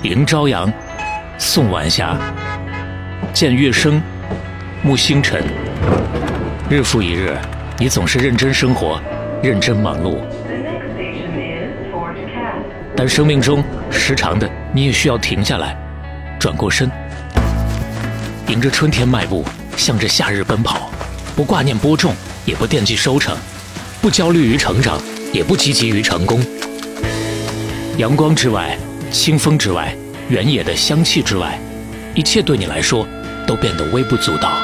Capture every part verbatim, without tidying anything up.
迎朝阳，送晚霞，见月升，沐星辰。日复一日，你总是认真生活，认真忙碌。但生命中时常的，你也需要停下来，转过身，迎着春天迈步，向着夏日奔跑，不挂念播种，也不惦记收成，不焦虑于成长，也不积极于成功。阳光之外，清风之外，原野的香气之外，一切对你来说都变得微不足道。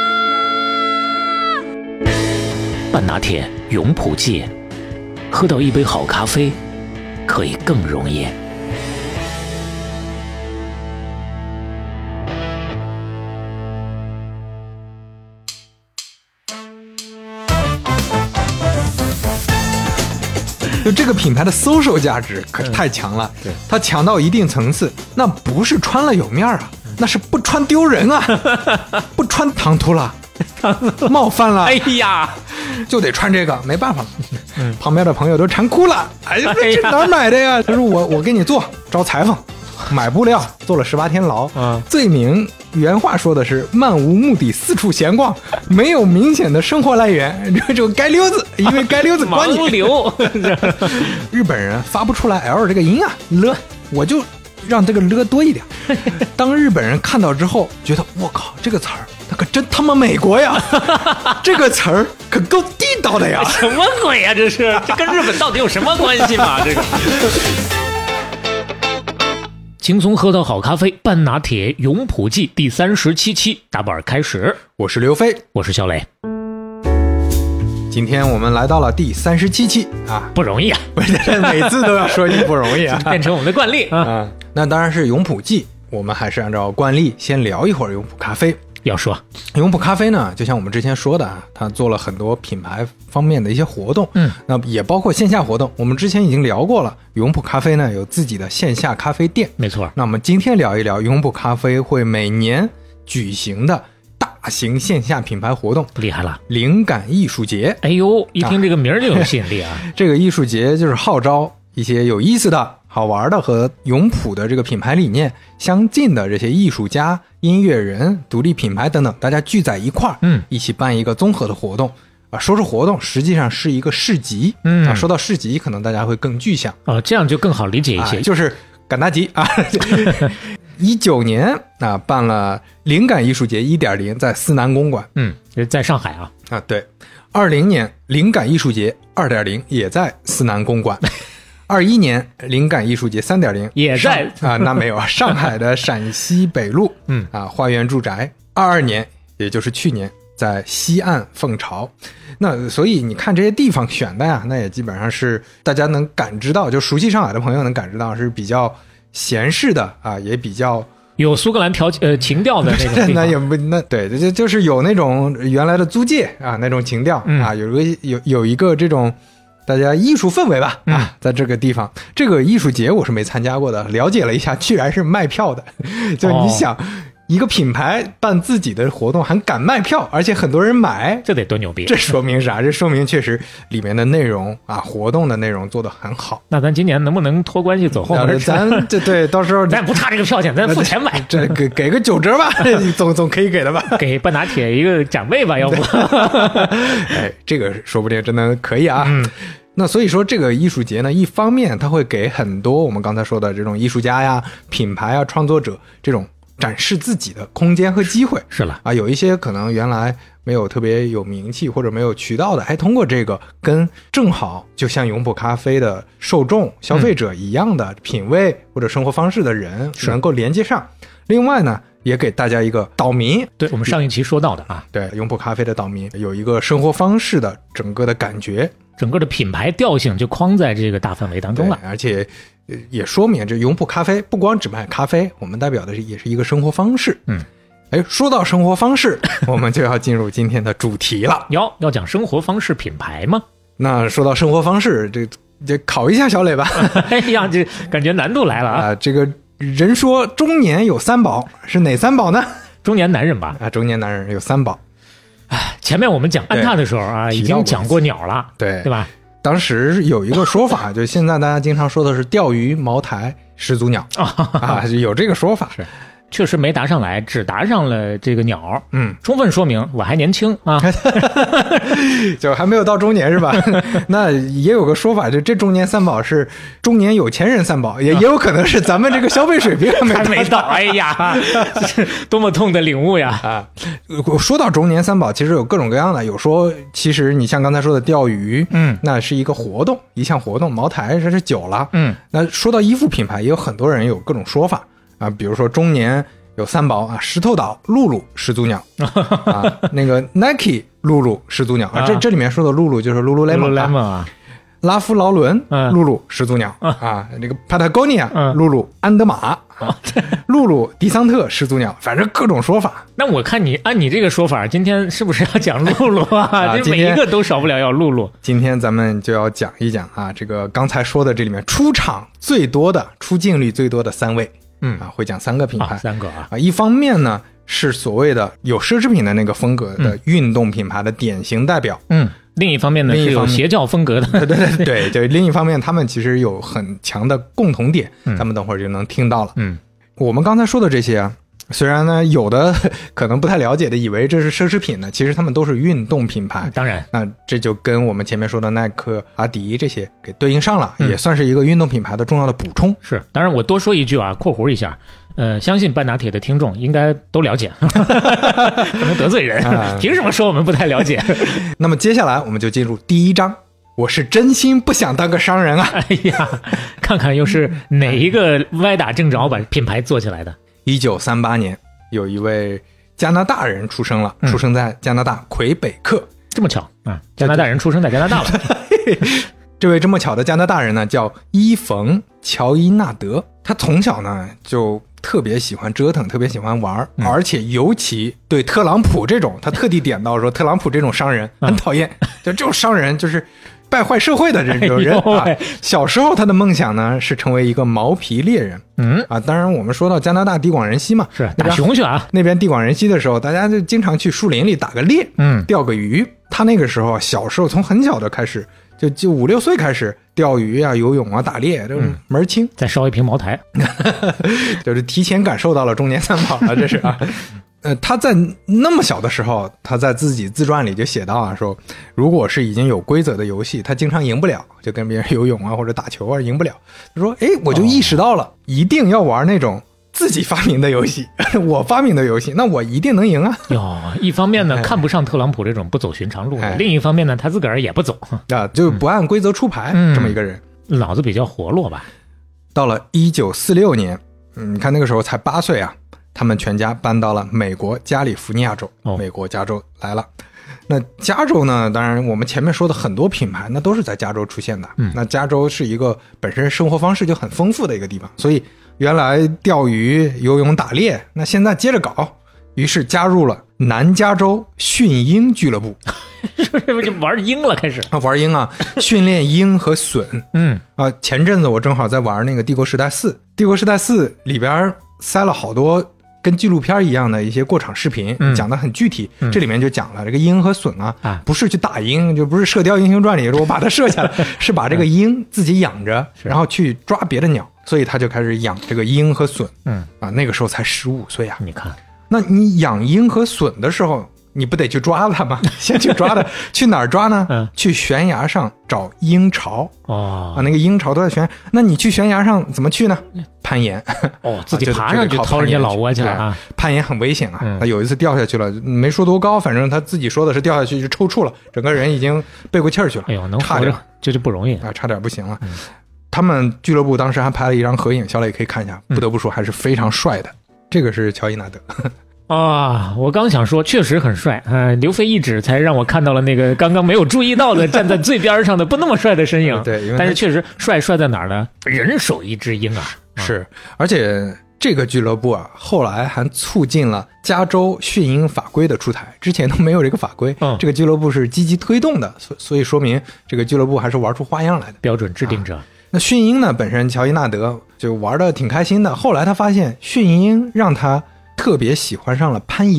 半拿铁永璞记，喝到一杯好咖啡可以更容易。 就这个品牌的 social 价值可是太强了， 对， 它强到一定层次，那不是穿了有面啊，那是不穿丢人啊，不穿唐突了，冒犯了， 哎呀， 就得穿这个，没办法了。嗯，旁边的朋友都馋哭了，哎呀，这哪儿买的呀？他说我我给你做，招裁缝，买不了，坐了十八天牢。嗯，罪名原话说的是漫无目的四处闲逛，没有明显的生活来源，这就街溜子，因为街溜子管你。 盲流。 日本人发不出来 L 这个音啊，了，我就让这个了多一点。当日本人看到之后，觉得我靠，这个词儿那可真他妈美国呀，这个词儿可够地道的呀。 什么鬼呀、啊、这是，这跟日本到底有什么关系嘛？这个。轻松喝到好咖啡，半拿铁永璞记第三十七期打板开始。 我是刘飞， 我是小磊。 今天我们来到了第三十七期啊， 不容易啊！ 每次都要说你不容易啊， 变成我们的惯例啊。 啊那当然是永璞记，我们还是按照惯例先聊一会儿永璞咖啡。 要说永璞咖啡呢，就像我们之前说的啊，它做了很多品牌方面的一些活动，嗯，那也包括线下活动。我们之前已经聊过了，永璞咖啡呢有自己的线下咖啡店， 没错。 那我们今天聊一聊永璞咖啡会每年举行的大型线下品牌活动， 厉害了， 灵感艺术节。 哎呦，一听这个名儿就有吸引力啊！ 这个艺术节就是号召一些有意思的、好玩的和永璞的这个品牌理念相近的这些艺术家、音乐人、独立品牌等等，大家聚在一块儿，嗯，一起办一个综合的活动啊。说是活动，实际上是一个市集，嗯啊。说到市集，可能大家会更具象啊，这样就更好理解一些， 啊、就是赶大集啊。一九年啊，办了灵感艺术节 一点零 在思南公馆， 嗯，在上海啊啊对。二零年灵感艺术节 二点零 也在思南公馆。二一年灵感艺术节 三点零也在啊，那没有啊，上海的陕西北路，嗯啊，花园住宅。二二年，也就是去年，在西岸凤巢。那所以你看这些地方选的呀，那也基本上是大家能感知到，就熟悉上海的朋友能感知到是比较闲适的啊，也比较有苏格兰调呃情调的那种地方。 那也不那对，就就是有那种原来的租界啊那种情调、嗯、啊，有一个有有一个这种。大家艺术氛围吧，啊，在这个地方，这个艺术节我是没参加过的，了解了一下，居然是卖票的，就你想。哦一个品牌办自己的活动还敢卖票，而且很多人买， 这得多牛逼！ 这说明啥？这说明确实里面的内容啊，活动的内容做得很好。 那咱今年能不能托关系走后门？ 咱这对，到时候咱不差这个票钱，咱付钱买， 这给给个九折吧，总总可以给的吧？ 给半拿铁一个展位吧，要不？ 哎，这个说不定真的可以啊。嗯。那所以说这个艺术节呢，一方面它会给很多我们刚才说的这种艺术家呀、品牌啊、创作者这种展示自己的空间和机会。 是了啊， 有一些可能原来没有特别有名气或者没有渠道的，还通过这个跟正好就像永璞咖啡的受众消费者一样的品味或者生活方式的人能够连接上。另外呢，也给大家一个岛民， 对我们上一期说到的啊， 对永璞咖啡的岛民有一个生活方式的整个的感觉， 整个的品牌调性就框在这个大范围当中了， 而且也说明这永璞咖啡不光只卖咖啡，我们代表的是也是一个生活方式。嗯，哎，说到生活方式，我们就要进入今天的主题了。 要要讲生活方式品牌吗？ 那说到生活方式，这这考一下小磊吧。 哎呀，这感觉难度来了啊！ 呃、这个人说中年有三宝，是哪三宝呢？ 中年男人吧。 啊，中年男人有三宝。 哎，前面我们讲安踏的时候啊，已经讲过鸟了， 对对吧？ 当时有一个说法，就现在大家经常说的是钓鱼、茅台、 始祖鸟啊，有这个说法。 是，确实没答上来，只答上了这个鸟， 嗯， 充分说明我还年轻啊， 就还没有到中年是吧？那也有个说法，就这中年三宝是中年有钱人三宝，也也有可能是咱们这个消费水平还没还没到。哎呀，多么痛的领悟呀！ 啊，说到中年三宝，其实有各种各样的，有说其实你像刚才说的钓鱼， 嗯， 那是一个活动，一项活动，茅台这是酒了， 嗯， 那说到衣服品牌，也有很多人有各种说法。啊，比如说中年有三宝啊，石头岛、露露、始祖鸟啊，那个 Nike 露露、始祖鸟啊，这这里面说的露露就是 Lululemon 啊， 拉夫劳伦、 嗯、 露露、始祖鸟、嗯、啊，这个 Patagonia、 嗯、 露露、安德玛、啊、露露、迪桑特、始祖鸟，反正各种说法。 那我看你按你这个说法，今天是不是要讲露露啊？啊这每一个都少不了要露露。 今天咱们就要讲一讲啊，这个刚才说的这里面出场最多的、出镜率最多的三位。嗯啊，会讲三个品牌， 啊、三个啊啊，一方面呢是所谓的有奢侈品的那个风格的运动品牌的典型代表， 嗯，另一方面呢是有邪教风格的， 对对对对，就另一方面他们其实有很强的共同点，嗯、咱们等会儿就能听到了。嗯，我们刚才说的这些啊，虽然呢有的可能不太了解的以为这是奢侈品呢，其实他们都是运动品牌。 当然， 那这就跟我们前面说的耐克、阿迪这些给对应上了，嗯、也算是一个运动品牌的重要的补充。 是，当然我多说一句啊，括弧一下，呃，相信半打铁的听众应该都了解，不能得罪人，啊、凭什么说我们不太了解？ 那么接下来我们就进入第一章。我是真心不想当个商人啊！ 哎呀，看看又是哪一个歪打正着把品牌做起来的？ 一九三八年，有一位加拿大人出生了，嗯、出生在加拿大魁北克。 这么巧啊！加拿大人出生在加拿大了。 这位这么巧的加拿大人呢，叫伊冯·乔伊纳德。他从小呢就特别喜欢折腾，特别喜欢玩，嗯、而且尤其对特朗普这种，他特地点到说，特朗普这种商人很讨厌，嗯、就这种商人就是败坏社会的这种人、哎、啊。小时候他的梦想呢是成为一个毛皮猎人。嗯啊，当然我们说到加拿大地广人稀嘛， 是打熊去啊。 那边地广人稀的时候，大家就经常去树林里打个猎，嗯，钓个鱼。他那个时候小时候从很小的开始，就就五六岁开始钓鱼啊、游泳啊、打猎，这门儿清。 再烧一瓶茅台， 就是提前感受到了中年三宝了，这是啊。呃，他在那么小的时候，他在自己自传里就写到啊，说如果是已经有规则的游戏，他经常赢不了，就跟别人游泳啊或者打球啊赢不了。他说，哎，我就意识到了，哦、一定要玩那种自己发明的游戏，我发明的游戏，那我一定能赢啊！ 哟，一方面呢、哎、看不上特朗普这种不走寻常路的，哎、另一方面呢他自个儿也不走啊，就不按规则出牌、嗯、这么一个人， 脑子比较活络吧。 到了一九四六年，嗯，你看那个时候才八岁啊，他们全家搬到了美国加利福尼亚州，哦、美国加州来了。那加州呢，当然我们前面说的很多品牌那都是在加州出现的。嗯，那加州是一个本身生活方式就很丰富的一个地方，所以原来钓鱼、游泳、打猎，那现在接着搞，于是加入了南加州驯鹰俱乐部。 是不是就玩鹰了？开始啊，玩鹰啊，训练鹰和隼。嗯啊，前阵子我正好在玩那个《帝国时代四》，《帝国时代四》里边塞了好多跟纪录片一样的一些过场视频，嗯、讲得很具体。嗯、这里面就讲了这个鹰和隼啊，啊不是去打鹰，就不是《射雕英雄传》里说我把它射下来，是把这个鹰自己养着，然后去抓别的鸟，所以他就开始养这个鹰和隼。嗯啊，那个时候才十五岁啊。 你看， 那你养鹰和隼的时候，你不得去抓它吗？先去抓它，去哪儿抓呢？嗯，去悬崖上找鹰巢。哦，啊，那个鹰巢都在悬崖。那你去悬崖上怎么去呢？攀岩。 哦，自己爬上去掏人家老窝去了啊！ 攀岩很危险啊！他、嗯、有一次掉下去了，没说多高，反正他自己说的是掉下去就抽搐了，整个人已经背过气儿去了。 哎呦，能活着这就不容易啊，差点不行了。嗯、他们俱乐部当时还拍了一张合影，小磊可以看一下，不得不说还是非常帅的。嗯、这个是乔伊纳德。 啊，我刚想说，确实很帅，呃，刘飞一指才让我看到了那个刚刚没有注意到的站在最边上的不那么帅的身影。 对，因为但是确实帅帅在哪儿呢？人手一只鹰啊！ 是，而且这个俱乐部啊，后来还促进了加州驯鹰法规的出台，之前都没有这个法规，嗯、这个俱乐部是积极推动的，所所以说明这个俱乐部还是玩出花样来的。 标准制定者。啊、 那驯鹰呢，本身乔伊纳德就玩的挺开心的，后来他发现驯鹰让他特别喜欢上了攀岩，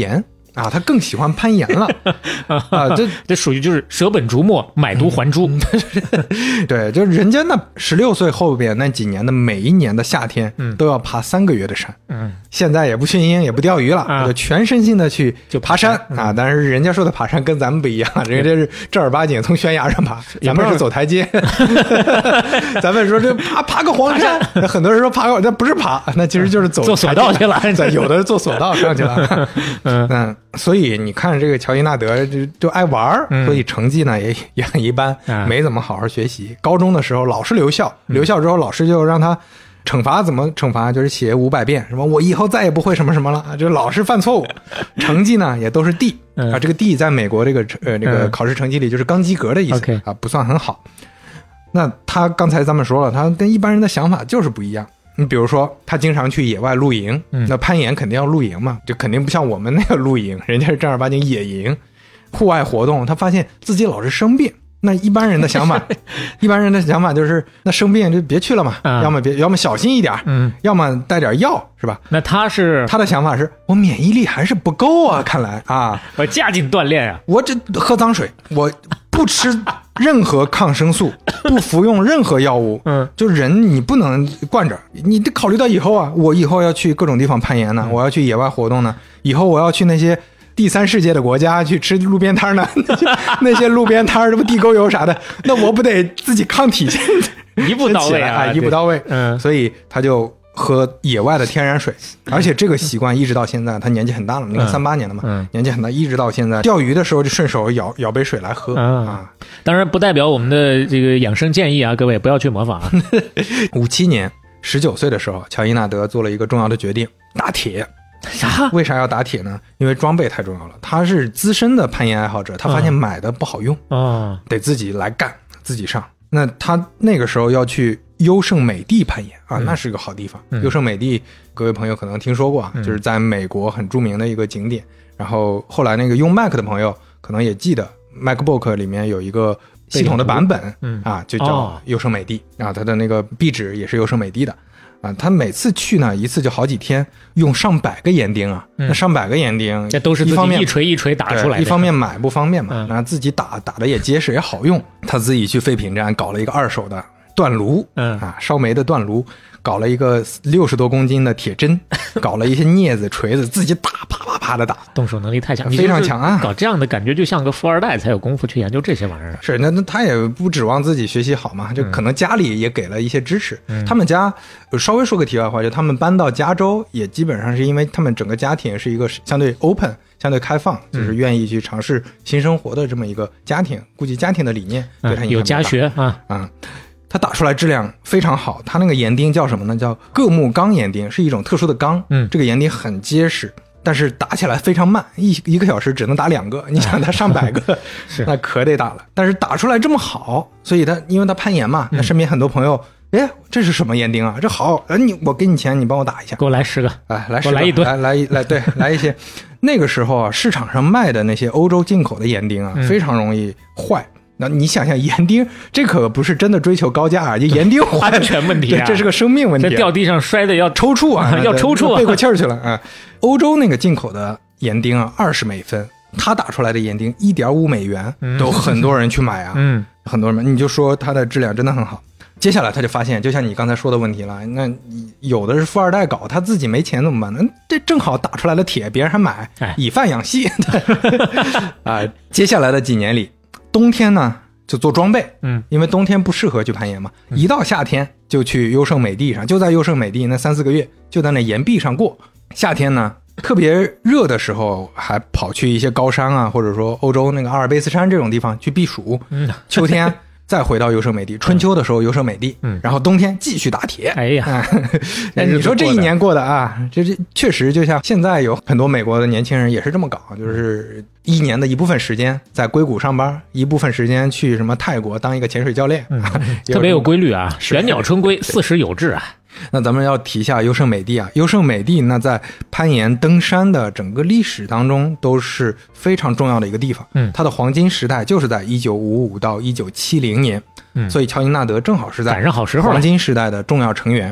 啊，他更喜欢攀岩了啊，这这属于就是舍本逐末，买椟还珠。 嗯、对，就是人家那十六岁后边那几年的每一年的夏天，嗯、都要爬三个月的山。嗯，现在也不训鹰，也不钓鱼了，啊、就全身心的去就爬山、嗯、啊。但是人家说的爬山跟咱们不一样，人家是正儿八经从悬崖上爬，咱们是走台阶。咱们说这爬爬个黄山，很多人说爬个，那不是爬，那其实就是走坐索道去了。 有的是坐索道上去了。嗯嗯。所以你看这个乔伊纳德就就爱玩、嗯、所以成绩呢也也很一般、嗯、没怎么好好学习。高中的时候老师留校，留校之后老师就让他惩罚，怎么惩罚？就是写五百遍什么我以后再也不会什么什么了，就老是犯错误。成绩呢也都是 D、嗯、啊，这个 D 在美国这个呃这个考试成绩里就是刚及格的意思、嗯、啊，不算很好。那他刚才咱们说了，他跟一般人的想法就是不一样。你比如说他经常去野外露营、嗯、那攀岩肯定要露营嘛，就肯定不像我们那个露营，人家是正儿八经野营户外活动。他发现自己老是生病，那一般人的想法一般人的想法就是那生病就别去了嘛、嗯、要么别要么小心一点、嗯、要么带点药是吧。 那他是他的想法是我免疫力还是不够啊，看来啊我加紧锻炼啊， 我这喝脏水，我不吃任何抗生素，不服用任何药物，嗯，就人你不能惯着，你得考虑到以后啊，我以后要去各种地方攀岩呢、嗯，我要去野外活动呢，以后我要去那些第三世界的国家去吃路边摊呢，那些路边摊什么地沟油啥的，那我不得自己抗体一步到位啊， 一步到位，嗯，所以他就喝野外的天然水，而且这个习惯一直到现在，他年纪很大了，你看三八年的嘛、嗯，年纪很大，一直到现在，钓鱼的时候就顺手舀舀杯水来喝、嗯、啊。 当然不代表我们的这个养生建议啊，各位不要去模仿啊。 五七年，十九岁的时候，乔伊纳德做了一个重要的决定，打铁。 啥？ 为啥要打铁呢？因为装备太重要了。他是资深的攀岩爱好者，他发现买的不好用，嗯、得自己来干，自己上。那他那个时候要去优胜美地攀岩啊、嗯，那是个好地方。嗯、优胜美地，各位朋友可能听说过啊、嗯，就是在美国很著名的一个景点。然后后来那个用 Mac 的朋友可能也记得 ，MacBook 里面有一个系统的版本，嗯啊，就叫优胜美地、哦、啊，它的那个壁纸也是优胜美地的。啊，他每次去呢，一次就好几天，用上百个岩钉啊，嗯、那上百个岩钉， 这都是自己一锤一锤打出来的。 一方面买不方便嘛，然后自己打打的也结实也好用。他自己去废品站搞了一个二手的锻炉，嗯啊，烧煤的锻炉，搞了一个六十多公斤的铁针，搞了一些镊子、锤子，自己打，啪啪啪的打， 动手能力太强， 非常强啊！ 搞这样的感觉就像个富二代才有功夫去研究这些玩意儿。 是，那那他也不指望自己学习好嘛，就可能家里也给了一些支持。嗯、他们家稍微说个题外话，就他们搬到加州，也基本上是因为他们整个家庭是一个相对 open、相对开放，就是愿意去尝试新生活的这么一个家庭。估计家庭的理念对他影响、嗯、 有家学啊啊。 嗯，它打出来质量非常好，它那个岩钉叫什么呢？叫铬木钢岩钉，是一种特殊的钢。嗯，这个岩钉很结实，但是打起来非常慢，一一个小时只能打两个。你想它上百个，是那可得打了。但是打出来这么好，所以他因为他攀岩嘛，那身边很多朋友，哎、嗯，这是什么岩钉啊？这好，哎，你我给你钱，你帮我打一下， 给我来十个， 哎，来十个， 来一吨， 来来来，对，来一些。那个时候啊，市场上卖的那些欧洲进口的岩钉啊，嗯、非常容易坏。那你想想岩钉，这可不是真的追求高价啊，就岩钉安全问题啊， 这是个生命问题、啊， 这掉地上摔的要抽搐啊， 要抽搐啊， 背过气儿去了啊。欧洲那个进口的岩钉啊，二十美分，他打出来的岩钉一点五美元，都很多人去买啊，嗯，很多人买，你就说它的质量真的很好。接下来他就发现，就像你刚才说的问题了，那有的是富二代搞，他自己没钱怎么办呢？这正好打出来的铁，别人还买，以贩养吸啊。接下来的几年里，冬天呢就做装备，嗯，因为冬天不适合去攀岩嘛，一到夏天就去优胜美地上，就在优胜美地那三四个月就在那岩壁上过。夏天呢特别热的时候，还跑去一些高山啊，或者说欧洲那个阿尔卑斯山这种地方去避暑。嗯，秋天再回到优胜美地，春秋的时候优胜美地，嗯，然后冬天继续打铁。 哎呀， 哎，你说这一年过的啊，这这确实就像现在有很多美国的年轻人也是这么搞，就是一年的一部分时间在硅谷上班，一部分时间去什么泰国当一个潜水教练， 嗯、特别有规律啊，玄鸟春归，四时有志啊。 那咱们要提一下优胜美地啊，优胜美地那在攀岩登山的整个历史当中都是非常重要的一个地方。嗯，它的黄金时代就是在一九五五到一九七零年。嗯，所以乔伊纳德正好是在赶上好时候， 黄金时代的重要成员。嗯，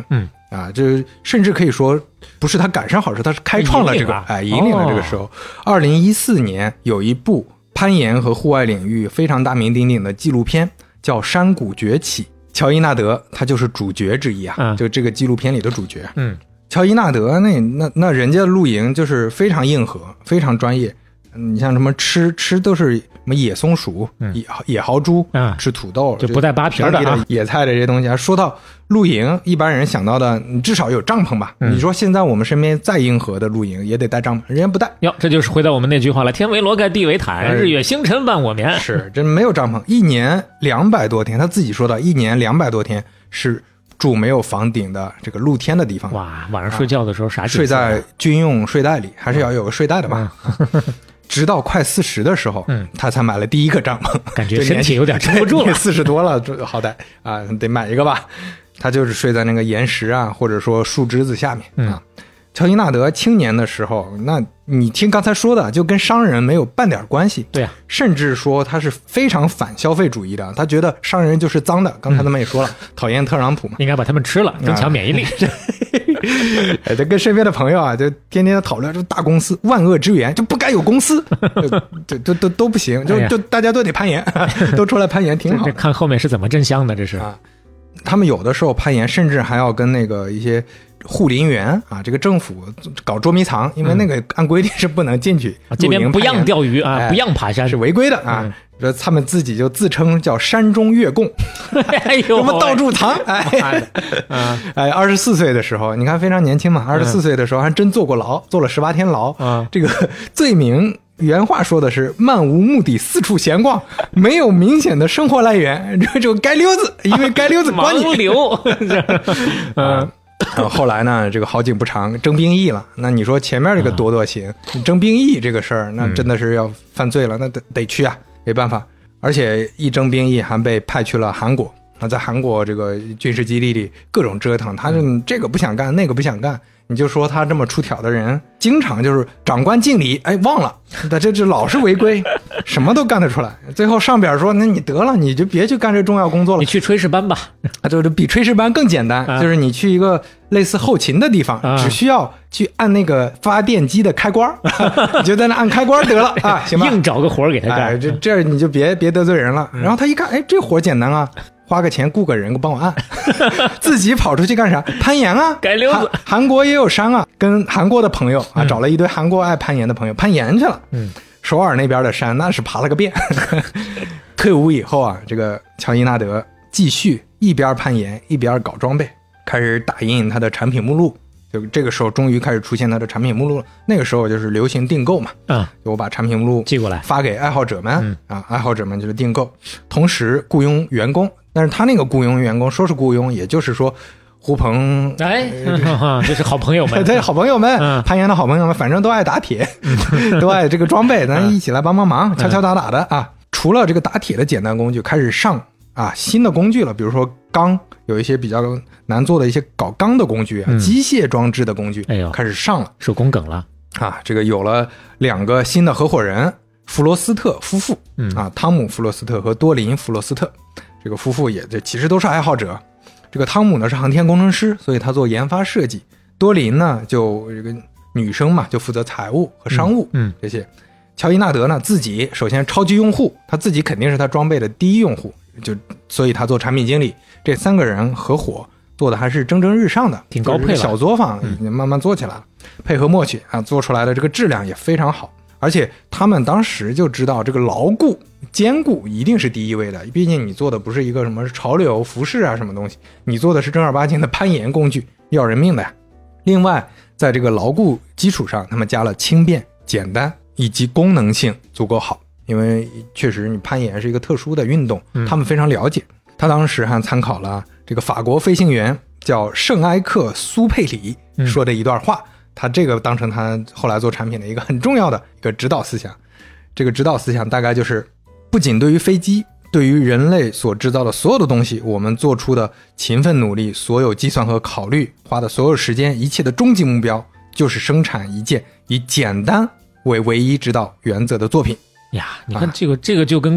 啊，这甚至可以说不是他赶上好事，他是开创了这个，哎，引领了这个时候。二零一四年有一部攀岩和户外领域非常大名鼎鼎的纪录片，叫《山谷崛起》，乔伊纳德他就是主角之一啊，嗯、就这个纪录片里的主角。 嗯， 乔伊纳德那那那人家的露营就是非常硬核，非常专业。你像什么吃吃都是什么野松鼠、嗯、野野豪猪、嗯、吃土豆， 就不带扒皮的啊，野菜的这些东西啊。说到露营，一般人想到的，你至少有帐篷吧？嗯、你说现在我们身边再硬核的露营也得带帐篷，人家不带。 哟，这就是回到我们那句话了：天为罗盖，地为毯，日月星辰伴我眠。 是，真没有帐篷，一年两百多天，他自己说的，一年两百多天是住没有房顶的这个露天的地方。 哇，晚上睡觉的时候啥、啊？ 睡在军用睡袋里，还是要有个睡袋的吧？嗯直到快四十的时候，嗯，他才买了第一个帐篷， 感觉身体有点撑不住了。 四十多了，好歹啊，得买一个吧。他就是睡在那个岩石啊，或者说树枝子下面、嗯、啊。乔伊纳德青年的时候，那你听刚才说的，就跟商人没有半点关系。 对啊， 甚至说他是非常反消费主义的，他觉得商人就是脏的。刚才他们也说了，嗯、讨厌特朗普嘛， 应该把他们吃了，增强免疫力。 他跟身边的朋友啊，就天天讨论这大公司万恶之源就不该有公司，就都都都不行，就、哎、就大家都得攀岩，都出来攀岩挺好的。 这看后面是怎么真香的，这是啊。 他们有的时候攀岩，甚至还要跟那个一些护林员啊，这个政府搞捉迷藏，因为那个按规定是不能进去、 嗯、这边不让钓鱼啊、哎，不让爬山， 是违规的啊。说、嗯、他们自己就自称叫山中月供， 哎呦， 什么到处藏，哎，哎，二十四岁的时候，你看非常年轻嘛，二十四岁的时候还真坐过牢，坐了十八天牢，嗯、这个罪名。原话说的是漫无目的四处闲逛，没有明显的生活来源，这种街溜子，因为街溜子管你盲流。 嗯，后来呢，这个好景不长，征兵役了。那你说前面这个多多行，嗯、征兵役这个事儿，那真的是要犯罪了，那得得去啊，没办法。而且一征兵役还被派去了韩国，那在韩国这个军事基地里各种折腾，他就这个不想干，那个不想干。你就说他这么出挑的人，经常就是长官敬礼，哎，忘了，他这这老是违规，什么都干得出来。最后上边说，那你得了，你就别去干这重要工作了， 你去炊事班吧。 啊，就是比炊事班更简单，啊、就是你去一个类似后勤的地方，啊、只需要去按那个发电机的开关，啊、你就在那按开关得了啊，行吧？ 硬找个活给他干， 哎、这这你就别别得罪人了。然后他一看，哎，这活简单啊。花个钱雇个人帮我按，自己跑出去干啥？攀岩啊， 改溜子。 韩国也有山啊，跟韩国的朋友啊，找了一堆韩国爱攀岩的朋友，攀岩去了。嗯，首尔那边的山那是爬了个遍。退伍以后啊，这个乔伊纳德继续一边攀岩一边搞装备，开始打印他的产品目录。就这个时候终于开始出现他的产品目录了。那个时候就是流行订购嘛，嗯，就我把产品目录寄过来发给爱好者们、嗯、啊，爱好者们就是订购，同时雇佣员工。但是他那个雇佣员工说是雇佣，也就是说胡鹏哎，呃、这是好朋友们， 对，好朋友们、嗯，攀岩的好朋友们，反正都爱打铁，嗯、都爱这个装备，咱一起来帮帮忙，嗯、敲敲打打的啊。除了这个打铁的简单工具，开始上啊新的工具了，比如说钢，有一些比较难做的一些搞钢的工具啊，嗯、机械装置的工具，哎呦，开始上了， 手工梗了啊。这个有了两个新的合伙人，弗罗斯特夫妇，嗯啊，汤姆·弗罗斯特和多林·弗罗斯特。这个夫妇也这其实都是爱好者，这个汤姆呢是航天工程师，所以他做研发设计。多林呢就这个女生嘛，就负责财务和商务，嗯，这些。乔伊纳德呢自己首先超级用户，他自己肯定是他装备的第一用户，就所以他做产品经理。这三个人合伙做的还是蒸蒸日上的， 挺高配了， 小作坊已经慢慢做起来了，嗯、配合默契啊，做出来的这个质量也非常好。而且他们当时就知道这个牢固坚固一定是第一位的，毕竟你做的不是一个什么潮流服饰啊什么东西，你做的是正儿八经的攀岩工具，要人命的呀。另外在这个牢固基础上，他们加了轻便简单以及功能性足够好，因为确实你攀岩是一个特殊的运动，他们非常了解。他当时还参考了这个法国飞行员叫圣埃克苏佩里说的一段话，他这个当成他后来做产品的一个很重要的一个指导思想。这个指导思想大概就是，不仅对于飞机，对于人类所制造的所有的东西，我们做出的勤奋努力，所有计算和考虑，花的所有时间，一切的终极目标就是生产一件以简单为唯一指导原则的作品。 呀，你看这个、啊、这个就跟搞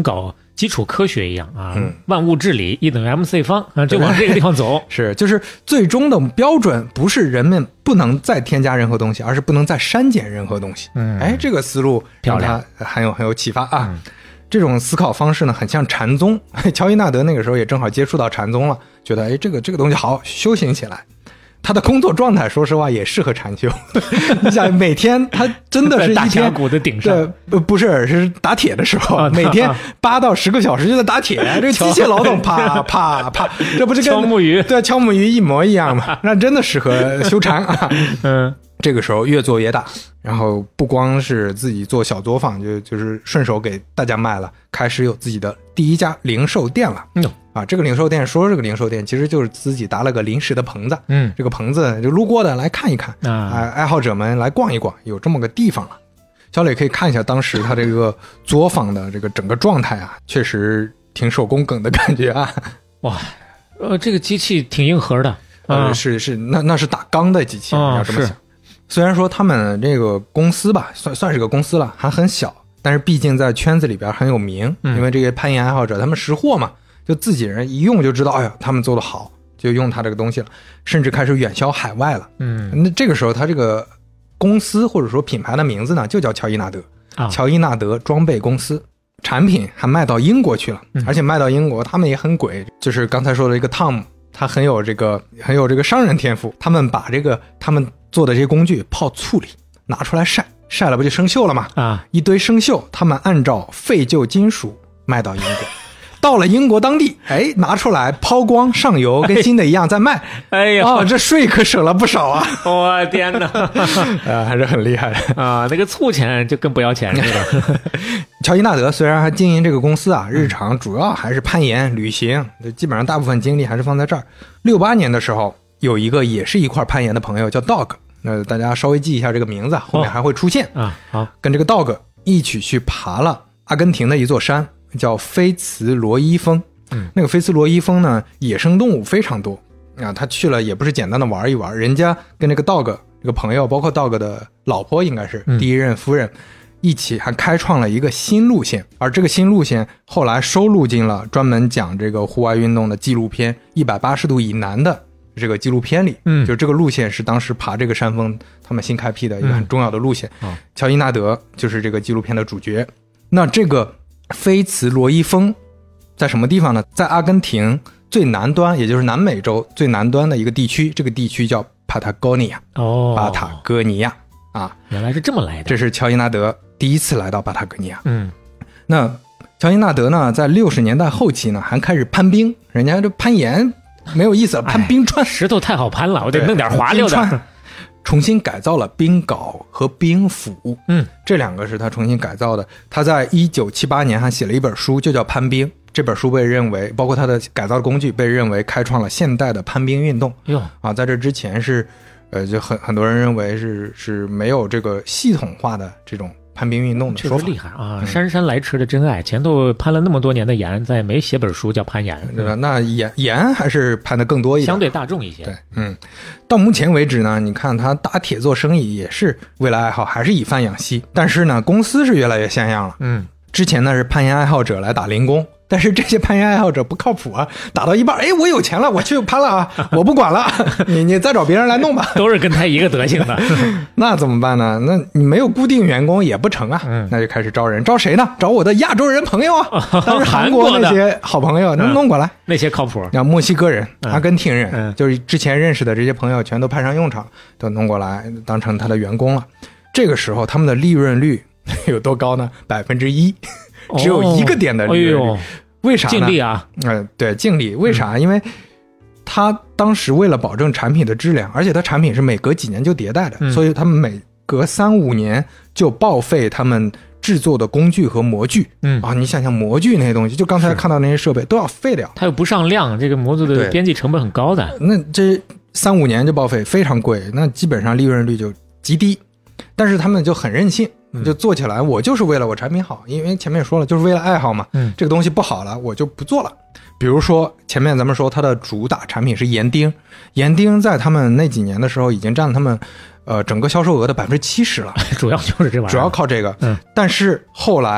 基础科学一样啊， 嗯、 万物治理 E 等于 mc 方啊，就往这个地方走。 是，就是最终的标准不是人们不能再添加任何东西，而是不能再删减任何东西。嗯，哎，这个思路让他很有很有启发啊。嗯，这种思考方式呢，很像禅宗。乔伊纳德那个时候也正好接触到禅宗了，觉得哎，这个这个东西好，修行起来。他的工作状态，说实话也适合禅修。你想，每天他真的是一天大峡谷的顶上， 对，不是是打铁的时候，啊、每天八到十个小时就在打铁，这个机械劳动，啪啪啪，这不是跟敲木鱼对敲木鱼一模一样吗？那真的适合修禅啊。 嗯， 这个时候越做越大，然后不光是自己做小作坊，就就是顺手给大家卖了，开始有自己的第一家零售店了。嗯。啊，这个零售店说这个零售店其实就是自己搭了个临时的棚子，嗯，这个棚子就路过的来看一看啊，爱好者们来逛一逛，有这么个地方了。小磊可以看一下当时他这个作坊的这个整个状态啊，确实挺手工梗的感觉啊。 哇，呃，这个机器挺硬核的， 呃，嗯、是是，那那是打钢的机器， 哦、 你要这么想。虽然说他们这个公司吧，算算是个公司了，还很小，但是毕竟在圈子里边很有名，嗯、因为这些攀岩爱好者他们识货嘛。就自己人一用就知道，哎呀，他们做的好，就用他这个东西了，甚至开始远销海外了。嗯，那这个时候他这个公司或者说品牌的名字呢，就叫乔伊纳德，啊、乔伊纳德装备公司，产品还卖到英国去了，嗯、而且卖到英国，他们也很鬼，就是刚才说的一个 Tom， 他很有这个很有这个商人天赋，他们把这个他们做的这些工具泡醋里拿出来晒，晒了不就生锈了吗？啊，一堆生锈，他们按照废旧金属卖到英国。到了英国当地，哎，拿出来抛光上油，跟新的一样再卖。哎呀，哦，这税可省了不少啊！ 我天哪， 呃，还是很厉害的啊！那个醋钱就更不要钱似的。 乔伊纳德虽然还经营这个公司啊，日常主要还是攀岩、旅行，基本上大部分精力还是放在这儿。六八年的时候，有一个也是一块攀岩的朋友叫 Dog， 那大家稍微记一下这个名字，后面还会出现啊。好，跟这个 Dog 一起去爬了阿根廷的一座山。叫菲茨罗伊峰，嗯，那个菲茨罗伊峰呢，野生动物非常多啊。他去了也不是简单的玩一玩，人家跟这个 Dog 这个朋友，包括 Dog 的老婆应该是第一任夫人，嗯、一起还开创了一个新路线。而这个新路线后来收录进了专门讲这个户外运动的纪录片《一百八十度以南》的这个纪录片里。嗯，就这个路线是当时爬这个山峰他们新开辟的一个很重要的路线。嗯、乔伊纳德就是这个纪录片的主角。那这个菲茨罗伊峰在什么地方呢？在阿根廷最南端，也就是南美洲最南端的一个地区，这个地区叫帕塔哥尼亚。哦，巴塔哥尼亚啊， 原来是这么来的。 这是乔伊纳德第一次来到巴塔哥尼亚。嗯，那乔伊纳德呢，在六十年代后期呢，还开始攀冰。人家这攀岩没有意思了，攀冰川， 石头太好攀了，我得弄点滑溜的。 重新改造了冰镐和冰斧，嗯，这两个是他重新改造的。他在一九七八年还写了一本书，就叫《攀冰》。这本书被认为，包括他的改造的工具，被认为开创了现代的攀冰运动。哟啊，在这之前是，呃，就很很多人认为是是没有这个系统化的这种攀冰运动的说法。 确实厉害啊！嗯、姗姗来迟的真爱，前头攀了那么多年的岩，再没写本书叫攀岩， 对吧？那岩岩还是攀的更多一点， 相对大众一些。 对，嗯，到目前为止呢，你看他打铁做生意也是为了爱好，还是以贩养吸，但是呢，公司是越来越像样了。嗯，之前呢是攀岩爱好者来打零工。但是这些攀岩爱好者不靠谱啊，打到一半，哎，我有钱了，我去攀了啊，我不管了，你你再找别人来弄吧。 都是跟他一个德行的， 那怎么办呢？那你没有固定员工也不成啊，嗯、那就开始招人，招谁呢？找我的亚洲人朋友啊，当时韩国那些好朋友能弄过来，嗯、 那些靠谱。 像墨西哥人、阿根廷人，嗯、就是之前认识的这些朋友，全都派上用场，都弄过来当成他的员工了。这个时候他们的利润率有多高呢？百分之一。只有一个点的利润率，哦哎、为啥呢？ 净利啊， 呃，对，净利。为啥？嗯、因为他当时为了保证产品的质量，而且他产品是每隔几年就迭代的，嗯、所以他们每隔三五年就报废他们制作的工具和模具。嗯啊，你想想模具那些东西，就刚才看到那些设备都要废掉， 它又不上量，这个模组的边际成本很高的。 那这三五年就报废，非常贵，那基本上利润率就极低。但是他们就很任性，就做起来，我就是为了我产品好，因为前面说了，就是为了爱好嘛。嗯，这个东西不好了，我就不做了。比如说前面咱们说它的主打产品是岩钉，岩钉在他们那几年的时候已经占了他们呃整个销售额的百分之七十了， 主要就是这玩意儿， 主要靠这个。嗯，但是后来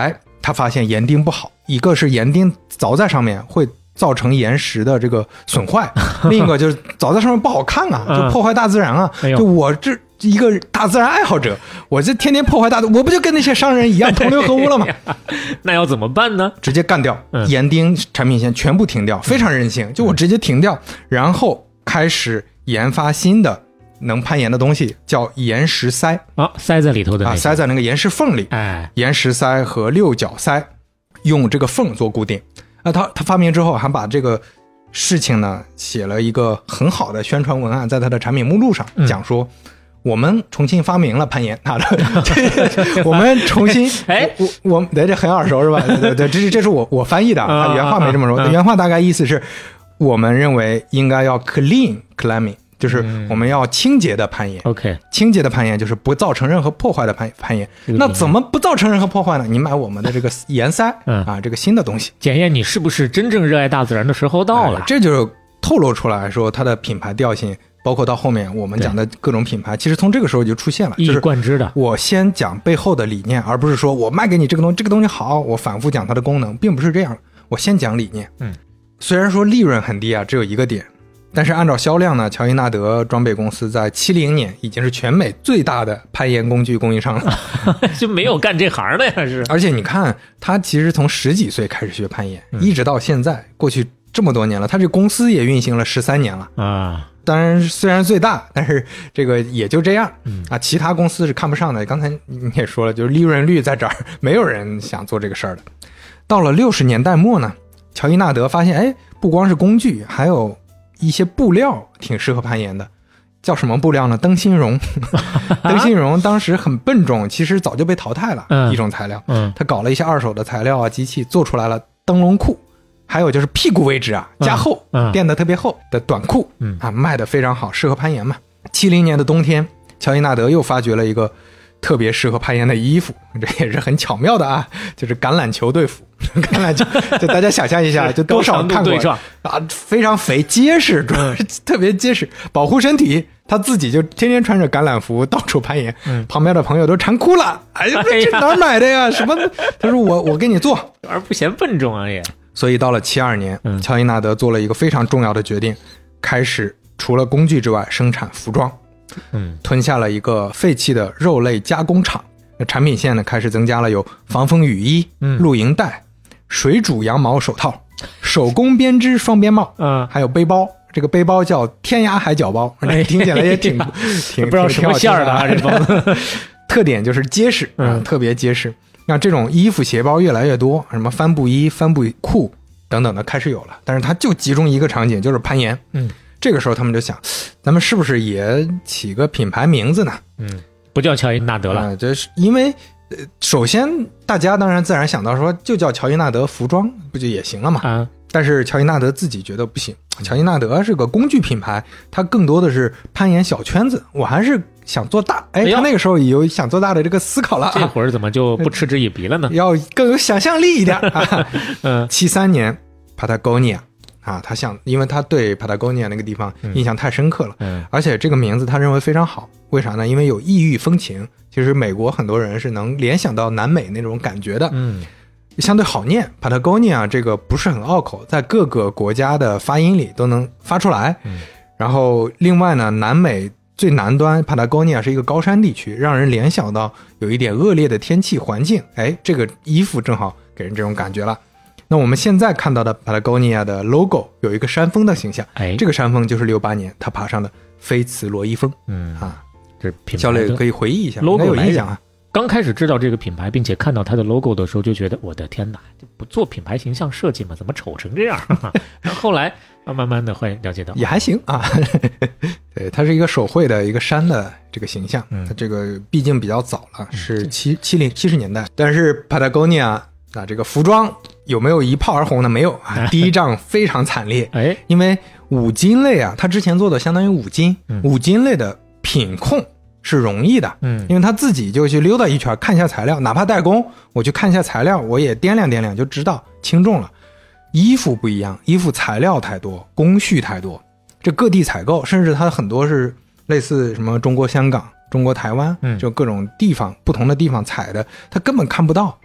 他发现岩钉不好，一个是岩钉凿在上面会造成岩石的这个损坏，另一个就是凿在上面不好看啊，就破坏大自然啊。 嗯、 就我这一个大自然爱好者，我这天天破坏大自然，我不就跟那些商人一样同流合污了吗？ 那要怎么办呢？ 直接干掉，岩钉产品线全部停掉，非常任性，就我直接停掉，然后开始研发新的能攀岩的东西，叫岩石塞啊，塞在里头的啊，塞在那个岩石缝里。 哎， 岩石塞和六角塞，用这个缝做固定。啊，他他发明之后，还把这个事情呢写了一个很好的宣传文案，在他的产品目录上、嗯、讲说，我们重新发明了攀岩啊，我们重新， 哎， 我我对这很耳熟是吧？对对对，这是这是我我翻译的，他原话没这么说，啊啊啊、原话大概意思是，我们认为应该要 clean climbing。就是我们要清洁的攀岩、 嗯、，OK， 清洁的攀岩就是不造成任何破坏的攀攀岩。那怎么不造成任何破坏呢？你买我们的这个岩塞、嗯、啊，这个新的东西， 检验你是不是真正热爱大自然的时候到了。 哎、这就透露出来说它的品牌调性，包括到后面我们讲的各种品牌，其实从这个时候就出现了， 一以贯之的。 我先讲背后的理念，而不是说我卖给你这个东西，这个东西好，我反复讲它的功能，并不是这样。我先讲理念。 嗯， 虽然说利润很低啊，只有一个点。但是按照销量呢，乔伊纳德装备公司在七零年已经是全美最大的攀岩工具供应商了， 就没有干这行的呀，是。 而且你看，他其实从十几岁开始学攀岩，嗯、一直到现在，过去这么多年了，他这公司也运行了十三年了啊。 当然，虽然最大，但是这个也就这样、 嗯、 啊。其他公司是看不上的。刚才你也说了，就是利润率在这儿，没有人想做这个事儿的。到了六十年代末呢，乔伊纳德发现，哎，不光是工具，还有一些布料挺适合攀岩的，叫什么布料呢？灯芯绒。灯芯绒当时很笨重，其实早就被淘汰了、嗯、一种材料。嗯，他搞了一些二手的材料啊，机器做出来了灯笼裤，还有就是屁股位置啊加厚，嗯嗯、垫得特别厚的短裤，嗯啊，卖得非常好，适合攀岩嘛。七零年的冬天，乔伊纳德又发掘了一个特别适合攀岩的衣服，这也是很巧妙的啊，就是橄榄球队服。橄榄球，就大家想象一下，就多少看过啊，非常肥结实，特别结实，保护身体。他自己就天天穿着橄榄服到处攀岩，嗯、旁边的朋友都馋哭了。哎呀，这哪儿买的呀？什么？他说我我给你做， 而不嫌笨重啊也。 所以到了七二年，嗯、乔伊纳德做了一个非常重要的决定，开始除了工具之外生产服装。嗯，吞下了一个废弃的肉类加工厂，那产品线呢开始增加了有防风雨衣、嗯、露营袋、水煮羊毛手套、手工编织双边帽，嗯，还有背包。这个背包叫天涯海角包，哎、听起来也挺挺不知道什么馅儿的啊，这包特点就是结实，嗯，特别结实。那这种衣服鞋包越来越多，什么帆布衣、帆布裤等等的开始有了，但是它就集中一个场景，就是攀岩。嗯，这个时候他们就想，咱们是不是也起个品牌名字呢？ 嗯，不叫乔伊纳德了， 呃、就是因为。首先大家当然自然想到说就叫乔伊纳德服装不就也行了嘛、啊、但是乔伊纳德自己觉得不行，乔伊纳德是个工具品牌，它更多的是攀岩小圈子，我还是想做大。哎，他那个时候也有想做大的这个思考了、啊、 这会儿怎么就不嗤之以鼻了呢？ 要更有想象力一点啊。嗯，七三年 Patagonia啊，他想，因为他对 Patagonia 那个地方印象太深刻了，嗯，而且这个名字他认为非常好，为啥呢？因为有异域风情，其实美国很多人是能联想到南美那种感觉的，嗯，相对好念 Patagonia 这个不是很拗口，在各个国家的发音里都能发出来，嗯，然后另外呢，南美最南端 Patagonia 是一个高山地区，让人联想到有一点恶劣的天气环境，哎，这个衣服正好给人这种感觉了。那我们现在看到的 Patagonia 的 logo 有一个山峰的形象，哎，这个山峰就是六八年他爬上的菲茨罗伊峰，嗯啊，这是品牌。小磊可以回忆一下 ，logo 有印象啊。 刚开始知道这个品牌，并且看到它的 logo 的时候，就觉得我的天哪，这不做品牌形象设计吗？怎么丑成这样？然后后来慢慢的会了解到， 也还行啊。对，它是一个手绘的一个山的这个形象，嗯，它这个毕竟比较早了，是七七零七十年代，但是 Patagonia。那这个服装有没有一炮而红呢？没有啊，第一仗非常惨烈。哎，因为五金类啊，他之前做的相当于五金，嗯、五金类的品控是容易的，嗯，因为他自己就去溜达一圈，看一下材料，哪怕代工，我去看一下材料，我也掂量掂量就知道轻重了。衣服不一样，衣服材料太多，工序太多，这各地采购，甚至它很多是类似什么中国香港、中国台湾，嗯，就各种地方不同的地方采的，他根本看不到。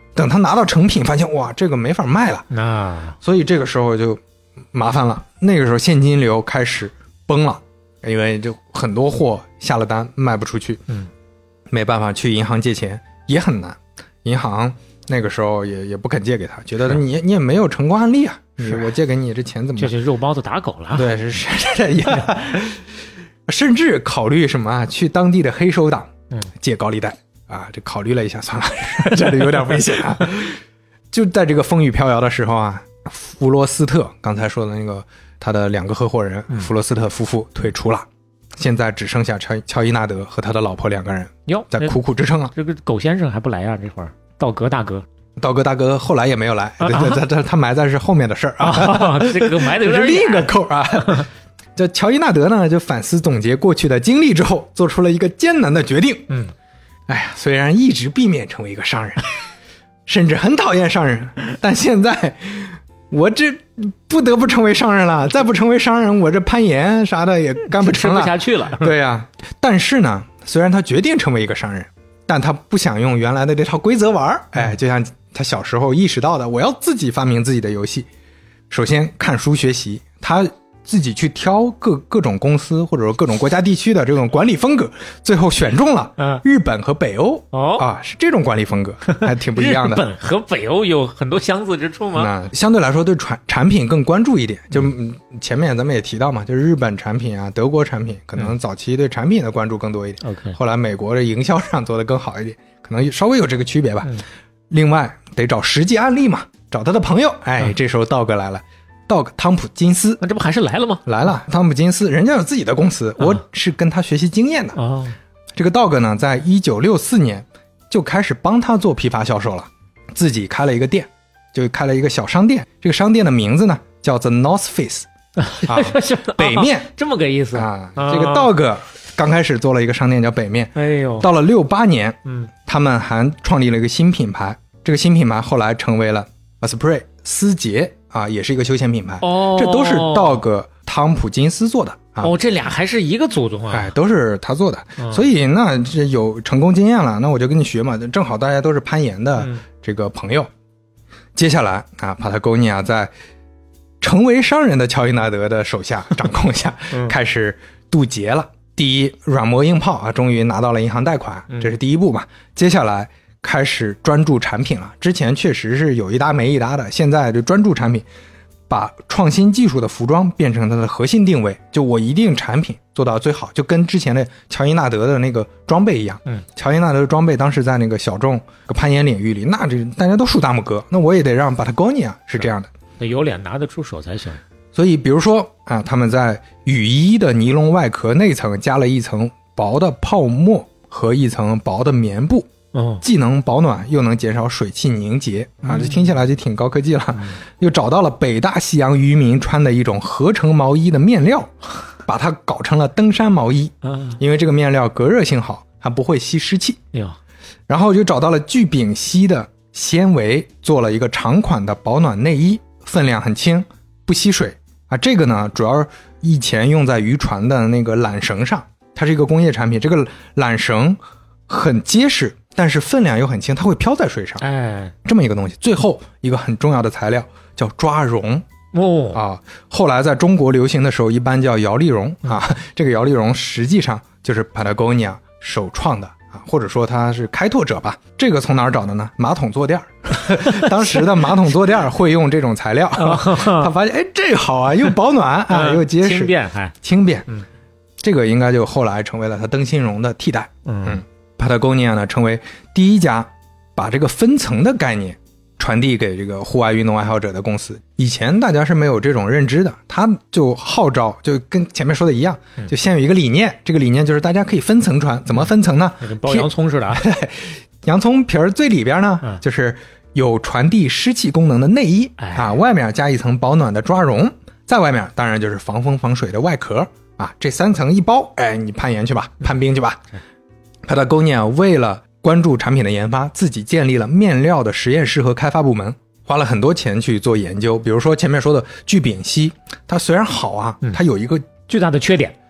等他拿到成品发现哇这个没法卖了， 那所以这个时候就麻烦了，那个时候现金流开始崩了，因为就很多货下了单卖不出去， 嗯， 没办法去银行借钱也很难，银行那个时候也也不肯借给他，觉得你你也没有成功案例啊，我借给你这钱怎么这是肉包子打狗了， 对，是是这也甚至考虑什么啊，去当地的黑手党嗯借高利贷啊，这考虑了一下算了，这里有点危险啊。就在这个风雨飘摇的时候啊，弗罗斯特刚才说的那个他的两个合伙人、嗯、弗罗斯特夫妇退出了，现在只剩下乔乔伊纳德和他的老婆两个人哟， 在苦苦支撑啊。 这个狗先生还不来啊？这会儿道格大哥， 道格大哥后来也没有来，啊、对对对，他埋在是后面的事儿啊， 啊这个埋的有点是另一个扣啊。这乔伊纳德呢，就反思总结过去的经历之后，做出了一个艰难的决定。 嗯， 哎呀，虽然一直避免成为一个商人，甚至很讨厌商人，但现在我这不得不成为商人了。再不成为商人，我这攀岩啥的也干不成了， 吃不下去了。 对呀、啊，但是呢，虽然他决定成为一个商人，但他不想用原来的这套规则玩。哎，就像他小时候意识到的，我要自己发明自己的游戏。首先看书学习，他自己去挑各各种公司或者说各种国家地区的这种管理风格，最后选中了日本和北欧。 哦啊，是这种管理风格，还挺不一样的。 日本和北欧有很多相似之处吗？ 那相对来说对产产品更关注一点。就前面咱们也提到嘛，就是日本产品啊、德国产品，可能早期对产品的关注更多一点。 OK， 后来美国的营销上做得更好一点，可能稍微有这个区别吧。 嗯、 另外得找实际案例嘛，找他的朋友。哎，嗯、这时候道格来了。道格汤普金斯， 那这不还是来了吗？ 来了，汤普金斯，人家有自己的公司，我是跟他学习经验的。 哦， 这个道格呢，在一九六四年就开始帮他做批发销售了，自己开了一个店，就开了一个小商店。这个商店的名字呢叫 The North Face， 啊，北面， 这么个意思啊。这个道格刚开始做了一个商店叫北面， 哎呦， 到了六八年， 嗯， 他们还创立了一个新品牌，这个新品牌后来成为了 Osprey 思杰。啊，也是一个休闲品牌哦， 这都是道格汤普金斯做的啊。 哦，这俩还是一个祖宗啊！ 哎，都是他做的， 嗯、 所以那这有成功经验了，那我就跟你学嘛。正好大家都是攀岩的这个朋友。嗯、接下来啊，帕塔哥尼亚在成为商人的乔伊纳德的手下掌控下，嗯、开始渡劫了。第一，软磨硬泡啊，终于拿到了银行贷款，这是第一步嘛。嗯、接下来。开始专注产品了，之前确实是有一搭没一搭的，现在就专注产品，把创新技术的服装变成它的核心定位，就我一定产品做到最好，就跟之前的乔伊纳德的那个装备一样。 嗯， 乔伊纳德的装备当时在那个小众攀岩领域里，那这大家都竖大拇哥，那我也得让 Patagonia 是这样的， 有脸拿得出手才行。 所以比如说啊，他们在雨衣的尼龙外壳内层加了一层薄的泡沫和一层薄的棉布。 哦， 既能保暖又能减少水汽凝结啊，这听起来就挺高科技了。嗯、又找到了北大西洋渔民穿的一种合成毛衣的面料，把它搞成了登山毛衣。 嗯、 因为这个面料隔热性好，还不会吸湿气。 哟， 然后就找到了聚丙烯的纤维，做了一个长款的保暖内衣，分量很轻，不吸水啊。这个呢，主要以前用在渔船的那个缆绳上，它是一个工业产品。这个缆绳很结实。但是分量又很轻，它会飘在水上， 哎， 这么一个东西。最后一个很重要的材料叫抓绒哦啊，后来在中国流行的时候，一般叫摇粒绒啊。这个摇粒绒实际上就是 Patagonia 首创的啊，或者说它是开拓者吧。这个从哪儿找的呢？马桶坐垫当时的马桶坐垫会用这种材料，他发现哎这好啊，又保暖啊，又结实， 轻便，还轻便。 嗯， 这个应该就后来成为了它灯芯绒的替代。 嗯。 嗯Patagonia 呢，成为第一家把这个分层的概念传递给这个户外运动爱好者的公司。以前大家是没有这种认知的，他就号召，就跟前面说的一样，就先有一个理念，这个理念就是大家可以分层穿。怎么分层呢？ 包洋葱似的啊。 洋葱皮儿最里边呢， 嗯、 就是有传递湿气功能的内衣、 哎、 啊，外面加一层保暖的抓绒，在外面当然就是防风防水的外壳啊。这三层一包，哎，你攀岩去吧，攀冰去吧。Patagonia 为了关注产品的研发，自己建立了面料的实验室和开发部门，花了很多钱去做研究。比如说前面说的聚丙烯，它虽然好啊，它有一个巨大的缺点，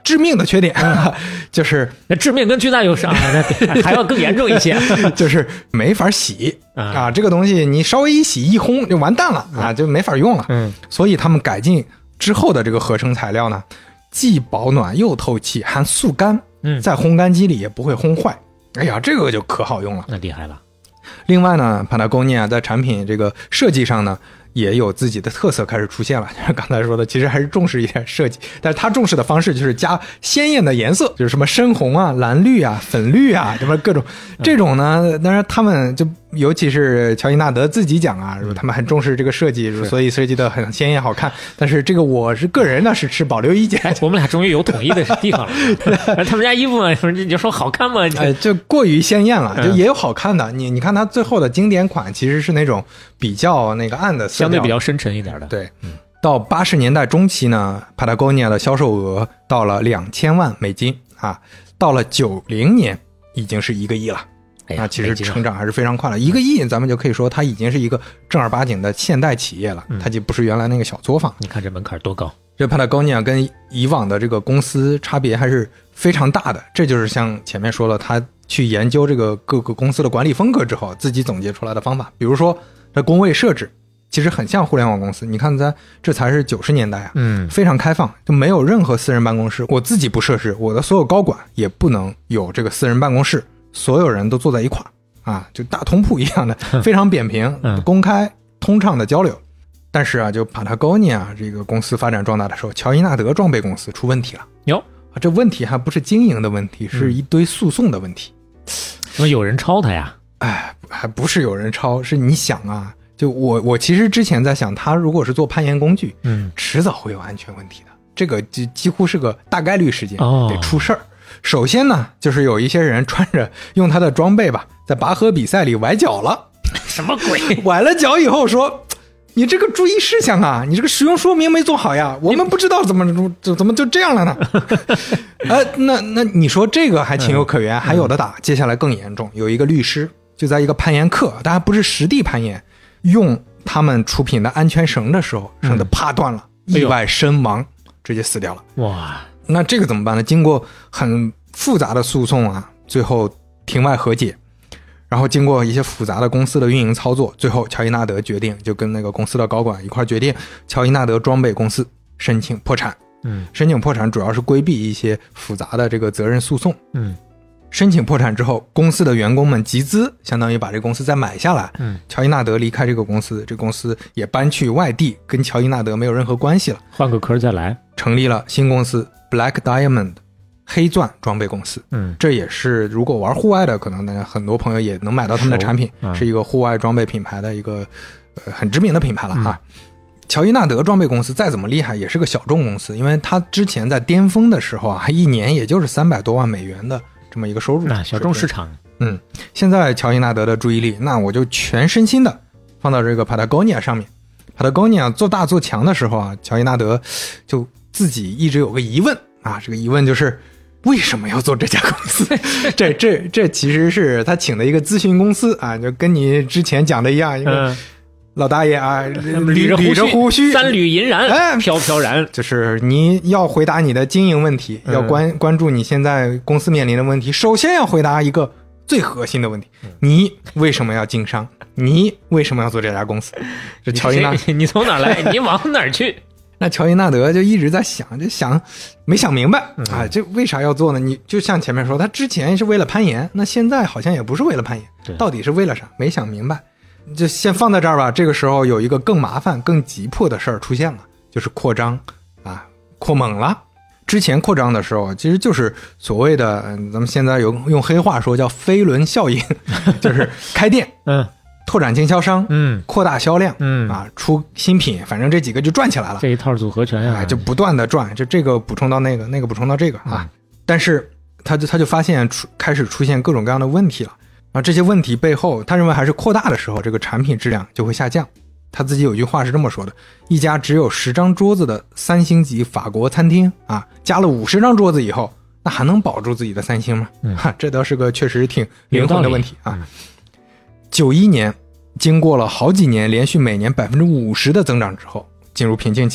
致命的缺点，就是那致命跟巨大有啥？还要更严重一些， 就是没法洗啊，这个东西你稍微一洗一烘就完蛋了啊，就没法用了。嗯，所以他们改进之后的这个合成材料呢，既保暖又透气，还速干，嗯，在烘干机里也不会烘坏。哎呀，这个就可好用了， 那厉害了。 另外呢 Patagonia 在产品这个设计上呢，也有自己的特色开始出现了。就是刚才说的，其实还是重视一点设计，但是他重视的方式就是加鲜艳的颜色，就是什么深红啊、蓝绿啊、粉绿啊，什么各种这种呢。当然他们就尤其是乔伊纳德自己讲啊，他们很重视这个设计，所以设计的很鲜艳好看。但是这个我是个人呢是持保留意见。 我们俩终于有统一的地方了。他们家衣服嘛，你说好看吗？ 哎，就过于鲜艳了，就也有好看的。你你看它最后的经典款其实是那种比较那个暗的色调， 相对比较深沉一点的。 对，嗯，到八十年代中期呢 ，Patagonia 的销售额到了两千万美金啊，到了九零年已经是一个亿了。 哎呀， 那其实成长还是非常快了，一个亿咱们就可以说它已经是一个正儿八经的现代企业了，嗯，它就不是原来那个小作坊。 你看这门槛多高！ 这 Patagonia 跟以往的这个公司差别还是非常大的，这就是像前面说了，他去研究这个各个公司的管理风格之后，自己总结出来的方法。比如说，这工位设置其实很像互联网公司，你看咱这才是九十年代啊，嗯，非常开放，就没有任何私人办公室，我自己不设置，我的所有高管也不能有这个私人办公室。所有人都坐在一块啊，就大通铺一样的，非常扁平、嗯、公开通畅的交流。但是啊，就 Patagonia 这个公司发展壮大的时候，乔伊纳德装备公司出问题了。 哟， 这问题还不是经营的问题，是一堆诉讼的问题。 怎么有人抄他呀？ 哎，还不是有人抄，是你想啊，就我我其实之前在想，他如果是做攀岩工具，嗯，迟早会有安全问题的，这个就几乎是个大概率事件，哦、得出事儿。首先呢，就是有一些人穿着用他的装备吧，在拔河比赛里崴脚了。 什么鬼？ 崴了脚以后说，你这个注意事项啊，你这个使用说明没做好呀，我们不知道怎么怎么就这样了呢？呃，那那你说这个还情有可原，嗯、还有的打。接下来更严重，有一个律师就在一个攀岩课，当然不是实地攀岩，用他们出品的安全绳的时候，绳子啪断了，嗯、意外身亡，直接死掉了。 哇！ 那这个怎么办呢？经过很复杂的诉讼啊，最后庭外和解，然后经过一些复杂的公司的运营操作，最后乔伊纳德决定就跟那个公司的高管一块决定，乔伊纳德装备公司申请破产。嗯，申请破产主要是规避一些复杂的这个责任诉讼。嗯，申请破产之后，公司的员工们集资，相当于把这个公司再买下来。嗯，乔伊纳德离开这个公司，这公司也搬去外地，跟乔伊纳德没有任何关系了， 换个壳再来， 成立了新公司 Black Diamond 黑钻装备公司。嗯，这也是如果玩户外的，可能大家很多朋友也能买到他们的产品，嗯、是一个户外装备品牌的一个呃很知名的品牌了哈。嗯，乔伊纳德装备公司再怎么厉害，也是个小众公司，因为他之前在巅峰的时候啊，一年也就是三百多万美元的这么一个收入， 那小众市场。 嗯，现在乔伊纳德的注意力，那我就全身心的放到这个 Patagonia 上面。Patagonia 做大做强的时候啊，乔伊纳德就自己一直有个疑问啊，这个疑问就是为什么要做这家公司？这这这其实是他请的一个咨询公司啊，就跟你之前讲的一样，一个老大爷啊，捋捋着胡须， 三缕银髯，哎，飘飘然， 就是你要回答你的经营问题，嗯、要关关注你现在公司面临的问题，首先要回答一个最核心的问题：你为什么要经商？你为什么要做这家公司？这乔伊纳， 你从哪来？你往哪儿去？ 那乔伊纳德就一直在想，就想没想明白啊，这为啥要做呢？你就像前面说，他之前是为了攀岩，那现在好像也不是为了攀岩，到底是为了啥？没想明白。就先放在这儿吧。这个时候有一个更麻烦、更急迫的事儿出现了，就是扩张啊，扩猛了。之前扩张的时候，其实就是所谓的，咱们现在有用黑话说叫飞轮效应，就是开店，嗯。拓展经销商，嗯，扩大销量，嗯啊，出新品，反正这几个就转起来了。 这一套组合拳呀、啊， 就不断的转，就这个补充到那个，那个补充到这个啊。嗯、但是他就他就发现出开始出现各种各样的问题了啊。这些问题背后，他认为还是扩大的时候，这个产品质量就会下降。他自己有句话是这么说的：一家只有十张桌子的三星级法国餐厅啊，加了五十张桌子以后，那还能保住自己的三星吗？嗯、哈，这倒是个确实挺灵魂的问题啊。九一年，经过了好几年连续每年百分之五十的增长之后，进入瓶颈期了。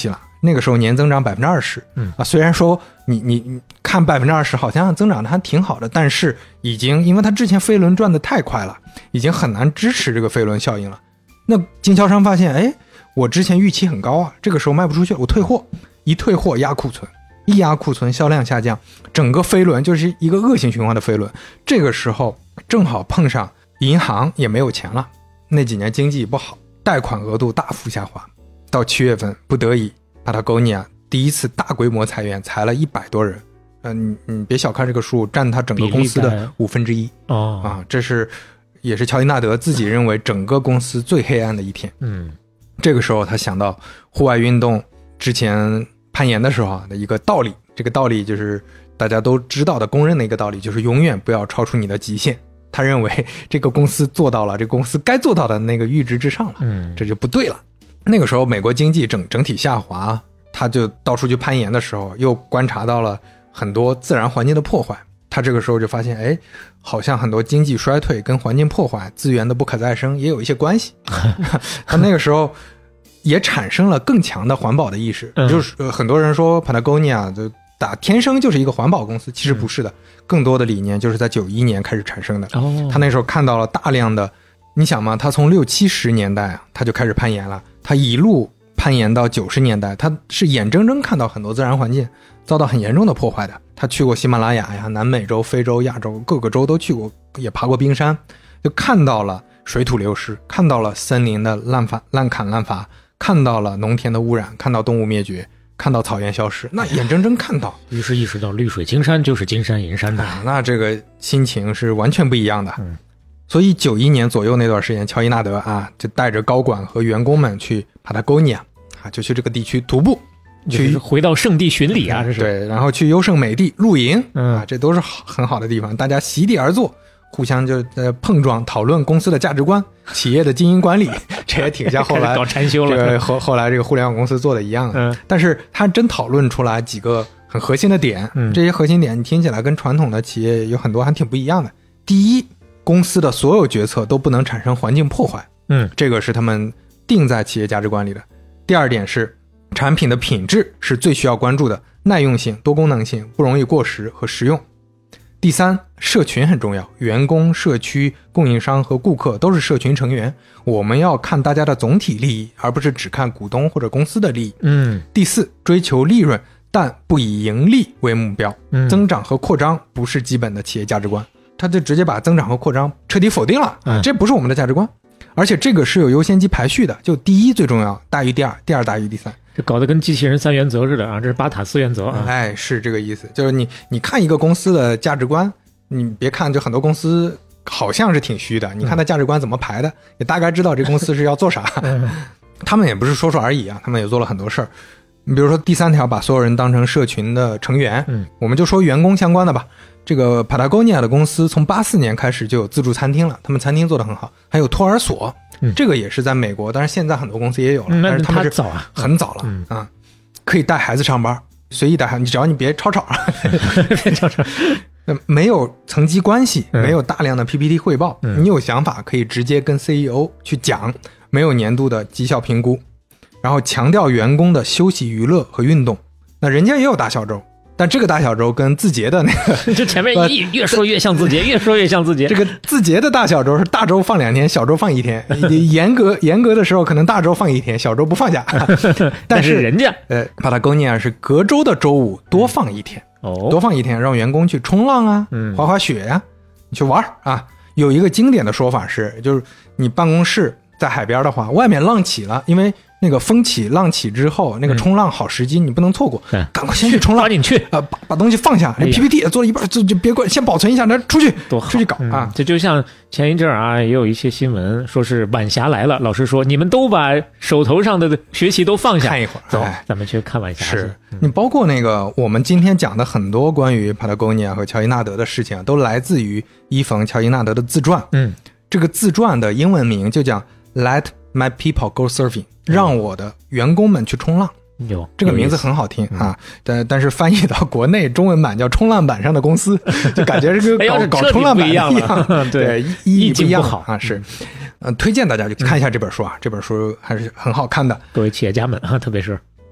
那个时候年增长百分之二十， 嗯啊，虽然说你你你看百分之二十好像增长的还挺好的，但是已经因为它之前飞轮转的太快了，已经很难支持这个飞轮效应了。那经销商发现，哎，我之前预期很高啊，这个时候卖不出去了，我退货，一退货压库存，一压库存销量下降，整个飞轮就是一个恶性循环的飞轮。这个时候正好碰上银行也没有钱了，那几年经济不好，贷款额度大幅下滑，到七月份不得已Patagonia 第一次大规模裁员，裁了一百多人。嗯、呃，你别小看这个数，占他整个公司的五分之一。 哦啊，这是也是乔伊纳德自己认为整个公司最黑暗的一天。 嗯， 这个时候他想到户外运动之前攀岩的时候的一个道理，这个道理就是大家都知道的公认的一个道理，就是永远不要超出你的极限。他认为这个公司做到了这个公司该做到的那个阈值之上了， 嗯， 这就不对了。那个时候美国经济整整体下滑，他就到处去攀岩的时候，又观察到了很多自然环境的破坏。他这个时候就发现，哎，好像很多经济衰退跟环境破坏、资源的不可再生也有一些关系。他那个时候也产生了更强的环保的意识， 嗯、 就是、呃、很多人说 Patagonia 就打天生就是一个环保公司，其实不是的，嗯、更多的理念就是在九一年开始产生的。 哦， 他那时候看到了大量的，你想嘛，他从六七十年代啊，他就开始攀岩了。他一路攀岩到九十年代，他是眼睁睁看到很多自然环境遭到很严重的破坏的。他去过喜马拉雅呀、南美洲、非洲、亚洲各个州都去过，也爬过冰山，就看到了水土流失，看到了森林的滥伐、滥砍滥伐，看到了农田的污染，看到动物灭绝，看到草原消失，那眼睁睁看到， 于是意识到绿水青山就是金山银山的、 啊、那这个心情是完全不一样的。 嗯， 所以九一年左右那段时间，乔伊纳德啊就带着高管和员工们去 Patagonia 啊，就去这个地区徒步，去回到圣地巡礼啊，这是对，然后去优胜美地露营， 嗯啊，这都是很好的地方，大家席地而坐，互相就呃碰撞讨论公司的价值观、企业的经营管理，这也挺像后来搞禅修了， 这个后后来这个互联网公司做的一样的。 嗯， 但是他真讨论出来几个很核心的点， 嗯， 这些核心点你听起来跟传统的企业有很多还挺不一样的。第一，公司的所有决策都不能产生环境破坏， 嗯， 这个是他们定在企业价值观里的。第二点是产品的品质是最需要关注的，耐用性、多功能性，不容易过时和实用。第三，社群很重要，员工、社区、供应商和顾客都是社群成员，我们要看大家的总体利益，而不是只看股东或者公司的利益。 嗯。 第四，追求利润，但不以盈利为目标， 嗯， 增长和扩张不是基本的企业价值观，他就直接把增长和扩张彻底否定了， 嗯， 这不是我们的价值观。而且这个是有优先级排序的，就第一最重要，大于第二，第二大于第三。 这搞得跟机器人三原则似的啊，这是巴塔四原则啊。 哎，是这个意思，就是你你看一个公司的价值观，你别看就很多公司好像是挺虚的，你看它价值观怎么排的，也大概知道这公司是要做啥。他们也不是说说而已啊，他们也做了很多事儿。你比如说第三条，把所有人当成社群的成员， 嗯， 我们就说员工相关的吧。这个 Patagonia 的公司从八四年开始就有自助餐厅了，他们餐厅做得很好，还有托儿所， 嗯， 这个也是在美国，但是现在很多公司也有了， 嗯， 但是他们是早啊， 很早了， 嗯啊，可以带孩子上班，随意带孩子，你只要你别吵吵， 别吵吵， 没有层级关系， 嗯， 没有大量的 P P T 汇报， 嗯， 你有想法可以直接跟 C E O 去讲，没有年度的绩效评估，然后强调员工的休息、娱乐和运动。那人家也有大小周，但这个大小周跟字节的那个， 这前面一越说越像字节，越说越像字节。 这个字节的大小周是大周放两天，小周放一天。严格严格的时候，可能大周放一天，小周不放假。但是人家呃 ，Patagonia 是隔周的周五多放一天， 哦， 多放一天，让员工去冲浪啊， 嗯， 滑滑雪呀，啊，你去玩啊。有一个经典的说法是，就是你办公室在海边的话，外面浪起了，因为那个风起浪起之后，那个冲浪好时机，嗯，你不能错过， 嗯， 赶快先去冲浪， 抓紧去啊，呃，把把东西放下，哎，P P T 做了一半就就别关，先保存一下，那出去多好出去搞， 嗯， 啊。 这就像前一阵啊，也有一些新闻说是晚霞来了，老师说你们都把手头上的学习都放下， 看一会儿， 走， 哎， 咱们去看晚霞。 是， 嗯， 你包括那个我们今天讲的很多关于 Patagonia 和乔伊纳德的事情，都来自于伊冯乔伊纳德的自传。 嗯， 这个自传的英文名就叫 Let My People Go Surfing， 让我的员工们去冲浪。 有这个名字很好听啊，但但是翻译到国内中文版叫冲浪板上的公司，就感觉这个搞搞冲浪板一样，对，意义不一样啊。是，呃，推荐大家去看一下这本书啊，这本书还是很好看的。 各位企业家们啊，特别是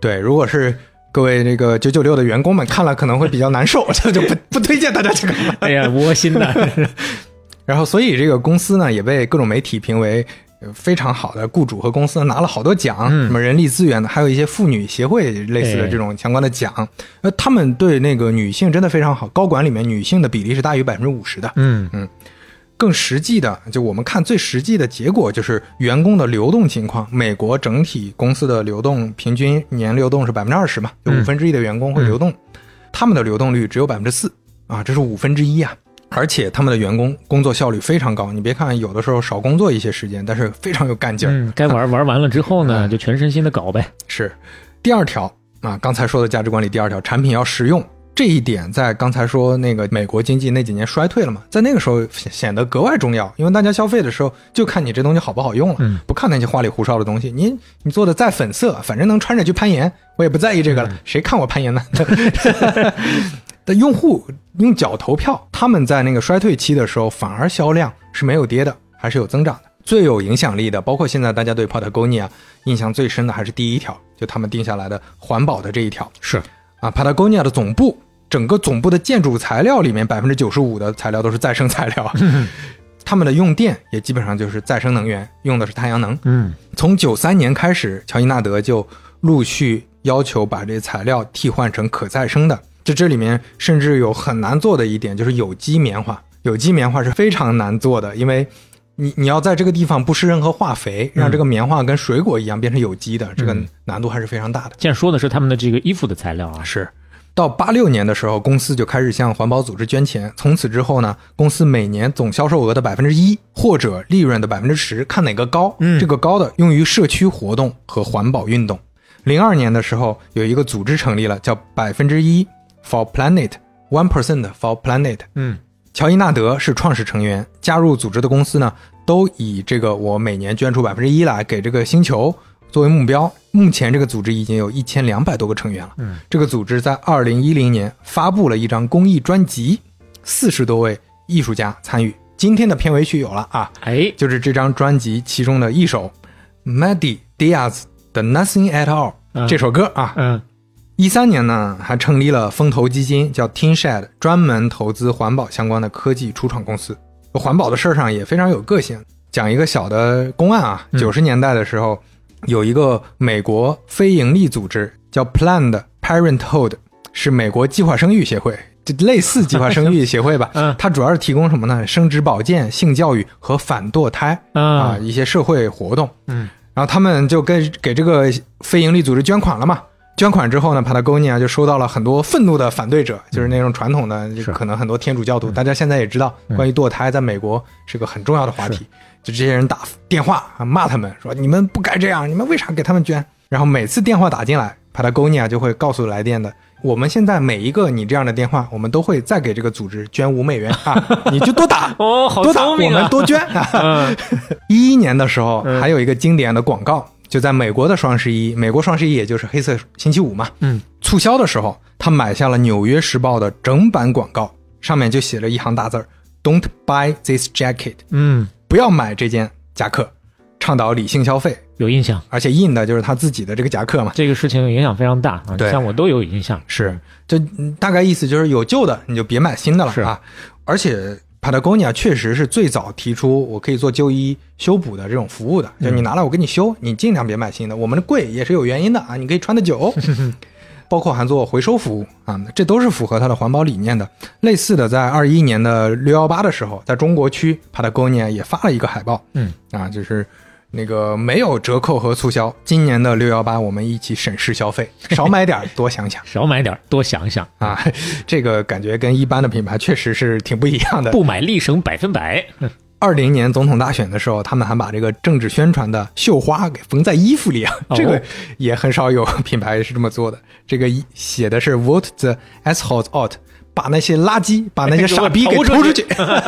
对，如果是各位这个九九六的员工们看了可能会比较难受，这就不不推荐大家去看了。 哎呀，窝心的。 然后，所以这个公司呢也被各种媒体评为非常好的雇主和公司，拿了好多奖， 嗯、 什么人力资源的，还有一些妇女协会类似的这种相关的奖。呃、哎，他们对那个女性真的非常好，高管里面女性的比例是大于百分之五十的。 嗯嗯。更实际的，就我们看最实际的结果就是员工的流动情况。美国整体公司的流动平均年流动是百分之二十嘛，就五分之一的员工会流动，嗯、他们的流动率只有百分之四啊，这是五分之一啊。而且他们的员工工作效率非常高，你别看有的时候少工作一些时间，但是非常有干劲儿。 嗯，该玩玩完了之后呢，就全身心的搞呗。 是，第二条啊，刚才说的价值观里第二条，产品要实用。这一点在刚才说那个美国经济那几年衰退了嘛，在那个时候显得格外重要，因为大家消费的时候就看你这东西好不好用了，嗯、不看那些花里胡哨的东西。你你做的再粉色，反正能穿着去攀岩，我也不在意这个了，嗯、谁看我攀岩呢？的用户用脚投票，他们在那个衰退期的时候，反而销量是没有跌的，还是有增长的。最有影响力的，包括现在大家对 Patagonia 印象最深的，还是第一条，就他们定下来的环保的这一条。 是啊 ，Patagonia 的总部。整个总部的建筑材料里面 百分之九十五 的材料都是再生材料，嗯、他们的用电也基本上就是再生能源，用的是太阳能。 嗯， 从九三年开始，乔伊纳德就陆续要求把这材料替换成可再生的。这这里面甚至有很难做的一点，就是有机棉花。有机棉花是非常难做的，因为你你要在这个地方不施任何化肥，让这个棉花跟水果一样变成有机的，嗯、这个难度还是非常大的。 现在说的是他们的这个衣服的材料啊， 是。到八六年的时候，公司就开始向环保组织捐钱。从此之后呢，公司每年总销售额的百分之一或者利润的百分之十，看哪个高，嗯，这个高的用于社区活动和环保运动。零二年的时候，有一个组织成立了，叫百分之一 for planet one percent for planet。 嗯， 乔伊纳德是创始成员，加入组织的公司呢，都以这个我每年捐出百分之一来给这个星球作为目标。目前这个组织已经有一千两百多个成员了。 嗯， 这个组织在二零一零年发布了一张公益专辑，四十多位艺术家参与。今天的片尾曲有了啊， 哎， 就是这张专辑其中的一首 Maddie Diaz 的 Nothing at All、嗯、这首歌啊。 嗯， 一三年呢，还成立了风投基金，叫 TeenShed， 专门投资环保相关的科技初创公司。环保的事上也非常有个性。讲一个小的公案啊，九十年代的时候。嗯，有一个美国非营利组织叫 Planned Parenthood， 是美国计划生育协会，就类似计划生育协会吧。 嗯， 它主要是提供什么呢？生殖保健、性教育和反堕胎、 嗯、 啊一些社会活动。 嗯， 然后他们就给给这个非营利组织捐款了嘛。捐款之后呢 Patagonia 就收到了很多愤怒的反对者，就是那种传统的，就可能很多天主教徒，大家现在也知道，关于堕胎在美国是个很重要的话题。就这些人打电话骂他们说你们不该这样，你们为啥给他们捐？然后每次电话打进来 Patagonia 就会告诉来电的，我们现在每一个你这样的电话，我们都会再给这个组织捐五美元啊，你就多打哦，好聪明啊， 多打，我们多捐啊。一一年的时候还有一个经典的广告，就在美国的双十一，美国双十一也就是黑色星期五嘛， 嗯， 促销的时候，他买下了纽约时报的整版广告，上面就写了一行大字 Don't buy this jacket， 嗯， 不要买这件夹克，倡导理性消费。 有印象， 而且印的就是他自己的这个夹克嘛。 这个事情影响非常大啊， 对， 像我都有印象。 是，就大概意思就是有旧的你就别买新的了啊。而且 Patagonia 确实是最早提出我可以做旧衣修补的这种服务的，就你拿来我给你修，你尽量别买新的。我们的贵也是有原因的啊，你可以穿得久。包括还做回收服务啊，这都是符合它的环保理念的。类似的，在二一年的六一八的时候，在中国区 Patagonia 也发了一个海报， 嗯啊，就是那个没有折扣和促销，今年的六一八我们一起审视消费，少买点多想想， 少买点多想想啊，这个感觉跟一般的品牌确实是挺不一样的。 不买立省百分百。 二零年总统大选的时候，他们还把这个政治宣传的绣花给缝在衣服里啊， 哦、 这个也很少有品牌是这么做的。这个写的是 Vote the assholes out， 把那些垃圾、把那些傻逼给拖出去。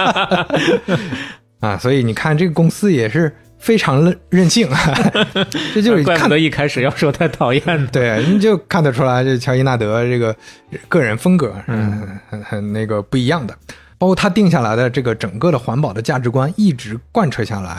啊，所以你看这个公司也是非常任性，这就是怪不得一开始要说太讨厌的。 对，你就看得出来，这乔伊纳德这个个人风格是很很很那个不一样的。包括他定下来的这个整个的环保的价值观一直贯彻下来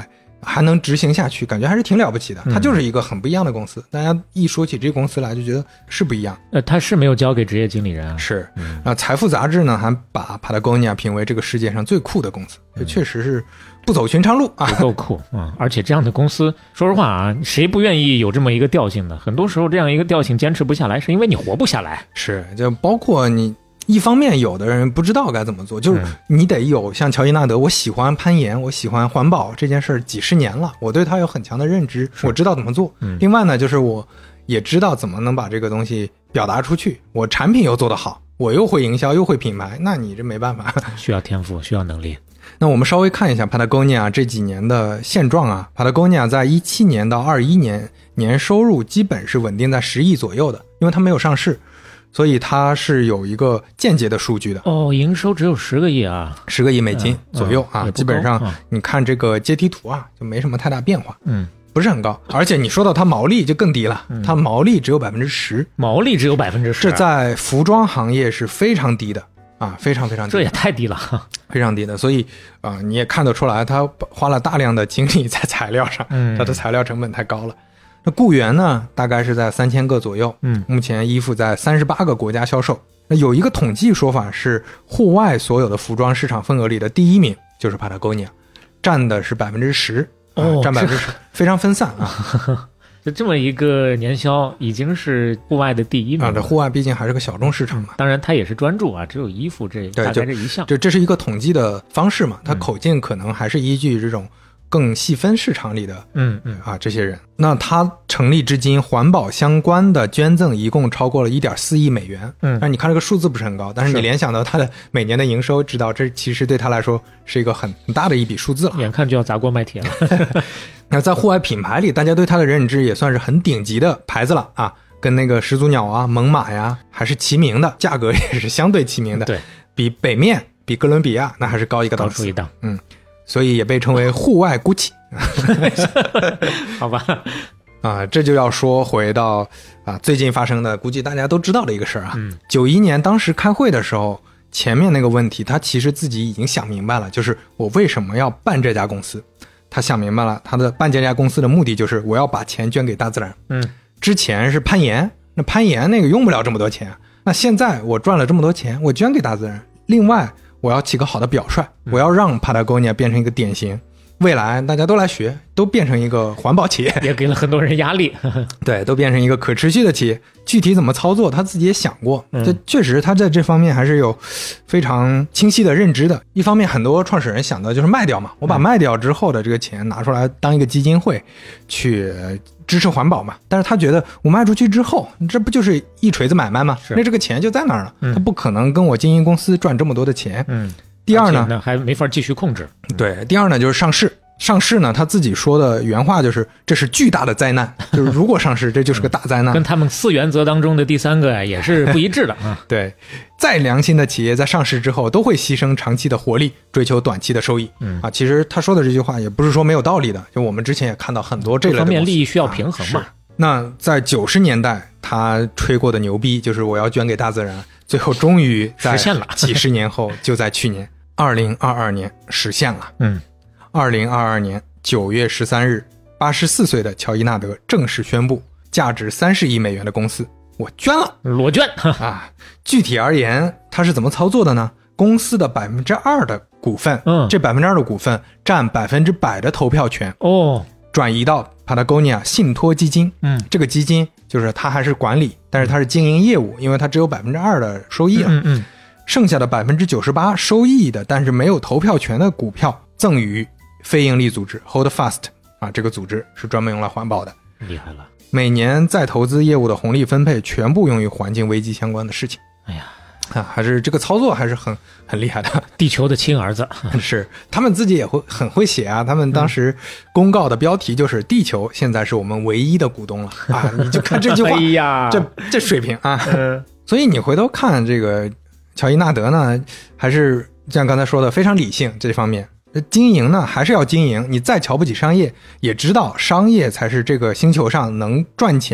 还能执行下去，感觉还是挺了不起的。它就是一个很不一样的公司，大家一说起这个公司来就觉得是不一样。 呃，他是没有交给职业经理人啊。 是，嗯、啊，财富杂志呢还把 Patagonia 评为这个世界上最酷的公司，这确实是不走寻常路啊， 不够酷啊、嗯！而且这样的公司，说实话啊，谁不愿意有这么一个调性呢？很多时候这样一个调性坚持不下来，是因为你活不下来。 是，就包括你。一方面有的人不知道该怎么做，就是你得有像乔伊纳德，我喜欢攀岩，我喜欢环保这件事几十年了，我对它有很强的认知，我知道怎么做、嗯、另外呢就是我也知道怎么能把这个东西表达出去，我产品又做得好，我又会营销又会品牌，那你这没办法， 需要天赋需要能力。 那我们稍微看一下 Patagonia 这几年的现状啊 Patagonia 在一七年到二一年年收入基本是稳定在十亿左右的，因为它没有上市，所以它是有一个间接的数据的。 哦，营收只有十个亿啊， 十个亿美金左右、嗯嗯、啊，基本上你看这个阶梯图啊，就没什么太大变化，嗯，不是很高。而且你说到它毛利就更低了，嗯、它毛利只有百分之十， 毛利只有百分之十， 这在服装行业是非常低的啊，非常非常低， 这也太低了， 非常低的。所以啊、呃，你也看得出来，它花了大量的精力在材料上，嗯，它的材料成本太高了。那雇员呢，大概是在三千个左右。嗯，目前衣服在三十八个国家销售。那有一个统计说法是，户外所有的服装市场份额里的第一名就是 Patagonia， 占的是百分之十，哦，占百分之十，非常分散啊。 就这么一个年销，已经是户外的第一名啊。 这户外毕竟还是个小众市场嘛。 当然，它也是专注啊，只有衣服这大概这一项。 这这是一个统计的方式嘛？它口径可能还是依据这种。更细分市场里的，嗯嗯啊这些人，那他成立至今，环保相关的捐赠一共超过了 一点四亿美元。嗯，但你看这个数字不是很高，但是你联想到他的每年的营收，知道这其实对他来说是一个很很大的一笔数字了， 眼看就要砸锅卖铁了。 那在户外品牌里，大家对他的认知也算是很顶级的牌子了啊，跟那个始祖鸟啊、猛犸呀还是齐名的，价格也是相对齐名的。 对， 比北面、比哥伦比亚那还是高一个档次， 高出一档。 嗯。所以也被称为户外 Gucci 好吧啊，这就要说回到啊最近发生的估计大家都知道的一个事儿啊。九一、嗯、年当时开会的时候，前面那个问题他其实自己已经想明白了，就是我为什么要办这家公司。他想明白了，他的办这家公司的目的就是我要把钱捐给大自然。嗯，之前是攀岩，那攀岩那个用不了这么多钱，那现在我赚了这么多钱，我捐给大自然。另外我要起个好的表率，我要让 Patagonia 变成一个典型，未来大家都来学，都变成一个环保企业， 也给了很多人压力。 对，都变成一个可持续的企业。具体怎么操作他自己也想过，这、嗯、确实他在这方面还是有非常清晰的认知的。一方面很多创始人想的就是卖掉嘛，我把卖掉之后的这个钱拿出来当一个基金会去支持环保嘛，但是他觉得我卖出去之后，这不就是一锤子买卖吗？那这个钱就在那儿了、嗯、他不可能跟我经营公司赚这么多的钱。嗯，第二呢还没法继续控制。 对，第二呢就是上市。上市呢他自己说的原话就是这是巨大的灾难，就是如果上市这就是个大灾难、嗯、 跟他们四原则当中的第三个呀也是不一致的啊。 对，再良心的企业在上市之后都会牺牲长期的活力，追求短期的收益。嗯啊，其实他说的这句话也不是说没有道理的，就我们之前也看到很多这类的方面利益需要平衡嘛、啊、 那在九十年代他吹过的牛逼就是我要捐给大自然，最后终于在实现了， 几十年后就在去年二零二二年实现了。嗯，二零二二年九月十三日，八十四岁的乔伊纳德正式宣布，价值三十亿美元的公司我捐了， 裸捐啊！具体而言，他是怎么操作的呢？公司的百分之二的股份，嗯，这百分之二的股份占百分之百的投票权哦，转移到 Patagonia 信托基金。嗯，这个基金就是他还是管理，但是他是经营业务，因为他只有百分之二的收益了。嗯嗯，剩下的百分之九十八收益的，但是没有投票权的股票赠予非营利组织 Hold Fast 啊，这个组织是专门用来环保的。 厉害了， 每年再投资业务的红利分配全部用于环境危机相关的事情。哎呀，啊，还是这个操作还是很很厉害的。 地球的亲儿子是，他们自己也会很会写啊。他们当时公告的标题就是“地球现在是我们唯一的股东了”啊，你就看这句话， 哎呀， 这这水平啊。嗯、所以你回头看这个乔伊纳德呢，还是像刚才说的非常理性这方面。经营呢还是要经营，你再瞧不起商业，也知道商业才是这个星球上能赚钱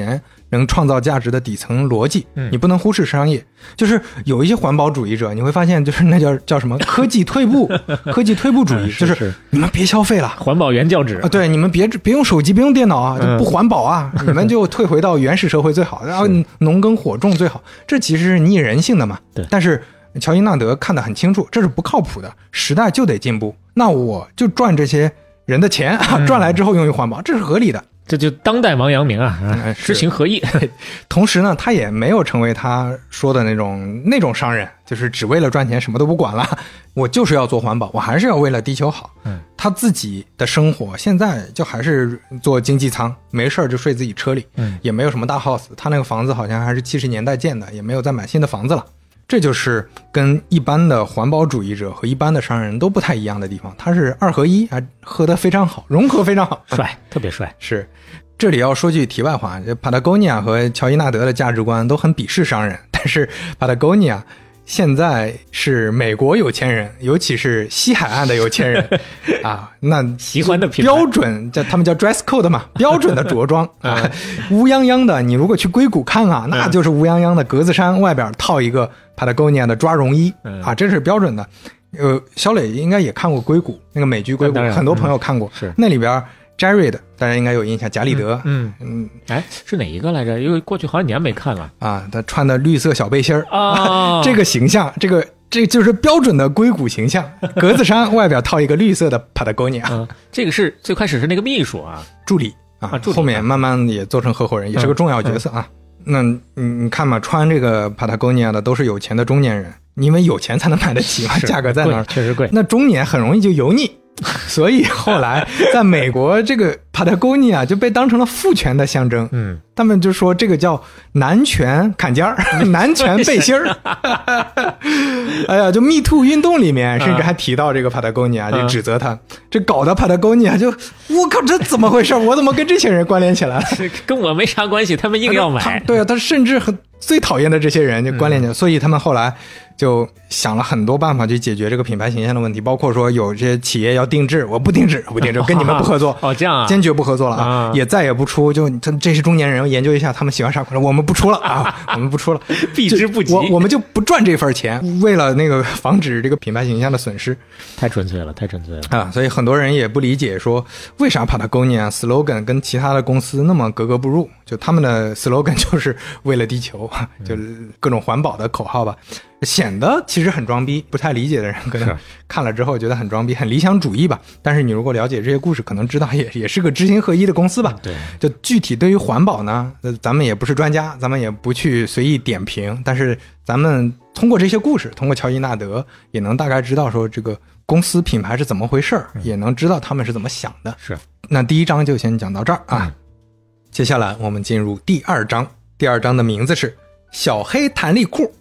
能创造价值的底层逻辑，你不能忽视商业。就是有一些环保主义者，你会发现就是那叫叫什么科技退步，科技退步主义， 嗯、是是就是你们别消费了， 环保原教旨啊，对，你们别别用手机，别用电脑啊，就不环保啊，嗯、你们就退回到原始社会最好，然后农耕火种最好，这其实是逆人性的嘛。 对， 但是乔伊纳德看得很清楚，这是不靠谱的，时代就得进步，那我就赚这些人的钱啊， 嗯、 赚来之后用于环保，这是合理的。 这就当代王阳明啊，嗯、知行合一。 同时呢，他也没有成为他说的那种那种商人，就是只为了赚钱什么都不管了，我就是要做环保，我还是要为了地球好。 嗯， 他自己的生活现在就还是做经济舱，没事就睡自己车里， 嗯， 也没有什么大 house， 他那个房子好像还是七十年代建的，也没有再买新的房子了。这就是跟一般的环保主义者和一般的商人都不太一样的地方，他是二合一，还合得非常好，融合非常好， 帅，特别帅。 是，这里要说句题外话， Patagonia 和乔伊纳德的价值观都很鄙视商人，但是 Patagonia 现在是美国有钱人，尤其是西海岸的有钱人啊，那喜欢的品牌标准叫他们叫 dress code 嘛，标准的着装啊，乌泱泱的。你如果去硅谷看啊，那就是乌泱泱的格子衫，外边套一个 Patagonia 的抓绒衣啊，这是标准的。呃，小磊应该也看过硅谷那个美剧《硅谷》，很多朋友看过， 嗯、是那里边 Jared 大家应该有印象，贾里德， 嗯嗯，哎，是哪一个来着？因为过去好几年没看了啊。他穿的绿色小背心儿啊， 这个形象，这个这就是标准的硅谷形象，格子衫外边套一个绿色的 Patagonia。 嗯，这个是最开始是那个秘书啊， 助理啊，啊后面慢慢也做成合伙人，也是个重要角色啊。嗯、那你看嘛，穿这个 Patagonia 的都是有钱的中年人，因为有钱才能买得起嘛，价格在那儿， 确实贵。 那中年很容易就油腻。所以后来在美国这个 Patagonia 就被当成了父权的象征， 嗯， 他们就说这个叫男权坎肩儿，男权背心儿。哎呀，就 Me Too 运动里面甚至还提到这个 Patagonia，、嗯、就指责他，这搞的 Patagonia 就我靠，这怎么回事？我怎么跟这些人关联起来了？ 跟我没啥关系，他们硬要买。 对啊，他甚至很最讨厌的这些人就关联起来、嗯，所以他们后来就想了很多办法去解决这个品牌形象的问题，包括说有些企业要定制，我不定制，我不定制，跟你们不合作。 哦，这样啊， 坚决不合作了啊，啊也再也不出。就他这些中年人研究一下，他们喜欢啥款式，我们不出了啊，我们不出了， 避之不及。 我我们就不赚这份钱，为了那个防止这个品牌形象的损失。 太纯粹了，太纯粹了啊！所以很多人也不理解说，为啥 Patagonia slogan 跟其他的公司那么格格不入？就他们的 slogan 就是为了地球，就各种环保的口号吧。显得其实很装逼，不太理解的人可能看了之后觉得很装逼，很理想主义吧。但是你如果了解这些故事，可能知道也也是个知行合一的公司吧。 对， 就具体对于环保呢，咱们也不是专家，咱们也不去随意点评。但是咱们通过这些故事，通过乔伊纳德，也能大概知道说这个公司品牌是怎么回事，也能知道他们是怎么想的。 是， 那第一章就先讲到这儿啊。嗯、接下来我们进入第二章，第二章的名字是小黑弹力裤。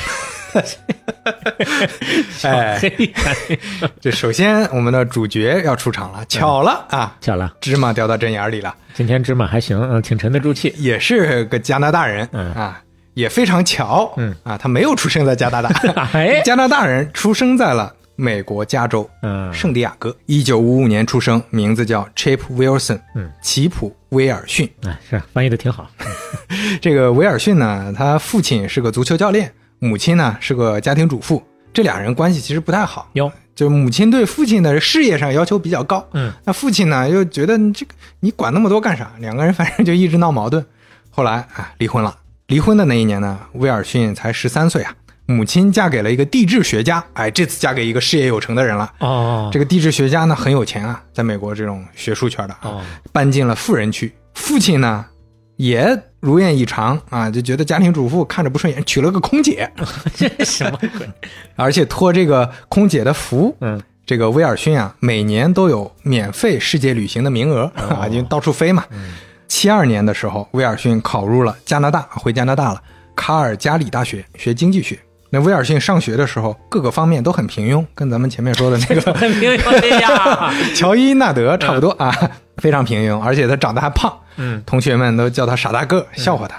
哎，这首先我们的主角要出场了，巧了啊， 巧了， 芝麻掉到针眼里了。 今天芝麻还行，嗯，挺沉得住气， 也是个加拿大人，嗯啊，也非常巧，嗯啊，他没有出生在加拿大， 哎， 加拿大人出生在了美国加州，嗯，圣地亚哥，一九五五年出生，名字叫 Chip Wilson， 嗯，奇普威尔逊， 哎，是翻译的挺好。 这个威尔逊呢，他父亲是个足球教练。母亲呢是个家庭主妇，这俩人关系其实不太好。 有， 就母亲对父亲的事业上要求比较高，嗯，那父亲呢又觉得你这个你管那么多干啥？两个人反正就一直闹矛盾。后来啊离婚了。离婚的那一年呢，威尔逊才十三岁啊。母亲嫁给了一个地质学家，哎，这次嫁给一个事业有成的人了。哦，这个地质学家呢很有钱啊，在美国这种学术圈的，哦，搬进了富人区。父亲呢也如愿以偿啊，就觉得家庭主妇看着不顺眼，娶了个空姐。 这什么鬼？ 而且托这个空姐的福，嗯，这个威尔逊啊，每年都有免费世界旅行的名额，哦，啊，就到处飞嘛。七二，嗯，年的时候，威尔逊考入了加拿大，回加拿大了，卡尔加里大学学经济学。那威尔逊上学的时候，各个方面都很平庸，跟咱们前面说的那个很平庸呀， 乔伊纳德差不多啊，嗯，非常平庸，而且他长得还胖，嗯，同学们都叫他傻大个，笑话他。嗯，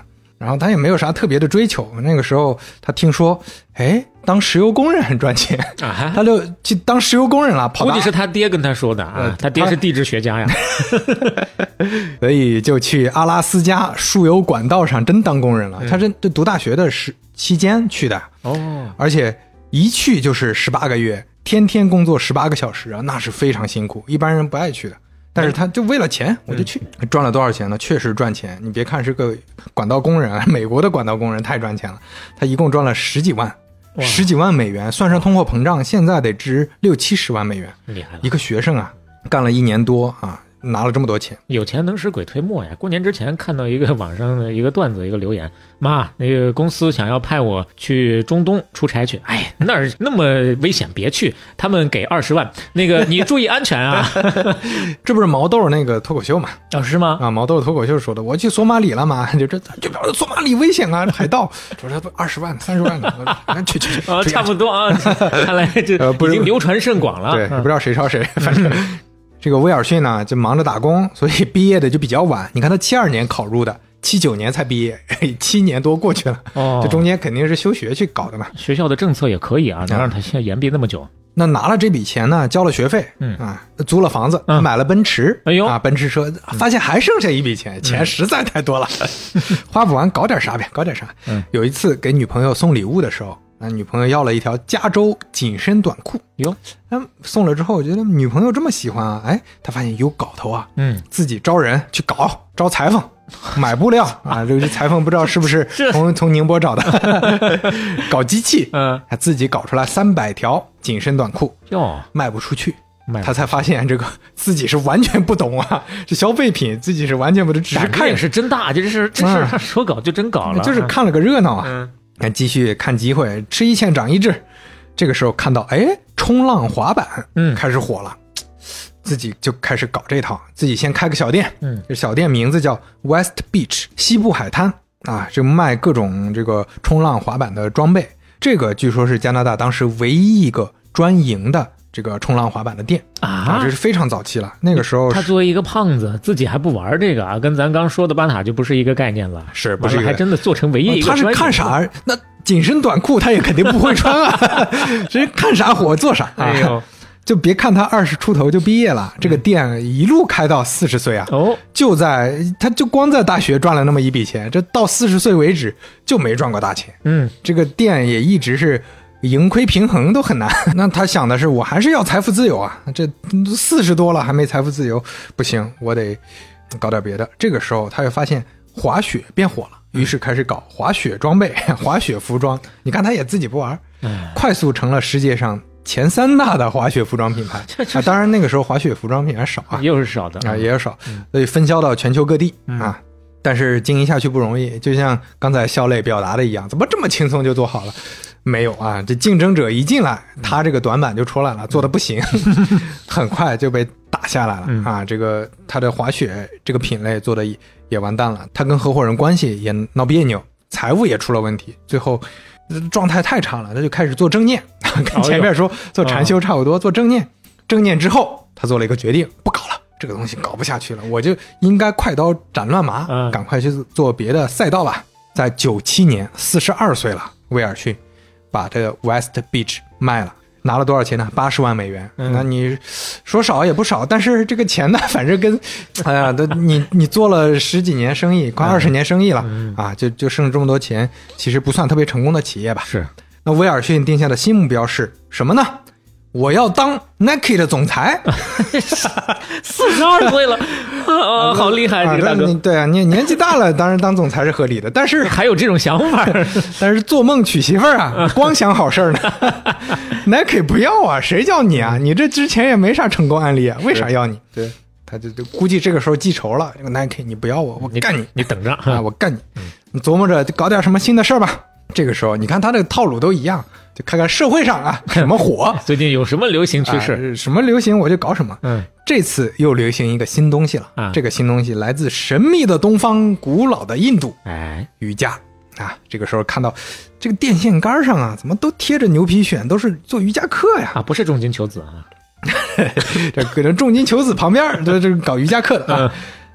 然后他也没有啥特别的追求。那个时候他听说，哎，当石油工人很赚钱，啊、他就去当石油工人了。跑估计是他爹跟他说的啊，呃、他爹是地质学家呀， 所以就去阿拉斯加输油管道上真当工人了。嗯、他是读大学的时期间去的哦， 而且一去就是十八个月，天天工作十八个小时啊，那是非常辛苦，一般人不爱去的。但是他就为了钱，我就去、嗯、赚了多少钱呢？确实赚钱。你别看是个管道工人，美国的管道工人太赚钱了，他一共赚了十几万，十几万美元，算上通货膨胀，现在得值六七十万美元。 厉害了！ 一个学生啊，干了一年多啊，拿了这么多钱。 有钱能使鬼推磨呀！过年之前看到一个网上的一个段子，一个留言，妈，那个公司想要派我去中东出差去，哎，那儿那么危险，别去，他们给二十万，那个你注意安全啊。 这不是毛豆那个脱口秀嘛？ 哦，是吗？ 啊，毛豆脱口秀说的，我去索马里了嘛，就这就索马里危险啊，海盗，说他二十万、三十万的，去去去， 啊，差不多啊，看来这已经流传甚广了。 对，不知道谁抄谁，反正。这个威尔逊呢，就忙着打工，所以毕业的就比较晚。你看他七二年考入的，七九年才毕业，七年多过去了。哦，这中间肯定是休学去搞的嘛。 学校的政策也可以啊，能让他现在延毕那么久。 那拿了这笔钱呢，交了学费，嗯啊，租了房子，嗯、买了奔驰， 哎呦啊，奔驰车，发现还剩下一笔钱，嗯、钱实在太多了，嗯、花不完，搞点啥呗，搞点啥。嗯，有一次给女朋友送礼物的时候。那女朋友要了一条加州紧身短裤， 哟， 嗯，送了之后，我觉得女朋友这么喜欢啊，哎，他发现有搞头啊， 嗯， 自己招人去搞，招裁缝，买布料啊，这个裁缝不知道是不是从从宁波找的，搞机器， 嗯， 他自己搞出来三百条紧身短裤， 哟， 卖不出去。他才发现这个自己是完全不懂啊，这消费品自己是完全不懂，只是看也是真大，这是这是他说搞就真搞了， 就是看了个热闹啊。 嗯， 那继续看机会，吃一堑长一智。这个时候看到，哎，冲浪滑板， 嗯， 开始火了，自己就开始搞这套，自己先开个小店， 嗯， 这小店名字叫 West Beach 西部海滩啊，就卖各种这个冲浪滑板的装备。这个据说是加拿大当时唯一一个专营的这个冲浪滑板的店啊, 啊，这是非常早期了。那个时候他作为一个胖子，自己还不玩这个啊，跟咱刚说的巴塔就不是一个概念了， 是不是还真的做成唯一一个、 哦？他是看啥？那紧身短裤他也肯定不会穿啊，这看啥火做啥。 哎呦， 就别看他二十出头就毕业了，这个店一路开到四十岁啊。 哦， 就在他就光在大学赚了那么一笔钱，这到四十岁为止就没赚过大钱。 嗯， 这个店也一直是。盈亏平衡都很难，那他想的是我还是要财富自由啊，这四十多了还没财富自由，不行，我得搞点别的。这个时候他又发现滑雪变火了，于是开始搞滑雪装备、滑雪服装。你看他也自己不玩，快速成了世界上前三大的滑雪服装品牌啊。当然那个时候滑雪服装品牌少啊， 又是少的啊，也有少，所以分销到全球各地、嗯、啊。但是经营下去不容易，就像刚才肖磊表达的一样，怎么这么轻松就做好了？没有啊，这竞争者一进来，他这个短板就出来了，做的不行，很快就被打下来了、嗯、啊！这个他的滑雪这个品类做的也完蛋了，他跟合伙人关系也闹别扭，财务也出了问题，最后状态太差了，他就开始做正念，跟前面说做禅修差不多，做正念。正念之后，他做了一个决定，不搞了，这个东西搞不下去了，我就应该快刀斩乱麻， 嗯、 赶快去做别的赛道吧。在九七年，四十二岁了，威尔逊。把这个 West Beach 卖了，拿了多少钱呢？八十万美元。嗯、那你说少也不少，但是这个钱呢，反正跟哎呀，都你你做了十几年生意，快二十年生意了、 嗯、 啊，就就剩这么多钱，其实不算特别成功的企业吧？ 是。 那威尔逊定下的新目标是什么呢？我要当 Nike 的总裁。 四十二岁了，啊，好厉害！这个大哥， 对啊，你年纪大了，当然当总裁是合理的，但是还有这种想法， 但是做梦娶媳妇儿啊，光想好事儿呢。Nike 不要啊，谁要你啊？你这之前也没啥成功案例啊，为啥要你？ 对， 他就就估计这个时候记仇了。这个 Nike 你不要我，我干你， 你等着啊，我干你！你琢磨着搞点什么新的事儿吧。这个时候，你看他这个套路都一样。就看看社会上啊什么火， 最近有什么流行趋势、 啊，什么流行我就搞什么。 嗯， 这次又流行一个新东西了。 啊， 这个新东西来自神秘的东方，古老的印度。 哎， 瑜伽啊！这个时候看到这个电线杆上啊，怎么都贴着牛皮癣，都是做瑜伽课呀？ 啊，不是重金求子啊， 这可能重金求子旁边这这搞瑜伽课的啊。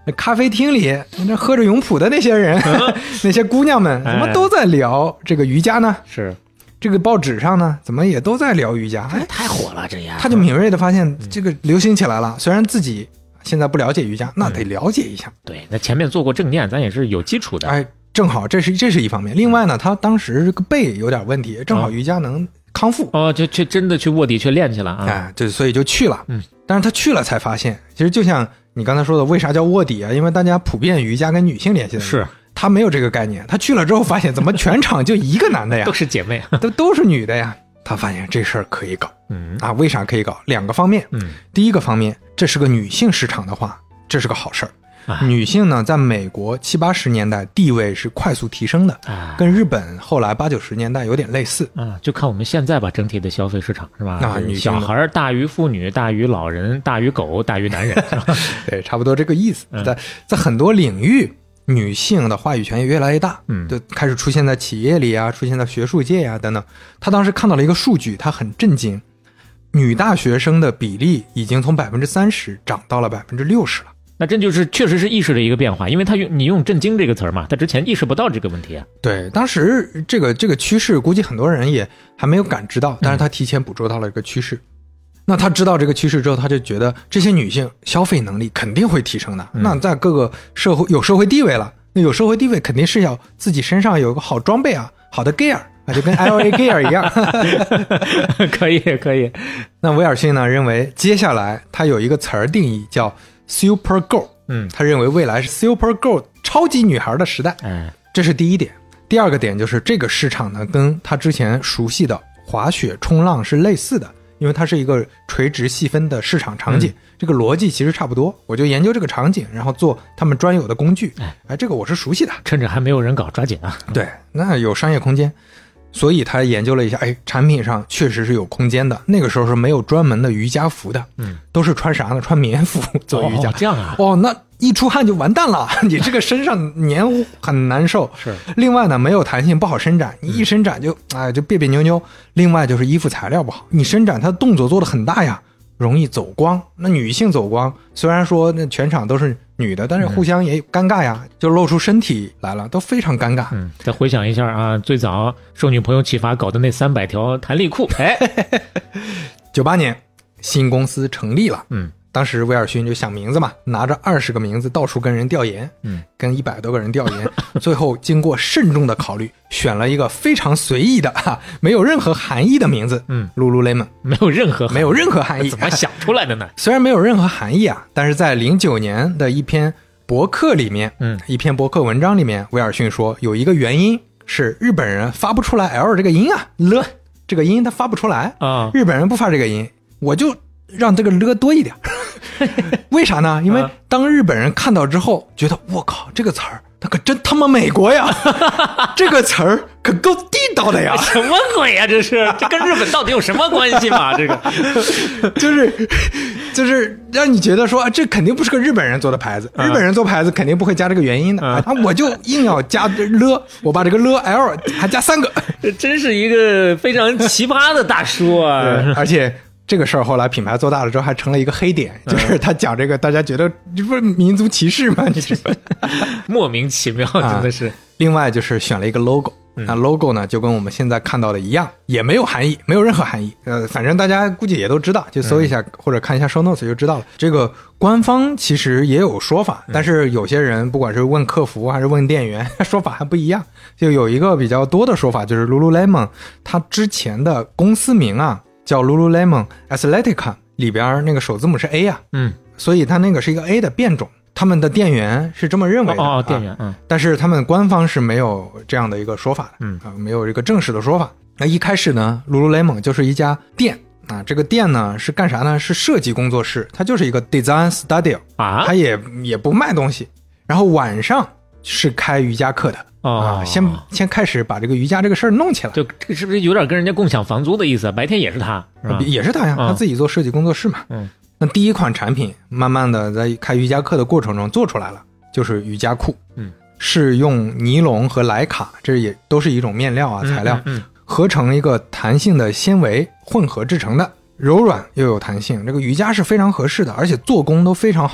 咖啡厅里那喝着永璞的那些人，那些姑娘们怎么都在聊这个瑜伽呢？ 是。 这个报纸上呢，怎么也都在聊瑜伽？哎， 太火了，这呀！ 他就敏锐的发现这个流行起来了。虽然自己现在不了解瑜伽，那得了解一下。 嗯、对，那前面做过正念，咱也是有基础的。 哎，正好这是这是一方面。另外呢，他当时这个背有点问题，正好瑜伽能康复。 哦，就去真的去卧底去练去了啊！ 哎，就所以就去了。 嗯， 但是他去了才发现，其实就像你刚才说的，为啥叫卧底啊？因为大家普遍瑜伽跟女性联系的是。 他没有这个概念，他去了之后发现怎么全场就一个男的呀， 都是姐妹， 都都是女的呀。他发现这事儿可以搞， 嗯啊，为啥可以搞？两个方面， 嗯， 第一个方面，这是个女性市场的话，这是个好事儿。啊、女性呢，在美国七八十年代地位是快速提升的，啊、跟日本后来八九十年代有点类似。 啊，就看我们现在吧，整体的消费市场是吧？ 啊，女小孩大于妇女，大于老人，大于狗，大于男人，是吧？ 对，差不多这个意思。 嗯、 在在很多领域。女性的话语权也越来越大， 嗯， 就开始出现在企业里啊，出现在学术界啊等等。他当时看到了一个数据，他很震惊，女大学生的比例已经从百分之三十涨到了百分之六十了。 那这就是确实是意识的一个变化，因为他用你用震惊这个词儿嘛，他之前意识不到这个问题啊。 对，当时这个这个趋势，估计很多人也还没有感知到，但是他提前捕捉到了一个趋势。嗯，那他知道这个趋势之后，他就觉得这些女性消费能力肯定会提升的。嗯、那在各个社会有社会地位了，那有社会地位肯定是要自己身上有个好装备啊，好的 gear 啊，就跟 L A gear 一样。 可以可以。 那威尔逊呢认为，接下来他有一个词儿定义叫 Super Girl。 嗯， 他认为未来是 Super Girl 超级女孩的时代。 嗯， 这是第一点。第二个点就是这个市场呢，跟他之前熟悉的滑雪、冲浪是类似的。因为它是一个垂直细分的市场场景，嗯、这个逻辑其实差不多。我就研究这个场景，然后做他们专有的工具。哎，这个我是熟悉的。 趁着还没有人搞，抓紧啊！ 对，那有商业空间，所以他研究了一下，哎，产品上确实是有空间的。那个时候是没有专门的瑜伽服的， 嗯， 都是穿啥呢？穿棉服做瑜伽。 哦，这样啊？ 哦，那一出汗就完蛋了，你这个身上黏糊很难受。 是。 另外呢，没有弹性，不好伸展，你一伸展就哎就别别扭扭。另外就是衣服材料不好，你伸展它的动作做得很大呀，容易走光。那女性走光，虽然说那全场都是女的，但是互相也尴尬呀，嗯、就露出身体来了，都非常尴尬。 嗯，再回想一下啊，最早受女朋友启发搞的那三百条弹力裤，哎， 九八年新公司成立了。 嗯。 当时威尔逊就想名字嘛，拿着二十个名字到处跟人调研， 嗯， 跟一百多个人调研，最后经过慎重的考虑，选了一个非常随意的哈，没有任何含义的名字， 嗯 ，Lululemon， 没有任何没有任何含义， 怎么想出来的呢？ 虽然没有任何含义啊，但是在零九年的一篇博客里面， 嗯， 一篇博客文章里面，威尔逊说有一个原因是日本人发不出来 L 这个音啊，了这个音他发不出来啊， 日本人不发这个音，我就让这个了多一点。为啥呢？因为当日本人看到之后觉得我靠这个词儿它可真他妈美国呀，这个词儿可够地道的呀。 什么鬼呀这是，这跟日本到底有什么关系嘛？这个就是就是让你觉得说这肯定不是个日本人做的牌子，日本人做牌子肯定不会加这个元音的、嗯、啊，我就硬要加了，我把这个了 L 还加三个， 这真是一个非常奇葩的大叔啊。 而且这个事儿后来品牌做大了之后还成了一个黑点，就是他讲这个大家觉得这不是民族歧视吗？你这莫名其妙真的是、 啊、另外就是选了一个 logo， 那 logo 呢就跟我们现在看到的一样，也没有含义，没有任何含义，呃，反正大家估计也都知道，就搜一下、嗯、或者看一下 show notes 就知道了。这个官方其实也有说法，但是有些人不管是问客服还是问店员说法还不一样，就有一个比较多的说法，就是 Lululemon 它之前的公司名啊叫 Lululemon Athletica， 里边那个首字母是 A 啊， 嗯， 所以它那个是一个 A 的变种，他们的店员是这么认为的， 哦，店员，嗯、啊， 但是他们官方是没有这样的一个说法的， 嗯啊，没有一个正式的说法。那一开始呢 ，Lululemon 就是一家店啊，这个店呢是干啥呢？是设计工作室，它就是一个 design studio 啊， 它也也不卖东西，然后晚上是开瑜伽课的。 哦、 啊，先先开始把这个瑜伽这个事儿弄起来， 就这是不是有点跟人家共享房租的意思？白天也是他，是吧？ 也是他呀，他自己做设计工作室嘛。 嗯， 那第一款产品慢慢的在开瑜伽课的过程中做出来了，就是瑜伽裤。 嗯， 是用尼龙和莱卡，这也都是一种面料啊材料， 嗯嗯嗯、 合成一个弹性的纤维混合制成的，柔软又有弹性。这个瑜伽是非常合适的，而且做工都非常好。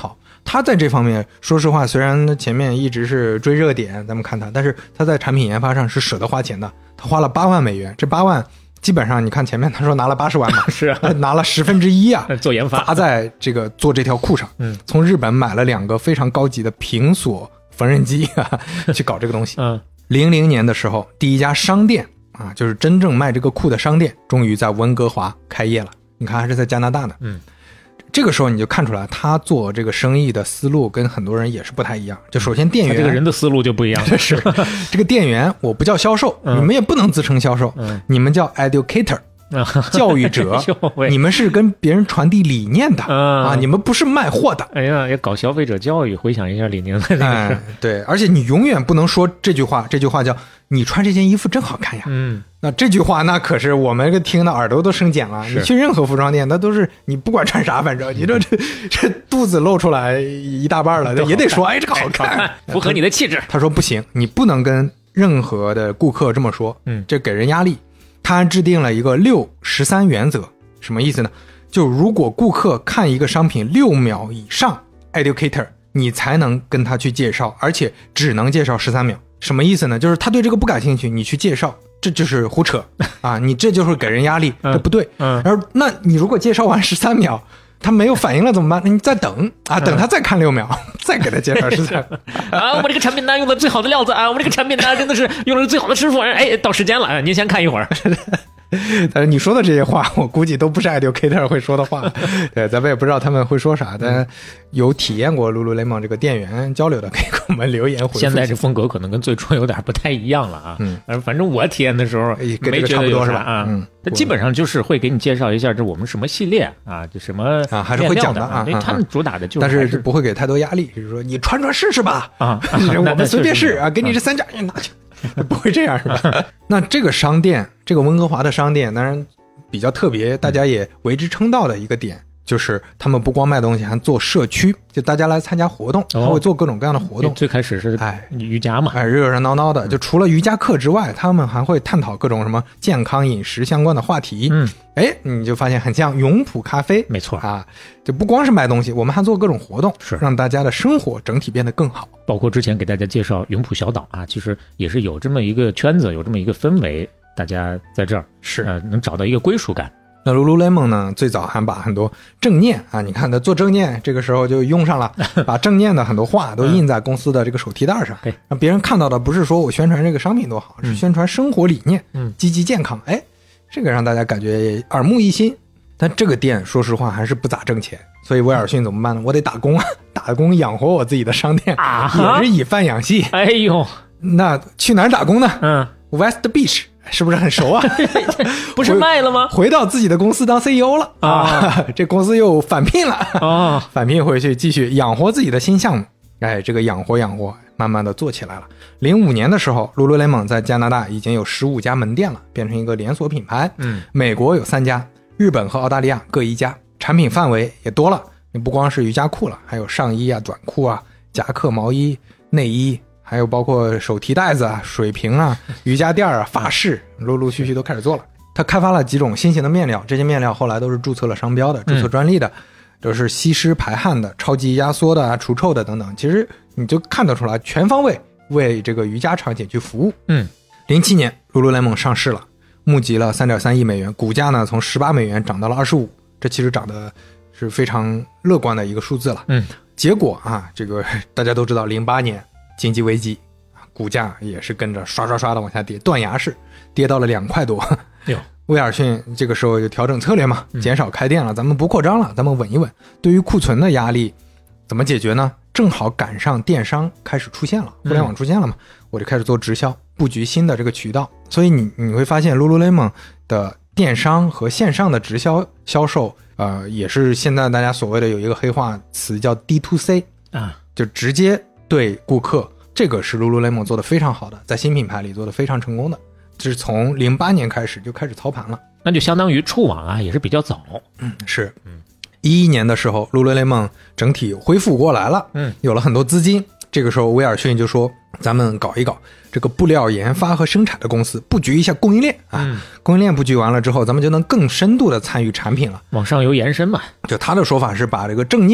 他在这方面说实话，虽然前面一直是追热点，咱们看他，但是他在产品研发上是舍得花钱的，他花了八万美元，这八万基本上你看前面他说拿了八十万嘛， 是啊， 拿了十分之一啊， 做研发砸在这个做这条裤上。 嗯， 从日本买了两个非常高级的平锁缝纫机啊，去搞这个东西。 嗯， 零零年的时候，第一家商店啊，就是真正卖这个裤的商店，终于在温哥华开业了。你看还是在加拿大呢。 嗯， 这个时候你就看出来，他做这个生意的思路跟很多人也是不太一样。就首先店员， 他这个人的思路就不一样了。 是这个店员，我不叫销售， 嗯、 你们也不能自称销售，嗯、你们叫 educator。教育者，你们是跟别人传递理念的、嗯、啊，你们不是卖货的。 哎呀，也搞消费者教育，回想一下李宁的那个、 哎、对，而且你永远不能说这句话，这句话叫你穿这件衣服真好看呀。 嗯， 那这句话那可是我们听的耳朵都生茧了。你去任何服装店，那都是你不管穿啥，反正你这这这肚子露出来一大半了，也得说哎这个好看， 哎、符合你的气质。 他说不行，你不能跟任何的顾客这么说，嗯，这给人压力。他制定了一个六十三原则，什么意思呢？就如果顾客看一个商品六秒以上 educator， 你才能跟他去介绍，而且只能介绍十三秒。什么意思呢？就是他对这个不感兴趣，你去介绍，这就是胡扯啊！你这就是给人压力，这不对。嗯，然后那你如果介绍完十三秒，他没有反应了怎么办？那你再等啊，等他再看六秒，嗯、再给他介绍十三啊！我们这个产品呢用的最好的料子啊，我们这个产品呢真的是用的最好的师傅。哎，到时间了，您先看一会儿。 但是你说的这些话，我估计都不是 educator 会说的话。对，咱们也不知道他们会说啥。但有体验过 Lululemon 这个店员交流的，可以给我们留言回复。 现在这风格可能跟最初有点不太一样了啊。嗯，反正我体验的时候没觉得有啥啊。嗯，它基本上就是会给你介绍一下这我们什么系列啊，就什么啊，还是会讲的啊。因为他们主打的就是， 但是不会给太多压力，就是说你穿穿试试吧啊，我们随便试啊，给你这三件你拿去。不会这样是吧？那这个商店，这个温哥华的商店当然比较特别，大家也为之称道的一个点，就是他们不光卖东西，还做社区，就大家来参加活动，他会做各种各样的活动。 最开始是哎瑜伽嘛， 哎热热闹闹的，就除了瑜伽课之外，他们还会探讨各种什么健康饮食相关的话题。嗯，哎，你就发现很像永璞咖啡， 没错啊，就不光是卖东西，我们还做各种活动， 是让大家的生活整体变得更好。 包括之前给大家介绍永璞小岛啊，其实也是有这么一个圈子，有这么一个氛围，大家在这儿是呃能找到一个归属感。 那 Lululemon 呢，最早还把很多正念啊，你看他做正念，这个时候就用上了，把正念的很多话都印在公司的这个手提袋上，嗯、让别人看到的不是说我宣传这个商品多好，是宣传生活理念，嗯，积极健康，哎，这个让大家感觉耳目一新。但这个店说实话还是不咋挣钱，所以威尔逊怎么办呢？我得打工啊，打工养活我自己的商店，啊、也是以贩养戏。 哎呦， 那去哪儿打工呢？ 嗯 ，West Beach。是不是很熟啊？ 不是卖了吗？ 回到自己的公司当 C E O 了啊！这公司又返聘了啊！返聘回去继续养活自己的新项目。哎，这个养活养活，慢慢的做起来了。零五年的时候 ，Lululemon 在加拿大已经有十五家门店了，变成一个连锁品牌。嗯，美国有三家，日本和澳大利亚各一家，产品范围也多了。你不光是瑜伽裤了，还有上衣啊、短裤啊、夹克、毛衣、内衣。还有包括手提袋子啊、水瓶啊、瑜伽垫啊、发饰，陆陆续续都开始做了。他开发了几种新型的面料，这些面料后来都是注册了商标的、注册专利的，都是吸湿排汗的、超级压缩的啊、除臭的等等。其实你就看得出来，全方位为这个瑜伽场景去服务。嗯，零七年 Lululemon 上市了，募集了 三点三亿美元，股价呢从十八美元涨到了二十五，这其实涨得是非常乐观的一个数字了。嗯，结果啊，这个大家都知道，零八年。经济危机，股价也是跟着刷刷刷的往下跌，断崖式跌到了两块多。威尔逊这个时候就调整策略嘛，减少开店了，咱们不扩张了，咱们稳一稳。对于库存的压力怎么解决呢？正好赶上电商开始出现了，互联网出现了嘛，我就开始做直销，布局新的这个渠道。所以你你会发现 Lululemon 的电商和线上的直销销售，呃，也是现在大家所谓的有一个黑话词叫 D to C 啊，就直接对顾客，这个是 Lululemon 做的非常好的，在新品牌里做的非常成功的，这是从零八年开始就开始操盘了， 那就相当于触网啊，也是比较早。 嗯，是，嗯，一一年的时候 ，Lululemon 整体恢复过来了，嗯，有了很多资金。这个时候，威尔逊就说：“咱们搞一搞这个布料研发和生产的公司，布局一下供应链啊。嗯、供应链布局完了之后，咱们就能更深度的参与产品了， 往上游延伸嘛。” 就他的说法是把这个正念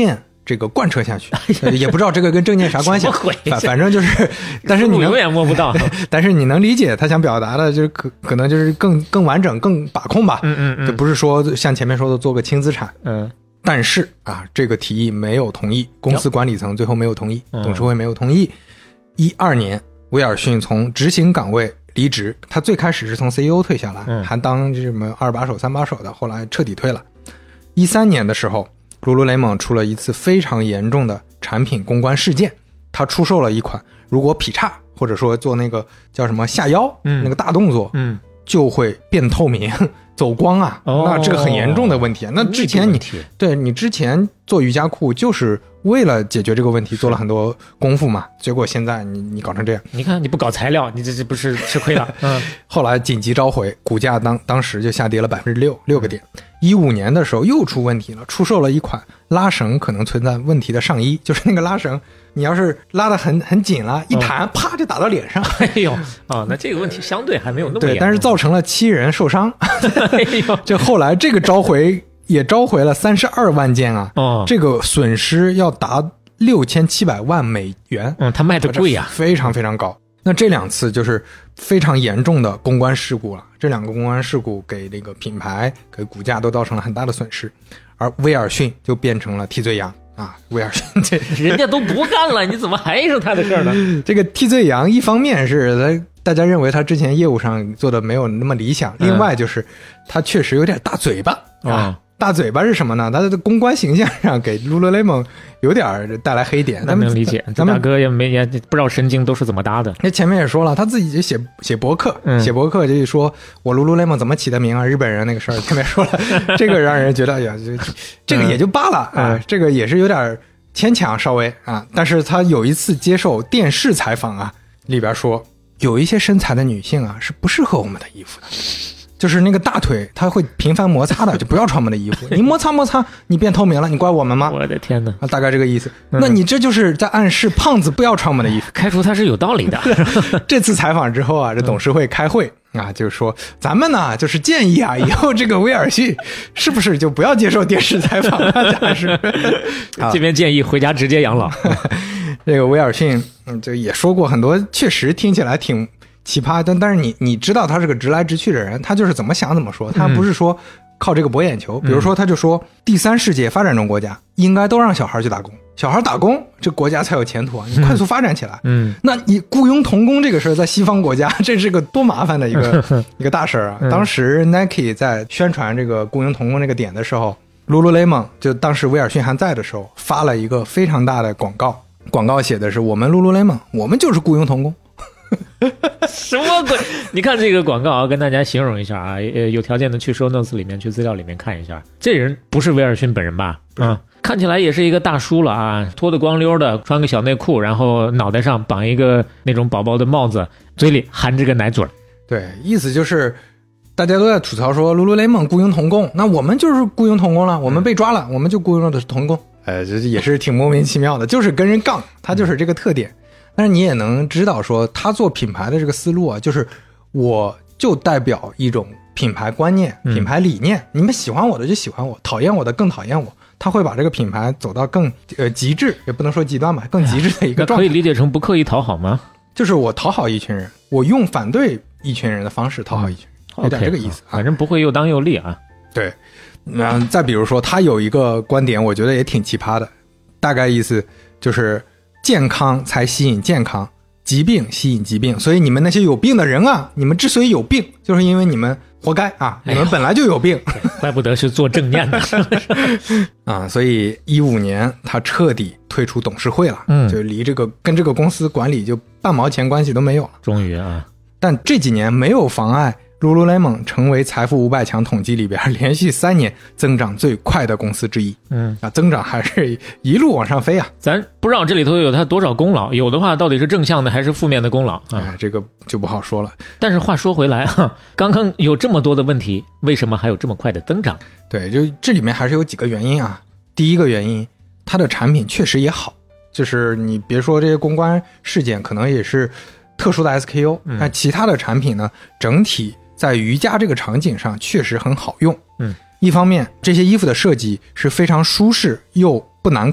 这个贯彻下去，也不知道这个跟证件啥关系，反反正就是，但是你能永远摸不到， 但是你能理解他想表达的，就是可可能就是更更完整、更把控吧， 嗯嗯嗯， 就不是说像前面说的做个轻资产， 嗯， 但是啊，这个提议没有同意，公司管理层最后没有同意， 嗯、 董事会没有同意。一二年，威尔逊从执行岗位离职，他最开始是从 C E O 退下来， 嗯、 还当什么二把手、三把手的，后来彻底退了。一三年的时候。Lululemon 出了一次非常严重的产品公关事件，他出售了一款如果劈叉或者说做那个叫什么下腰、嗯、那个大动作， 嗯， 就会变透明走光啊、哦、那这个很严重的问题啊。那之前你对你之前做瑜伽裤就是为了解决这个问题做了很多功夫嘛，结果现在你你搞成这样， 你看你不搞材料，你这这不是吃亏了？嗯， 后来紧急召回，股价当当时就下跌了百分之六六个点。一五年的时候又出问题了，出售了一款拉绳可能存在问题的上衣，就是那个拉绳，你要是拉得很很紧了，一弹、哦、啪就打到脸上。 哎呦啊、哦，那这个问题相对还没有那么严重。 对，但是造成了七人受伤。哎呦，就后来这个召回也召回了三十二万件啊，哦，这个损失要达六千七百万美元。 嗯，它卖的贵呀、啊， 非常非常高。那这两次就是非常严重的公关事故了，这两个公关事故给那个品牌给股价都造成了很大的损失，而威尔逊就变成了替罪羊啊！威尔逊这人家都不干了，你怎么还是他的事儿呢？ 这个替罪羊一方面是他大家认为他之前业务上做的没有那么理想，另外就是他确实有点大嘴巴、嗯、啊。大嘴巴是什么呢？他的公关形象上给 Lululemon 有点带来黑点。 那能理解，咱们大哥也没也不知道神经都是怎么搭的。 那前面也说了，他自己就写写博客，嗯、写博客就是说我 Lululemon 怎么起的名啊，日本人那个事儿前面说了，这个让人觉得哎呀，这这个也就罢了啊、嗯呃，这个也是有点牵强稍微啊。但是他有一次接受电视采访啊，里边说有一些身材的女性啊是不适合我们的衣服的。就是那个大腿它会频繁摩擦的，就不要穿我们的衣服。你摩擦摩擦你变透明了，你怪我们吗？ 我的天哪、 啊、大概这个意思、嗯、那你这就是在暗示胖子不要穿我们的衣服。 开除他是有道理的。 这次采访之后啊，这董事会开会、嗯、啊，就是说咱们呢就是建议啊，以后这个威尔逊是不是就不要接受电视采访了？还是这边建议回家直接养老。 这个威尔逊嗯，就也说过很多确实听起来挺奇葩，但但是你你知道他是个直来直去的人，他就是怎么想怎么说，他不是说靠这个博眼球、嗯、比如说他就说第三世界发展中国家应该都让小孩去打工，小孩打工这国家才有前途啊，你快速发展起来。嗯，那你雇佣童工这个事儿在西方国家这是个多麻烦的一个一个大事啊。当时 Nike 在宣传这个雇佣童工这个点的时候， Lululemon 就当时威尔逊还在的时候发了一个非常大的广告，广告写的是我们 Lululemon 我们就是雇佣童工。 什么鬼？你看这个广告啊，跟大家形容一下啊，呃，有条件的去 show notes 里面去资料里面看一下，这人不是威尔逊本人吧？嗯，看起来也是一个大叔了啊，脱得光溜的，穿个小内裤，然后脑袋上绑一个那种宝宝的帽子，嘴里含着个奶嘴。 对，意思就是大家都在吐槽说 Lululemon 雇佣童工，那我们就是雇佣童工了，我们被抓了，我们就雇佣的是童工。呃，这也是挺莫名其妙的，就是跟人杠，他就是这个特点。但是你也能知道说他做品牌的这个思路啊，就是我就代表一种品牌观念、嗯、品牌理念，你们喜欢我的就喜欢我，讨厌我的更讨厌我，他会把这个品牌走到更呃极致，也不能说极端吧，更极致的一个状态。 可以理解成不刻意讨好吗？ 就是我讨好一群人，我用反对一群人的方式讨好一群人、嗯、有点这个意思、 啊、反正不会又当又立啊。 对，那再比如说他有一个观点我觉得也挺奇葩的，大概意思就是健康才吸引健康，疾病吸引疾病，所以你们那些有病的人啊，你们之所以有病就是因为你们活该啊，你们本来就有病、哎、 怪不得是做正念的啊，所以一五年他彻底退出董事会了，嗯，就离这个跟这个公司管理就半毛钱关系都没有了， 终于啊。 但这几年没有妨碍Lululemon 成为财富五百强统计里边连续三年增长最快的公司之一。嗯，啊，增长还是一路往上飞啊！ 咱不知道这里头有他多少功劳，有的话到底是正向的还是负面的功劳啊？ 哎，这个就不好说了。 但是话说回来啊，刚刚有这么多的问题，为什么还有这么快的增长？ 对，就这里面还是有几个原因啊。第一个原因，它的产品确实也好，就是你别说这些公关事件，可能也是特殊的 S K U， 但其他的产品呢，整体在瑜伽这个场景上确实很好用。嗯，一方面这些衣服的设计是非常舒适又不难看，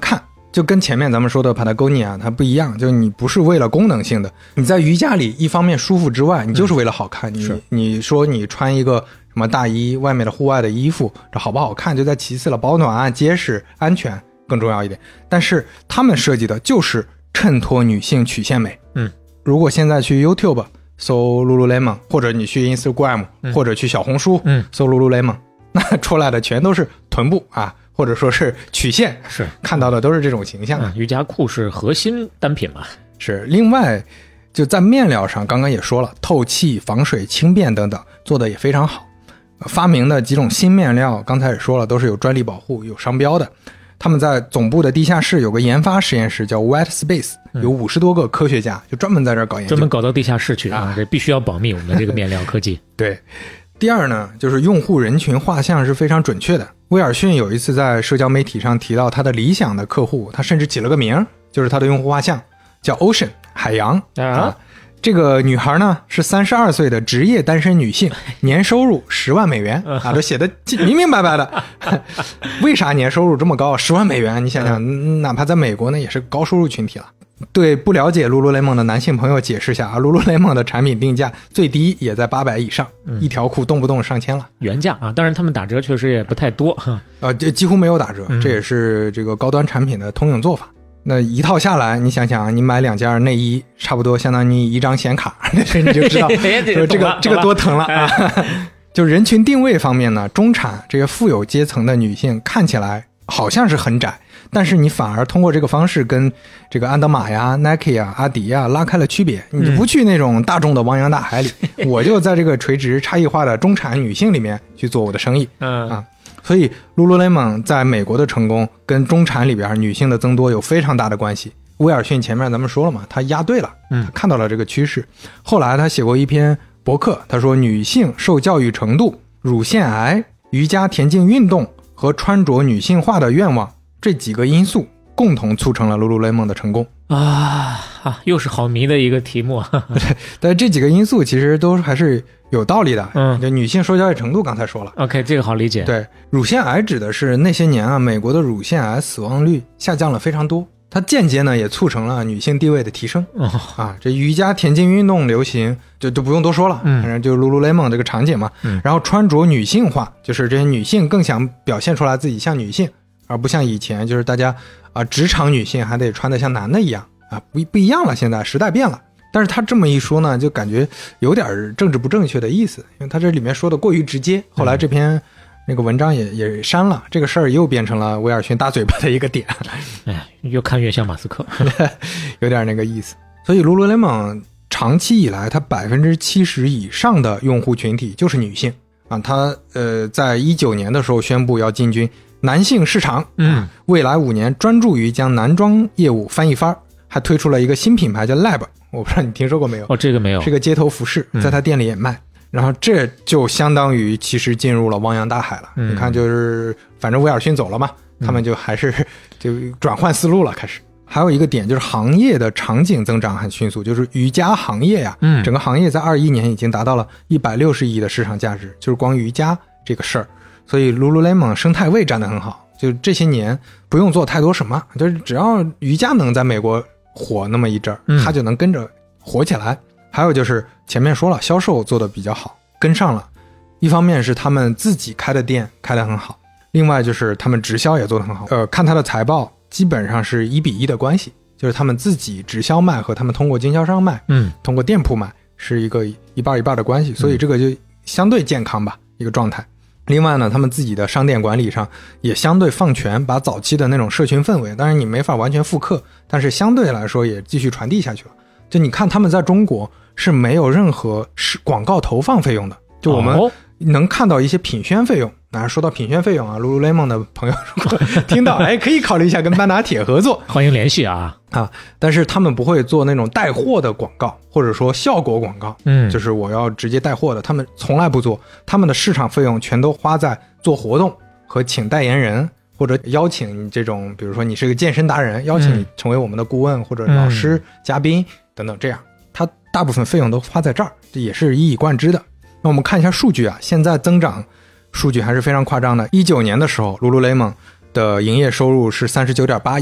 就跟前面咱们说的 Patagonia 它不一样，就你不是为了功能性的，你在瑜伽里一方面舒服之外，你就是为了好看。嗯、你你说你穿一个什么大衣，外面的户外的衣服，这好不好看就在其次了，保暖、结实、安全更重要一点。但是他们设计的就是衬托女性曲线美。 嗯， 如果现在去 YouTube 搜 Lululemon， 或者你去 Instagram、嗯、或者去小红书、嗯、搜 Lululemon， 那出来的全都是臀部啊。或者说是曲线， 是看到的都是这种形象、 嗯、瑜伽裤是核心单品嘛。 是，另外就在面料上刚刚也说了，透气、防水、轻便等等做的也非常好。发明的几种新面料刚才也说了，都是有专利保护有商标的。他们在总部的地下室有个研发实验室叫 White Space， 有五十多个科学家就专门在这儿搞研究， 专门搞到地下室去啊，这必须要保密我们这个面料科技。 对，第二呢，就是用户人群画像是非常准确的。威尔逊有一次在社交媒体上提到他的理想的客户，他甚至起了个名，就是他的用户画像叫 Ocean 海洋 啊, 啊。这个女孩呢是三十二岁的职业单身女性，年收入十万美元啊，都写的明明白白的。为啥年收入这么高？十万美元，你想想，哪怕在美国呢也是高收入群体了。对不了解 Lululemon 的男性朋友解释下啊 ，Lululemon 的产品定价最低也在八百以上、嗯，一条裤动不动上千了， 原价啊！当然他们打折确实也不太多， 呃，这几乎没有打折、嗯，这也是这个高端产品的通用做法。那一套下来，你想想，你买两件内衣，差不多相当于一张显卡，你就知道说这个这个多疼了啊！就人群定位方面呢，中产这些富有阶层的女性看起来好像是很窄。但是你反而通过这个方式跟这个安德玛呀、Nike 呀、阿迪呀拉开了区别，你就不去那种大众的汪洋大海里，嗯、我就在这个垂直差异化的中产女性里面去做我的生意。嗯啊，所以 Lululemon 在美国的成功跟中产里边女性的增多有非常大的关系。威尔逊前面咱们说了嘛，他押对了，嗯，他看到了这个趋势。后来他写过一篇博客，他说女性受教育程度、乳腺癌、瑜伽田径运动和穿着女性化的愿望。这几个因素共同促成了 Lululemon 的成功啊！啊，又是好迷的一个题目。 对，但这几个因素其实都还是有道理的。嗯，就女性受教育程度刚才说了 ，OK， 这个好理解。 对，乳腺癌指的是那些年啊，美国的乳腺癌死亡率下降了非常多，它间接呢也促成了女性地位的提升。哦、啊，这瑜伽田径运动流行就就不用多说了，嗯，反正就 Lululemon 这个场景嘛。嗯，然后穿着女性化，就是这些女性更想表现出来自己像女性。而不像以前就是大家啊，职场女性还得穿得像男的一样啊，不不一样了，现在时代变了。但是他这么一说呢，就感觉有点政治不正确的意思，因为他这里面说的过于直接。后来这篇那个文章也也删了，这个事儿又变成了威尔逊大嘴巴的一个点。 哎，越看越像马斯克， 有点那个意思。所以 Lululemon 长期以来，它百分之七十以上的用户群体就是女性啊。他呃，在一九年的时候宣布要进军男性市场，嗯，未来五年专注于将男装业务翻一番，还推出了一个新品牌叫 Lab， 我不知道你听说过没有？ 哦，这个没有， 是个街头服饰，在他店里也卖。嗯、然后这就相当于其实进入了汪洋大海了。嗯、你看，就是反正威尔逊走了嘛，嗯、他们就还是就转换思路了，开始。还有一个点就是行业的场景增长很迅速，就是瑜伽行业呀、啊，嗯，整个行业在二一年已经达到了一百六十亿的市场价值，就是光瑜伽这个事儿。所以 Lululemon 生态位站得很好，就这些年不用做太多什么，就是只要瑜伽能在美国火那么一阵儿，它就能跟着火起来。还有就是前面说了，销售做得比较好，跟上了。一方面是他们自己开的店开得很好，另外就是他们直销也做得很好。呃，看他的财报，基本上是一比一的关系，就是他们自己直销卖和他们通过经销商卖，嗯，通过店铺卖是一个一半一半的关系，所以这个就相对健康吧，一个状态。另外呢，他们自己的商店管理上也相对放权，把早期的那种社群氛围，当然你没法完全复刻，但是相对来说也继续传递下去了。就你看他们在中国是没有任何是广告投放费用的，就我们能看到一些品宣费用。那说到品宣费用啊 ，Lululemon 的朋友如果听到，哎，可以考虑一下跟班拿铁合作， 欢迎联系啊啊！但是他们不会做那种带货的广告，或者说效果广告，嗯，就是我要直接带货的，他们从来不做。他们的市场费用全都花在做活动和请代言人，或者邀请你这种，比如说你是个健身达人，邀请你成为我们的顾问或者老师、嗯、嘉宾等等，这样，他大部分费用都花在这儿，这也是一以贯之的。那我们看一下数据啊，现在增长数据还是非常夸张的。一九年的时候 ，Lululemon 的营业收入是三十九点八亿，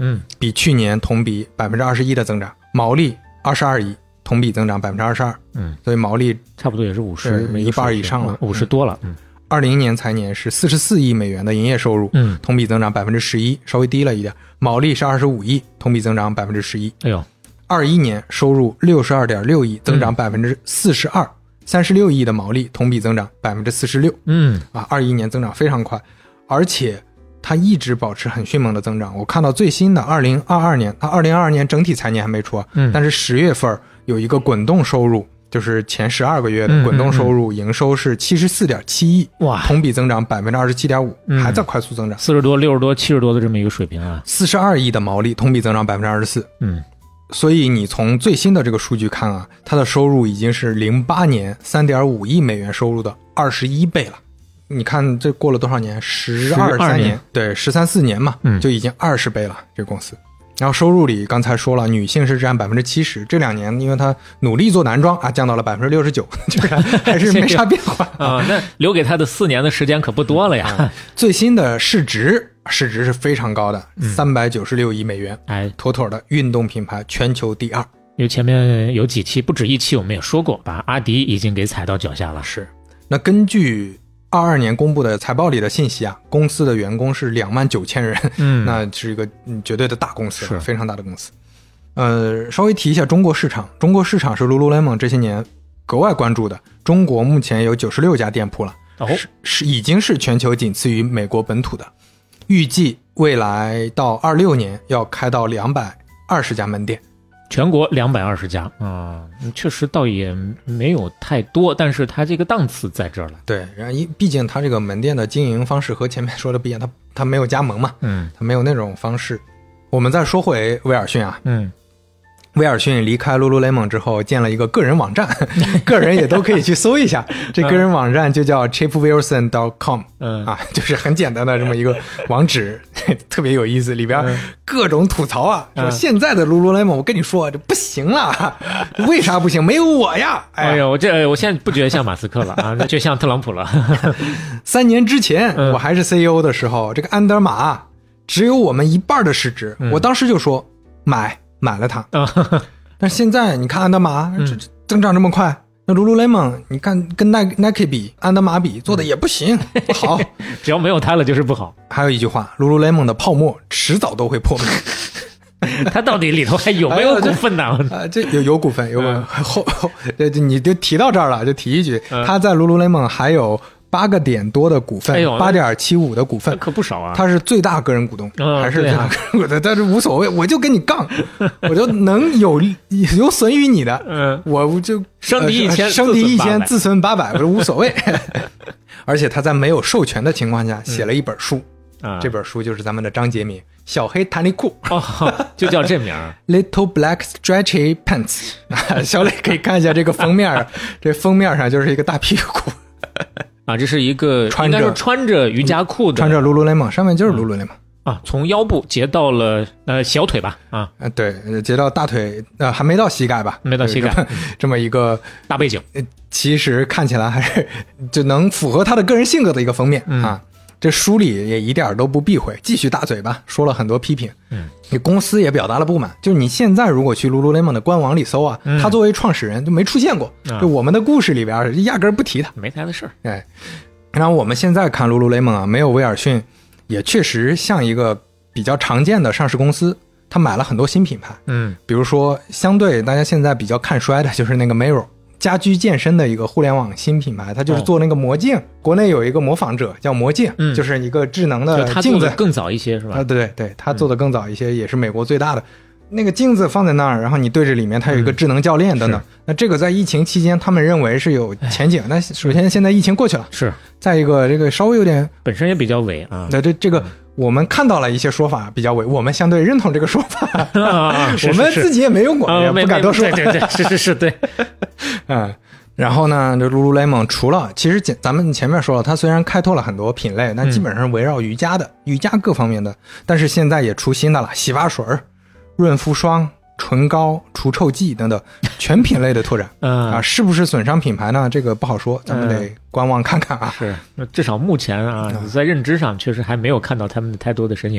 嗯，比去年同比百分之二十一的增长，毛利二十二亿，同比增长百分之二十二， 嗯， 所以毛利差不多也是五十， 一半以上了， 五十多了，嗯。 二零年财年是四十四亿美元的营业收入， 嗯， 同比增长百分之十一，稍微低了一点。毛利是二十五亿，同比增长百分之十一。 哎呦， 二一年收入六十二点六亿，增长百分之四十二，三十六亿的毛利，同比增长百分之四十六。 嗯， 啊，二一年增长非常快，而且它一直保持很迅猛的增长。我看到最新的二零二二年，它二零二二年整体财年还没出啊， 嗯， 但是十月份有一个滚动收入。就是前十二个月的滚动收入，营收是七十四点七亿， 哇， 同比增长百分之二十七点五，还在快速增长， 四十多、六十多、七十多的这么一个水平啊。 四十二亿的毛利，同比增长百分之二十四， 嗯， 所以你从最新的这个数据看啊，它的收入已经是零八年三点五亿美元收入的二十一倍了。你看这过了多少年？十二三年，对，十三四年嘛， 嗯， 就已经二十倍了，这个公司。然后收入里刚才说了，女性是占百分之七十，这两年因为她努力做男装啊，降到了百分之六十九，就是还是没啥变化啊。那留给她的四年的时间可不多了呀。 啊、最新的市值，市值是非常高的，三百九十六亿美元， 哎， 妥妥的运动品牌全球第二。 因为前面有几期，不止一期，我们也说过，把阿迪已经给踩到脚下了。 是，那根据二二年公布的财报里的信息啊，公司的员工是两万九千人，嗯，那是一个绝对的大公司， 是非常大的公司。呃，稍微提一下中国市场，中国市场是 Lululemon 这些年格外关注的。中国目前有九十六家店铺了， 哦， 是是已经是全球仅次于美国本土的，预计未来到二六年要开到两百二十家门店。 全国两百二十家啊、嗯，确实倒也没有太多，但是它这个档次在这儿了。 对，然后毕竟它这个门店的经营方式和前面说的不一样，它它没有加盟嘛， 嗯， 它没有那种方式。我们再说回威尔逊啊， 嗯， 威尔逊离开 Lululemon 之后建了一个个人网站，个人也都可以去搜一下，这个人网站就叫 chip wilson dot com， 嗯啊，就是很简单的这么一个网址，特别有意思，里边各种吐槽啊， 嗯、 说现在的 Lululemon 我跟你说这不行了，为啥不行？没有我呀！ 哎呀，哎我这我现在不觉得像马斯克了啊，那就像特朗普了。 三年之前、 嗯、 我还是 C E O 的时候，这个安德玛只有我们一半的市值， 嗯、 我当时就说买。买了它，但是现在你看安德玛这增长这么快，那 Lululemon 你看跟 Nike 比，安德玛比做的也不行，不好。 只要没有它了就是不好。 还有一句话 ，Lululemon 的泡沫迟早都会破灭。 它到底里头还有没有股份呢？ 啊，这有有股份，有股份。后后，这你就提到这儿了，就提一句， 嗯、 他在 Lululemon 还有八个点多的股份，八点七五的股份， 可不少啊。 他是最大个人股东， 嗯、 还是最大个人股东，但是无所谓，我就跟你杠，我就能有有损于你的， 嗯， 我就伤敌一千， 伤敌一千，自损八百，我说无所谓。而且他在没有授权的情况下写了一本书， 嗯、 这本书就是咱们的张杰明《小黑弹力裤》， 哦，就叫这名 Little Black Stretchy Pants。小磊可以看一下这个封面，这封面上就是一个大屁股。 啊，这是一个穿着应该是穿着瑜伽裤的， 穿着 Lululemon， 上面就是 Lululemon、 嗯、啊，从腰部截到了呃小腿吧，啊， 呃对，截到大腿，呃还没到膝盖吧， 没到膝盖， 这么, 这么一个大背景， 其实看起来还是就能符合他的个人性格的一个封面、 嗯、 啊。这书里也一点都不避讳，继续大嘴巴，说了很多批评。 嗯， 你公司也表达了不满，就是你现在如果去 Lululemon 的官网里搜啊，嗯、他作为创始人就没出现过， 啊、 就我们的故事里边压根不提他， 没他的事儿。 哎，然后我们现在看 Lululemon 啊，没有威尔逊，也确实像一个比较常见的上市公司，他买了很多新品牌。 嗯， 比如说相对大家现在比较看衰的就是那个 Mirror。家居健身的一个互联网新品牌，它就是做那个魔镜、哦、国内有一个模仿者叫魔镜、嗯、就是一个智能的镜子， 它做的更早一些是吧？ 啊，对对对，它做的更早一些、嗯、也是美国最大的那个镜子放在那儿，然后你对着里面它有一个智能教练等等、嗯、那这个在疫情期间他们认为是有前景，那首先现在疫情过去了， 是再一个这个稍微有点本身也比较伪啊， 那这这个、嗯我们看到了一些说法比较伪，我们相对认同这个说法， 啊、 我们自己也没用过， 啊、 也不敢多说。 对对对，是是是，对。 嗯，然后呢，这 Lululemon 除了，其实咱们前面说了，它虽然开拓了很多品类，但基本上围绕瑜伽的、嗯、瑜伽各方面的，但是现在也出新的了，洗发水、润肤霜、唇膏、除臭剂等等全品类的拓展。 嗯啊，是不是损伤品牌呢？这个不好说，咱们得观望看看啊。 是，至少目前啊，在认知上确实还没有看到他们的太多的身影。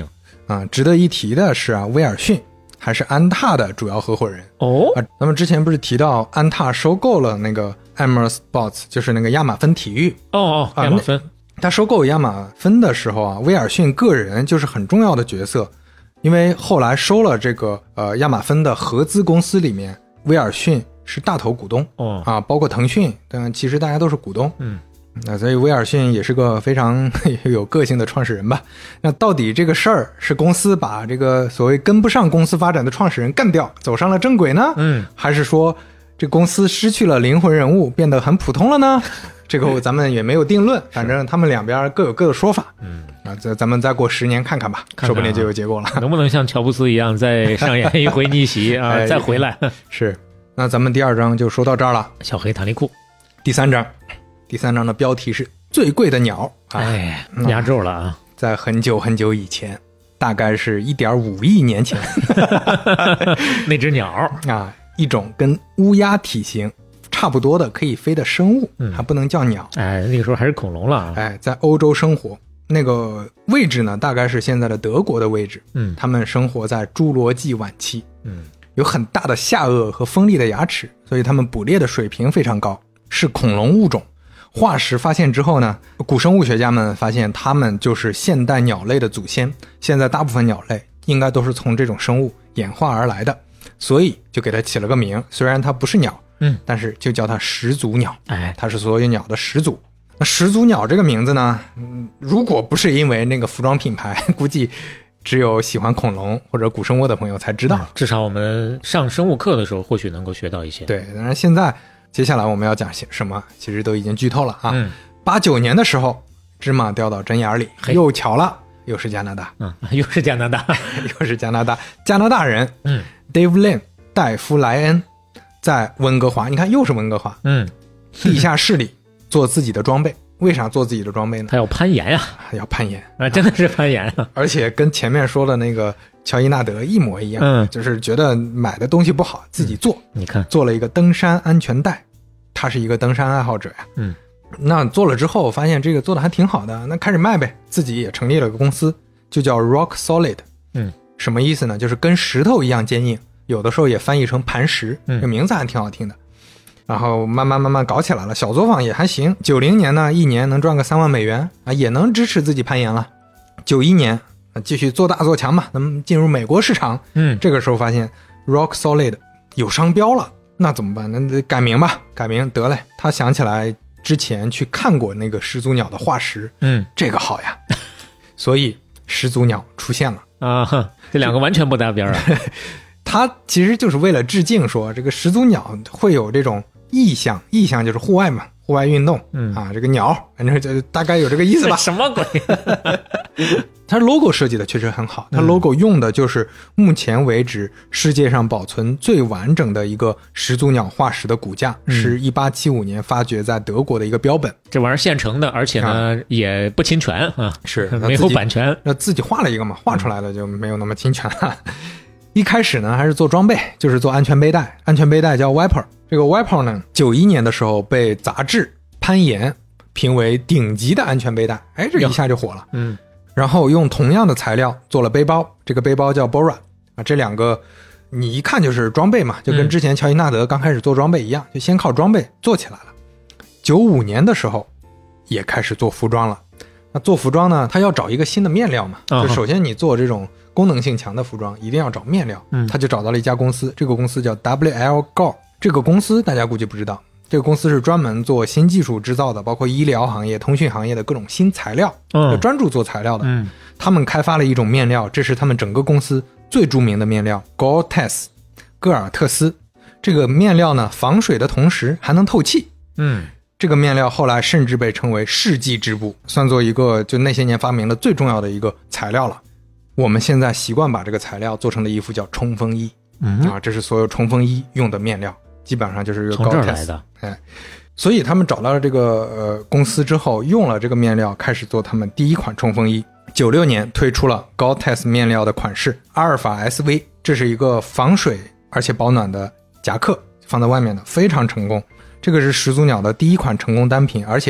啊，值得一提的是啊，威尔逊还是安踏的主要合伙人哦。 啊，咱们之前不是提到安踏收购了那个 Amer Sports， 就是那个亚马芬体育。 哦哦，亚马芬。 他收购亚马芬的时候啊，威尔逊个人就是很重要的角色，因为后来收了这个呃亚马芬的合资公司里面，威尔逊是大头股东。 哦啊，包括腾讯，但其实大家都是股东。 嗯。 那所以威尔逊也是个非常有个性的创始人吧。那到底这个事儿是公司把这个所谓跟不上公司发展的创始人干掉，走上了正轨呢？嗯，还是说这公司失去了灵魂人物，变得很普通了呢？这个咱们也没有定论，反正他们两边各有各的说法。嗯，啊，咱咱们再过十年看看吧，看看啊，说不定就有结果了。 能不能像乔布斯一样再上演一回逆袭啊？哎，再回来。 是，那咱们第二章就说到这儿了。 小黑弹力裤。 第三章。第三章的标题是最贵的鸟。 哎，压轴了啊！ 在很久很久以前，大概是 一点五亿年前那只鸟啊，一种跟乌鸦体型差不多的可以飞的生物，嗯，还不能叫鸟。 哎，那个时候还是恐龙了啊！ 哎，在欧洲生活，那个位置呢，大概是现在的德国的位置。嗯，他们生活在侏罗纪晚期。嗯，有很大的下颚和锋利的牙齿，所以他们捕猎的水平非常高，是恐龙物种。化石发现之后呢，古生物学家们发现它们就是现代鸟类的祖先。现在大部分鸟类应该都是从这种生物演化而来的，所以就给它起了个名。虽然它不是鸟，嗯，但是就叫它始祖鸟。哎，它是所有鸟的始祖。那始祖鸟这个名字呢，嗯，如果不是因为那个服装品牌，估计只有喜欢恐龙或者古生物的朋友才知道。嗯， 至少我们上生物课的时候或许能够学到一些。 对，当然现在接下来我们要讲什么其实都已经剧透了啊。嗯，八九年的时候，芝麻掉到针眼里，又巧了，又是加拿大。 嗯，又是加拿大又是加拿大加拿大人。嗯 Dave Lane 戴夫莱恩在温哥华，你看又是温哥华。嗯，地下室里做自己的装备。为啥做自己的装备呢？ 他要攀岩呀， 要攀岩啊，真的是攀岩啊！ 而且跟前面说的那个乔伊纳德一模一样。嗯，就是觉得买的东西不好，自己做。嗯， 你看， 做了一个登山安全带，他是一个登山爱好者呀。嗯，那做了之后发现这个做的还挺好的，那开始卖呗，自己也成立了个公司，就叫 Rock Solid。嗯，什么意思呢？就是跟石头一样坚硬，有的时候也翻译成磐石。嗯，这名字还挺好听的。然后慢慢慢慢搞起来了，小作坊也还行。九零年呢，一年能赚个三万美元啊，也能支持自己攀岩了。九一年继续做大做强嘛，能进入美国市场。嗯，这个时候发现 Rock Solid 有商标了，那怎么办？那得改名吧，改名得嘞。他想起来之前去看过那个始祖鸟的化石，嗯，这个好呀，所以始祖鸟出现了啊，这两个完全不搭边啊。 他其实就是为了致敬，说这个始祖鸟会有这种意象，意象就是户外嘛，户外运动。嗯啊，这个鸟，反正就大概有这个意思吧。 什么鬼？ 它 logo 设计的确实很好，它 logo 用的就是目前为止世界上保存最完整的一个始祖鸟化石的骨架，嗯，是一八七五年发掘在德国的一个标本。 这玩意儿现成的，而且呢，啊，也不侵权啊， 是没有版权。 那自己画了一个嘛，画出来的就没有那么侵权了。一开始呢还是做装备，就是做安全背带，安全背带叫 Viper。 这个 Viper 呢九一年的时候被杂志攀岩评为顶级的安全背带，哎，这一下就火了。嗯，然后用同样的材料做了背包，这个背包叫 Bora 啊，这两个你一看就是装备嘛，就跟之前乔伊纳德刚开始做装备一样，就先靠装备做起来了。九五年的时候也开始做服装了。那做服装呢，他要找一个新的面料嘛，就首先你做这种功能性强的服装一定要找面料。嗯，他就找到了一家公司，这个公司叫 W L Gore。 这个公司大家估计不知道，这个公司是专门做新技术制造的，包括医疗行业、通讯行业的各种新材料，嗯，专注做材料的。嗯，他们开发了一种面料，这是他们整个公司最著名的面料 Gore-Tex 戈尔特斯。这个面料呢，防水的同时还能透气。嗯，这个面料后来甚至被称为世纪织布，算作一个就那些年发明的最重要的一个材料了。我们现在习惯把这个材料做成的衣服叫冲锋衣。嗯啊，这是所有冲锋衣用的面料，基本上就是从这儿来的。 哎，所以他们找到了这个呃公司之后，用了这个面料开始做他们第一款冲锋衣。九六年推出了 Gore-Tex 面料的款式阿尔法 S V， 这是一个防水而且保暖的夹克，放在外面的非常成功。这个是始祖鸟的第一款成功单品，而且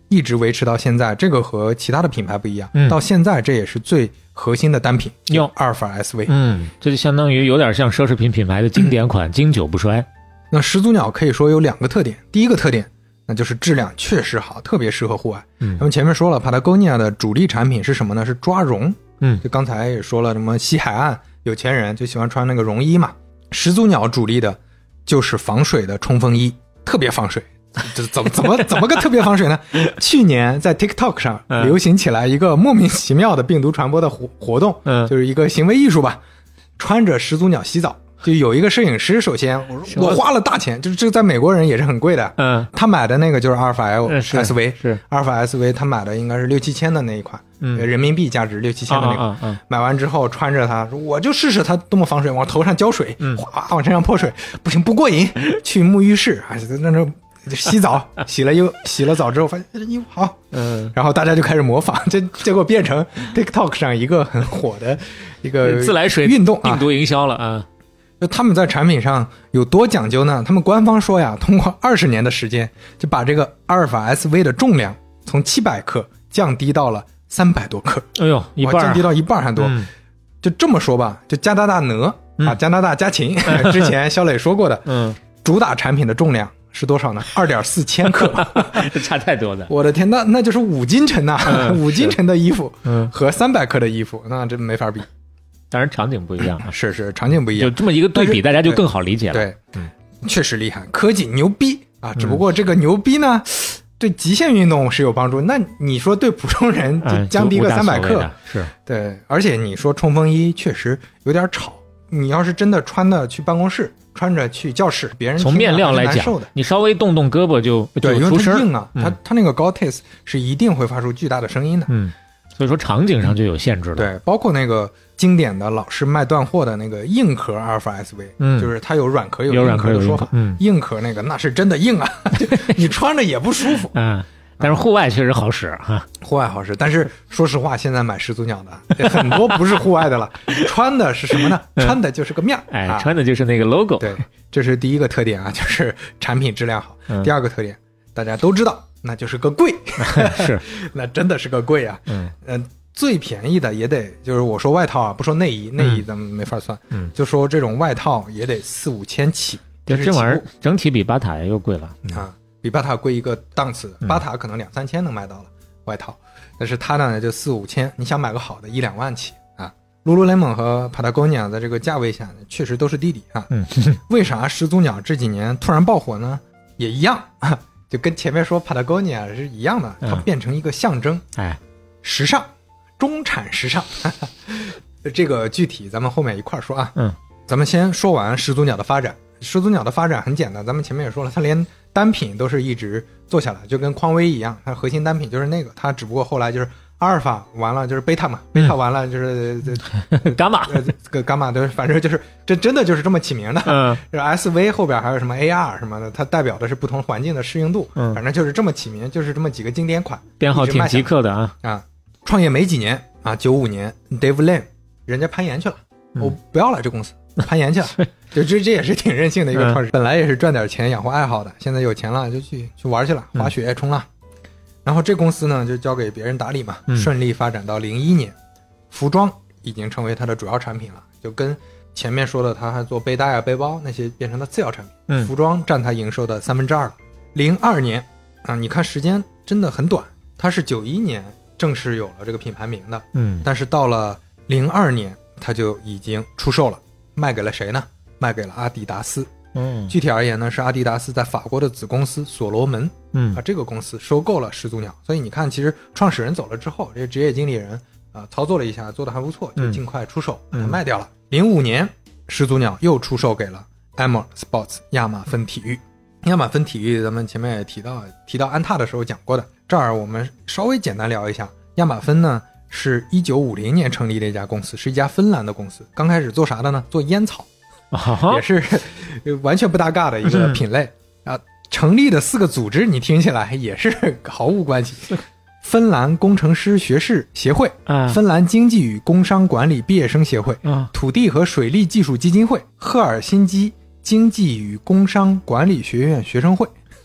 一直维持到现在，这个和其他的品牌不一样， 嗯、 到现在这也是最核心的单品，用阿尔法 S V。 嗯，这就相当于有点像奢侈品品牌的经典款，嗯、经久不衰。 那始祖鸟可以说有两个特点，第一个特点那就是质量确实好，特别适合户外。 嗯， 咱们前面说了 Patagonia 的主力产品是什么呢？是抓绒。 嗯， 就刚才也说了，什么西海岸有钱人就喜欢穿那个绒衣嘛。始祖鸟主力的就是防水的冲锋衣，特别防水。这怎么怎么怎么个特别防水呢？去年在 TikTok 上流行起来一个莫名其妙的病毒传播的活活动，嗯，就是一个行为艺术吧，穿着始祖鸟洗澡。就有一个摄影师，首先我我花了大钱，就是这个在美国人也是很贵的，嗯，他买的那个就是阿尔法 S V， 是阿尔法 S V， 他买的应该是六七千的那一款，嗯，人民币价值六七千的那个， 啊啊啊、 买完之后穿着它，我就试试它多么防水，往头上浇水，嗯，哗往身上泼水，不行不过瘾，去沐浴室啊，那那洗澡，洗了又洗了澡之后发现这衣服好，嗯，然后大家就开始模仿，这结果变成 TikTok 上一个很火的一个自来水运动， 病毒营销了啊。 就他们在产品上有多讲究呢？他们官方说呀，通过二十年的时间，就把这个阿尔法 S V 的重量从七百克降低到了三百多克。 哎呦，一半、啊、 降低到一半还多、嗯。就这么说吧，就加拿大哪、嗯、啊，加拿大家禽，之前肖磊说过的，嗯，主打产品的重量是多少呢？二点四千克， 这差太多了。 我的天，那那就是五斤沉呐、啊，嗯、五斤沉的衣服和三百克的衣服，那这没法比。 当然场景不一样、啊， 是是场景不一样， 就这么一个对比，大家就更好理解了。 对，嗯，确实厉害，科技牛逼啊！只不过这个牛逼呢，嗯、对极限运动是有帮助。那你说对普通人就降低个三百克， 嗯、是对，而且你说冲锋衣确实有点吵，你要是真的穿的去办公室，穿着去教室，别人从面料来讲，你稍微动动胳膊就对， 就出声， 因为它硬啊，嗯、它它那个 Gore-Tex 是一定会发出巨大的声音的。 嗯，所以说场景上就有限制了。 对，包括那个。经典的老是卖断货的那个硬壳阿尔法 S V， 嗯，就是它有软壳有硬壳的说法， 嗯， 硬壳那个那是真的硬啊，你穿着也不舒服， 嗯，但是户外确实好使哈， 户外好使，但是说实话，现在买始祖鸟的很多不是户外的了，穿的是什么呢？穿的就是个面， 哎，啊、穿的就是那个 logo， 对，这是第一个特点啊，就是产品质量好。嗯、第二个特点，大家都知道，那就是个贵， 是， 那真的是个贵啊，嗯嗯。呃最便宜的也得，就是我说外套啊，不说内衣，内衣咱们没法算，嗯，就说这种外套也得四五千起， 这这玩意儿整体比巴塔又贵了、 嗯、啊，比巴塔贵一个档次，巴塔可能两三千能买到了外套，但是它呢就四五千，你想买个好的一两万起啊。Lululemon 和 Patagonia 在这个价位下确实都是弟弟啊，嗯，为啥始祖鸟这几年突然爆火呢？也一样，就跟前面说 Patagonia 是一样的，它变成一个象征，哎、嗯，时尚。中产时尚，这个具体咱们后面一块说啊。嗯，咱们先说完始祖鸟的发展。始祖鸟的发展很简单，咱们前面也说了，它连单品都是一直做下来，就跟匡威一样，它核心单品就是那个，它只不过后来就是阿尔法完了就是贝塔嘛，贝塔完了就是伽马， 这个伽马对，反正就是这真的就是这么起名的。嗯，就是 S V 后边还有什么 A R 什么的，它代表的是不同环境的适应度。嗯，反正就是这么起名，就是这么几个经典款， 编号挺极客的啊啊。创业没几年啊，九五年 Dave Lam 人家攀岩去了，我、嗯哦、不要了这公司，攀岩去了，就这这也是挺任性的一个创始人、嗯，本来也是赚点钱养活爱好的，现在有钱了就去去玩去了，滑雪冲浪、嗯，然后这公司呢就交给别人打理嘛，嗯、顺利发展到零一年，服装已经成为它的主要产品了，就跟前面说的他还做背带啊背包那些变成了次要产品，嗯，服装占他营收的三分之二了。零二年啊，你看时间真的很短，它是九一年。正式有了这个品牌名的，嗯，但是到了零二年，它就已经出售了，卖给了谁呢？卖给了阿迪达斯。嗯，具体而言呢，是阿迪达斯在法国的子公司所罗门，嗯，啊，这个公司收购了始祖鸟。所以你看，其实创始人走了之后，这个职业经理人啊、呃、操作了一下，做得还不错，就尽快出手、嗯、把它卖掉了。零五年，始祖鸟又出售给了 Amer Sports 亚马芬体育。亚马芬体育咱们前面也提到提到安踏的时候讲过的，这儿我们稍微简单聊一下。亚马芬呢是一九五零年成立的一家公司，是一家芬兰的公司，刚开始做啥的呢？做烟草、啊、也是完全不搭嘎的一个品类、嗯、啊。成立的四个组织你听起来也是毫无关系，芬兰工程师学士协会、嗯、芬兰经济与工商管理毕业生协会、嗯、土地和水利技术基金会，赫尔辛基经济与工商管理学院学生会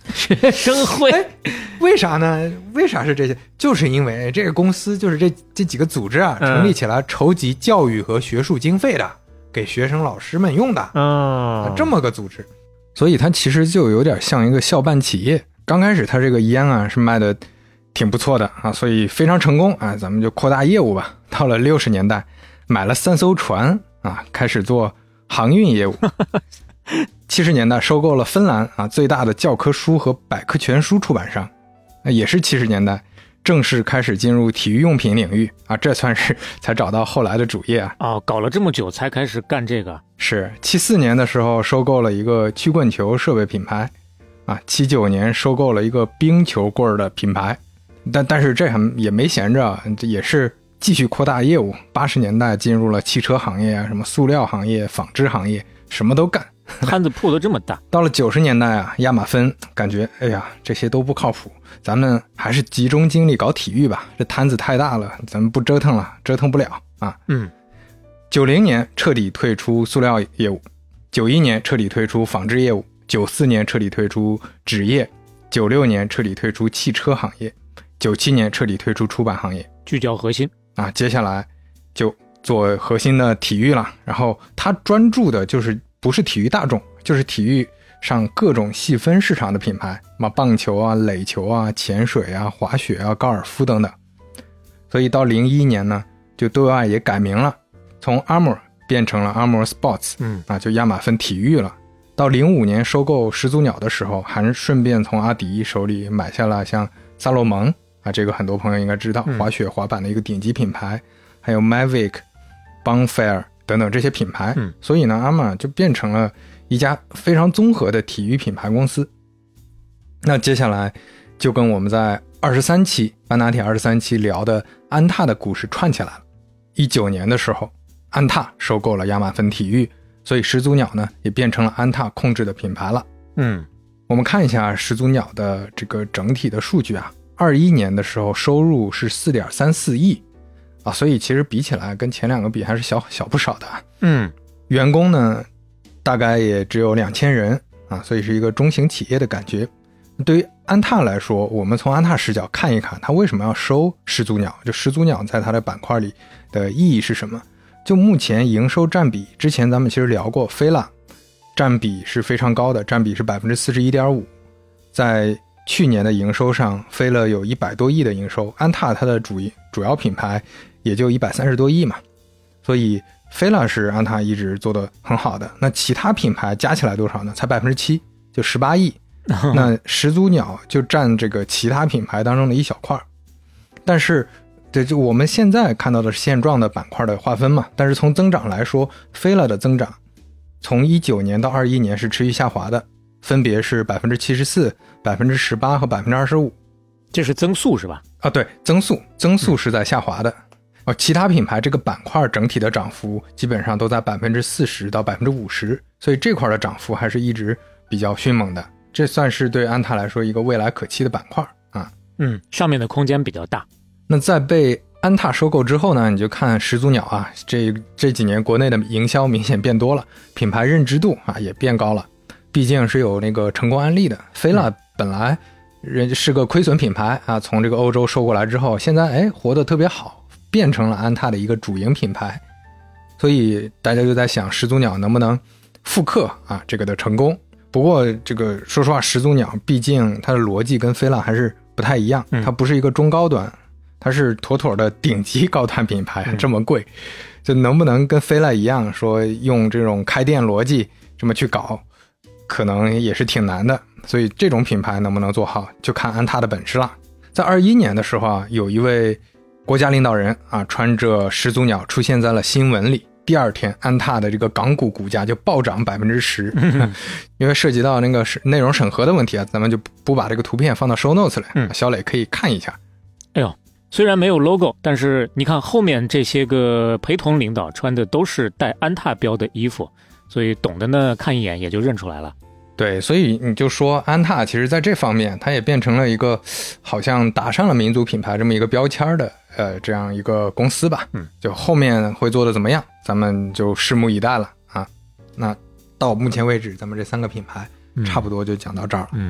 学生会、 哎、为啥呢？为啥是这些？就是因为这个公司就是这这几个组织啊，成立起来筹集教育和学术经费的，嗯、给学生老师们用的、 哦、 啊，这么个组织，所以它其实就有点像一个校办企业。刚开始它这个烟啊是卖的挺不错的啊，所以非常成功啊，咱们就扩大业务吧。到了六十年代，买了三艘船啊，开始做航运业务。七十年代收购了芬兰啊最大的教科书和百科全书出版商，也是七十年代正式开始进入体育用品领域啊，这算是才找到后来的主业啊。 哦，搞了这么久才开始干这个。 是七四年的时候收购了一个曲棍球设备品牌啊，七九年收购了一个冰球棍的品牌，但但是这还也没闲着，这也是继续扩大业务。八十年代进入了汽车行业啊，什么塑料行业、纺织行业，什么都干。 摊子铺的这么大。 到了九十年代啊，亚马芬感觉哎呀这些都不靠谱，咱们还是集中精力搞体育吧，这摊子太大了，咱们不折腾了，折腾不了啊。 嗯， 九零年彻底退出塑料业务，九一年彻底退出纺织业务，九四年彻底退出纸业，九六年彻底退出汽车行业，九七年彻底退出出版行业， 聚焦核心啊。接下来就做核心的体育了，然后他专注的就是不是体育大众，就是体育上各种细分市场的品牌，什么棒球啊、垒球啊、潜水啊、滑雪啊、高尔夫等等。所以到零一年呢，就对外也改名了，从 Armour 变成了 Armour Sports， 嗯啊，就亚马芬体育了。到零五年收购始祖鸟的时候，还顺便从阿迪手里买下了像萨洛蒙啊，这个很多朋友应该知道，滑雪滑板的一个顶级品牌，还有 Mavic、Bonfire 等等这些品牌， 嗯， 所以呢，阿玛就变成了一家非常综合的体育品牌公司。那接下来就跟我们在二十三期半打铁二十三期聊的安踏的故事串起来了。一九年的时候，安踏收购了亚马芬体育，所以始祖鸟呢也变成了安踏控制的品牌了。 嗯， 我们看一下始祖鸟的这个整体的数据啊，二一年的时候收入是 四点三四亿啊，所以其实比起来跟前两个比还是小小不少的。 嗯， 员工呢大概也只有两千人啊，所以是一个中型企业的感觉。对于安踏来说，我们从安踏视角看一看它为什么要收始祖鸟，就始祖鸟在它的板块里的意义是什么。就目前营收占比，之前咱们其实聊过，菲拉占比是非常高的，占比是 百分之四十一点五， 在去年的营收上，菲拉有一百多亿的营收，安踏它的主主要品牌也就一百三十多亿嘛，所以菲拉是安踏一直做得很好的。那其他品牌加起来多少呢？才 百分之七， 就十八亿。那始祖鸟就占这个其他品牌当中的一小块，但是这就我们现在看到的是现状的板块的划分嘛。但是从增长来说，菲拉的增长从一九年到二一年是持续下滑的，分别是 百分之七十四、百分之十八 和 百分之二十五。 这是增速是吧？ 啊，对，增速增速是在下滑的。哦，其他品牌这个板块整体的涨幅基本上都在 百分之四十 到 百分之五十， 所以这块的涨幅还是一直比较迅猛的。这算是对安踏来说一个未来可期的板块啊。 嗯，上面的空间比较大。 那在被安踏收购之后呢，你就看始祖鸟啊，这这几年国内的营销明显变多了，品牌认知度啊也变高了，毕竟是有那个成功案例的。菲拉本来人是个亏损品牌啊，从这个欧洲收过来之后，现在哎活得特别好，变成了安踏的一个主营品牌。所以大家就在想始祖鸟能不能复刻啊这个的成功。不过这个说实话，始祖鸟毕竟它的逻辑跟菲拉还是不太一样，它不是一个中高端，它是妥妥的顶级高端品牌，这么贵，就能不能跟菲拉一样说用这种开店逻辑这么去搞，可能也是挺难的。所以这种品牌能不能做好，就看安踏的本事了。在二一年的时候啊，有一位国家领导人啊，穿着始祖鸟出现在了新闻里。第二天，安踏的这个港股股价就暴涨 百分之十， 因为涉及到那个内容审核的问题啊，咱们就不把这个图片放到 show notes 来，嗯，小磊可以看一下。 哎呦，虽然没有 logo， 但是你看后面这些个陪同领导穿的都是带安踏标的衣服，所以懂的呢看一眼也就认出来了。 对，所以你就说安踏其实在这方面它也变成了一个好像打上了民族品牌这么一个标签的呃这样一个公司吧。 嗯， 就后面会做的怎么样，咱们就拭目以待了啊。那到目前为止咱们这三个品牌差不多就讲到这儿了。 嗯，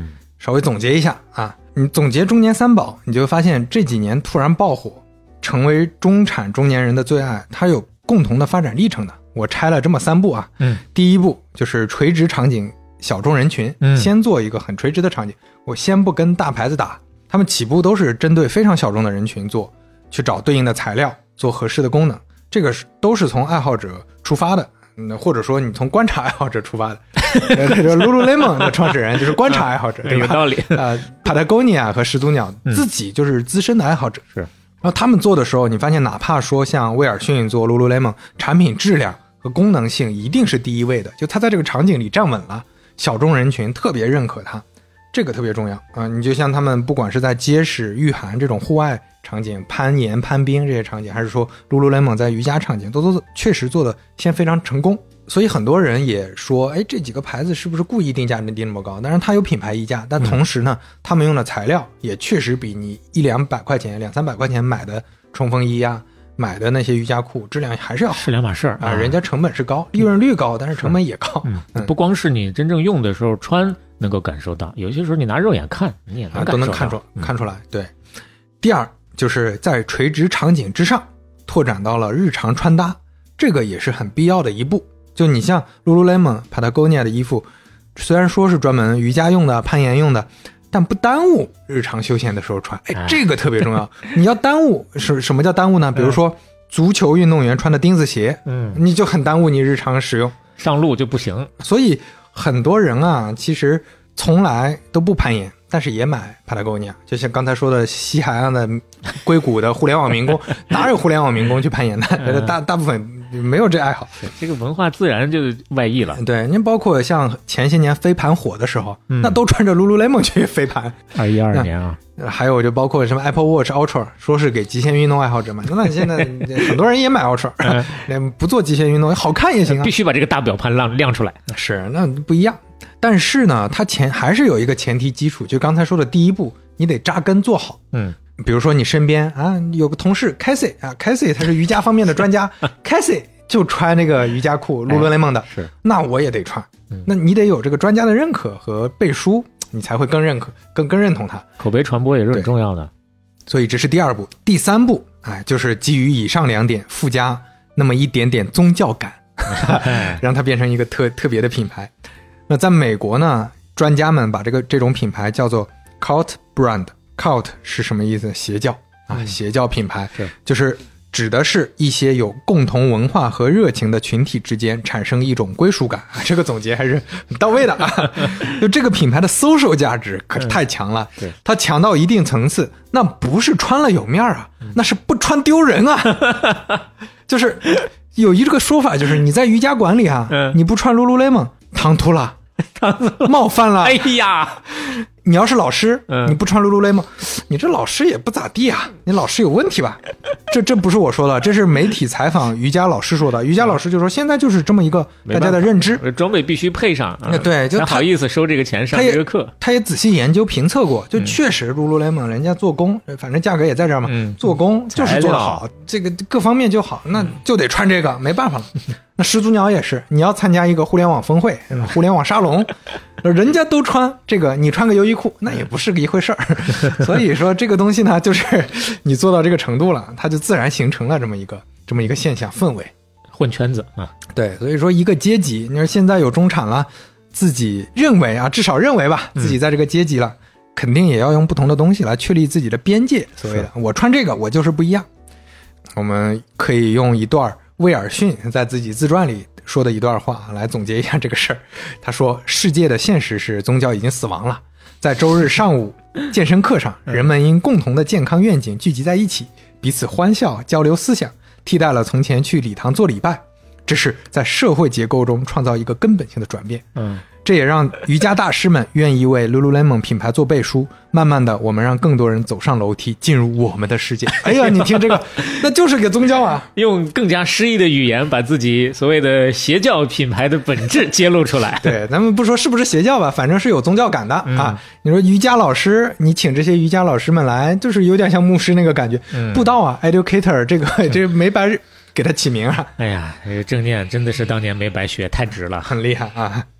稍微总结一下啊，你总结中年三宝，你就会发现这几年突然爆火，成为中产中年人的最爱，它有共同的发展历程的。我拆了这么三步啊， 嗯， 第一步就是垂直场景小众人群， 嗯， 先做一个很垂直的场景，我先不跟大牌子打，他们起步都是针对非常小众的人群做，去找对应的材料，做合适的功能，这个是都是从爱好者出发的，嗯，或者说你从观察爱好者出发的。这个 Lululemon 的创始人就是观察爱好者，对吧？ 有道理。 呃 Patagonia 和始祖鸟自己就是资深的爱好者， 是、嗯。 然后他们做的时候，你发现哪怕说像威尔逊做 Lululemon， 产品质量和功能性一定是第一位的，就他在这个场景里站稳了，小众人群特别认可他，这个特别重要啊、呃！你就像他们不管是在街市、御寒这种户外场景，攀岩、攀冰这些场景，还是说 Lululemon 在瑜伽场景，都都确实做的现在非常成功。所以很多人也说，哎，这几个牌子是不是故意定价定那么高？当然它有品牌溢价，但同时呢，他们用的材料也确实比你一两百块钱、两三百块钱买的冲锋衣啊，买的那些瑜伽裤质量还是要好， 是两码事儿啊。人家成本是高，利润率高，但是成本也高。 嗯嗯、不光是你真正用的时候穿能够感受到，有些时候你拿肉眼看，你也能感受到、啊、 都能看出看出来。对，第二就是在垂直场景之上拓展到了日常穿搭，这个也是很必要的一步。就你像 Lululemon、Patagonia 的衣服，虽然说是专门瑜伽用的、攀岩用的，但不耽误日常休闲的时候穿。哎，这个特别重要。你要耽误，是什么叫耽误呢？比如说足球运动员穿的钉子鞋，嗯，你就很耽误你日常使用， 上路就不行。 所以很多人啊，其实从来都不攀岩，但是也买 Patagonia。就像刚才说的西海岸的硅谷的互联网民工，哪有互联网民工去攀岩的？嗯、大大部分没有这爱好， 这个文化自然就外溢了。 对，您包括像前些年飞盘火的时候，嗯、那都穿着 Lululemon 去飞盘。 二一二年啊， 还有就包括什么 Apple Watch Ultra， 说是给极限运动爱好者买，那现在很多人也买 Ultra， 嗯、不做极限运动好看也行啊， 必须把这个大表盘亮亮出来。 是，那不一样。但是呢，它前还是有一个前提基础，就刚才说的第一步，你得扎根做好。嗯。比如说你身边啊有个同事 Casey 啊 Casey 他是瑜伽方面的专家Casey 就穿那个瑜伽裤 Lululemon 的、哎、是，那我也得穿、嗯、那你得有这个专家的认可和背书，你才会更认可更更认同他， 口碑传播也是很重要的。 所以这是第二步。第三步哎，就是基于以上两点附加那么一点点宗教感让它变成一个特特别的品牌。那在美国呢，专家们把这个这种品牌叫做 Cult Brand。Cult 是什么意思？邪教啊， 嗯、 邪教品牌，就是指的是一些有共同文化和热情的群体之间产生一种归属感啊。这个总结还是很到位的啊。就这个品牌的 social 价值可是太强了， 嗯、 它强到一定层次，那不是穿了有面啊，嗯、那是不穿丢人啊。就是有一个说法，就是你在瑜伽馆里啊，嗯、你不穿 Lululemon， 唐突了。冒犯了， 哎呀！ 你要是老师， 嗯、 你不穿 Lululemon， 你这老师也不咋地啊，你老师有问题吧？这这不是我说的，这是媒体采访瑜伽老师说的。瑜伽老师就说，现在就是这么一个大家的认知， 装备必须配上。嗯、 对，就他好意思收这个钱上这个课， 他也仔细研究评测过，就确实 Lululemon 人家做工，反正价格也在这儿嘛， 嗯、 做工就是做得好，这个各方面就好，那就得穿这个，没办法了。那始祖鸟也是，你要参加一个互联网峰会、互联网沙龙，人家都穿这个，你穿个优衣库，那也不是个一回事儿。所以说这个东西呢，就是你做到这个程度了，它就自然形成了这么一个这么一个现象氛围， 混圈子啊。 对，所以说一个阶级，你说现在有中产了，自己认为啊，至少认为吧，自己在这个阶级了，嗯、肯定也要用不同的东西来确立自己的边界。所谓的我穿这个，我就是不一样。我们可以用一段威尔逊在自己自传里说的一段话来总结一下这个事儿。他说，世界的现实是宗教已经死亡了，在周日上午健身课上，人们因共同的健康愿景聚集在一起，彼此欢笑交流思想，替代了从前去礼堂做礼拜，这是在社会结构中创造一个根本性的转变。嗯，这也让瑜伽大师们愿意为 Lululemon 品牌做背书，慢慢的我们让更多人走上楼梯进入我们的世界。哎呀，你听这个那就是个宗教啊， 用更加诗意的语言把自己所谓的邪教品牌的本质揭露出来。 对，咱们不说是不是邪教吧，反正是有宗教感的、嗯、啊。你说瑜伽老师，你请这些瑜伽老师们来，就是有点像牧师那个感觉、嗯、布道啊 educator 这个这没白给他起名啊。 哎呀，这个正念真的是当年没白学，太值了， 很厉害啊。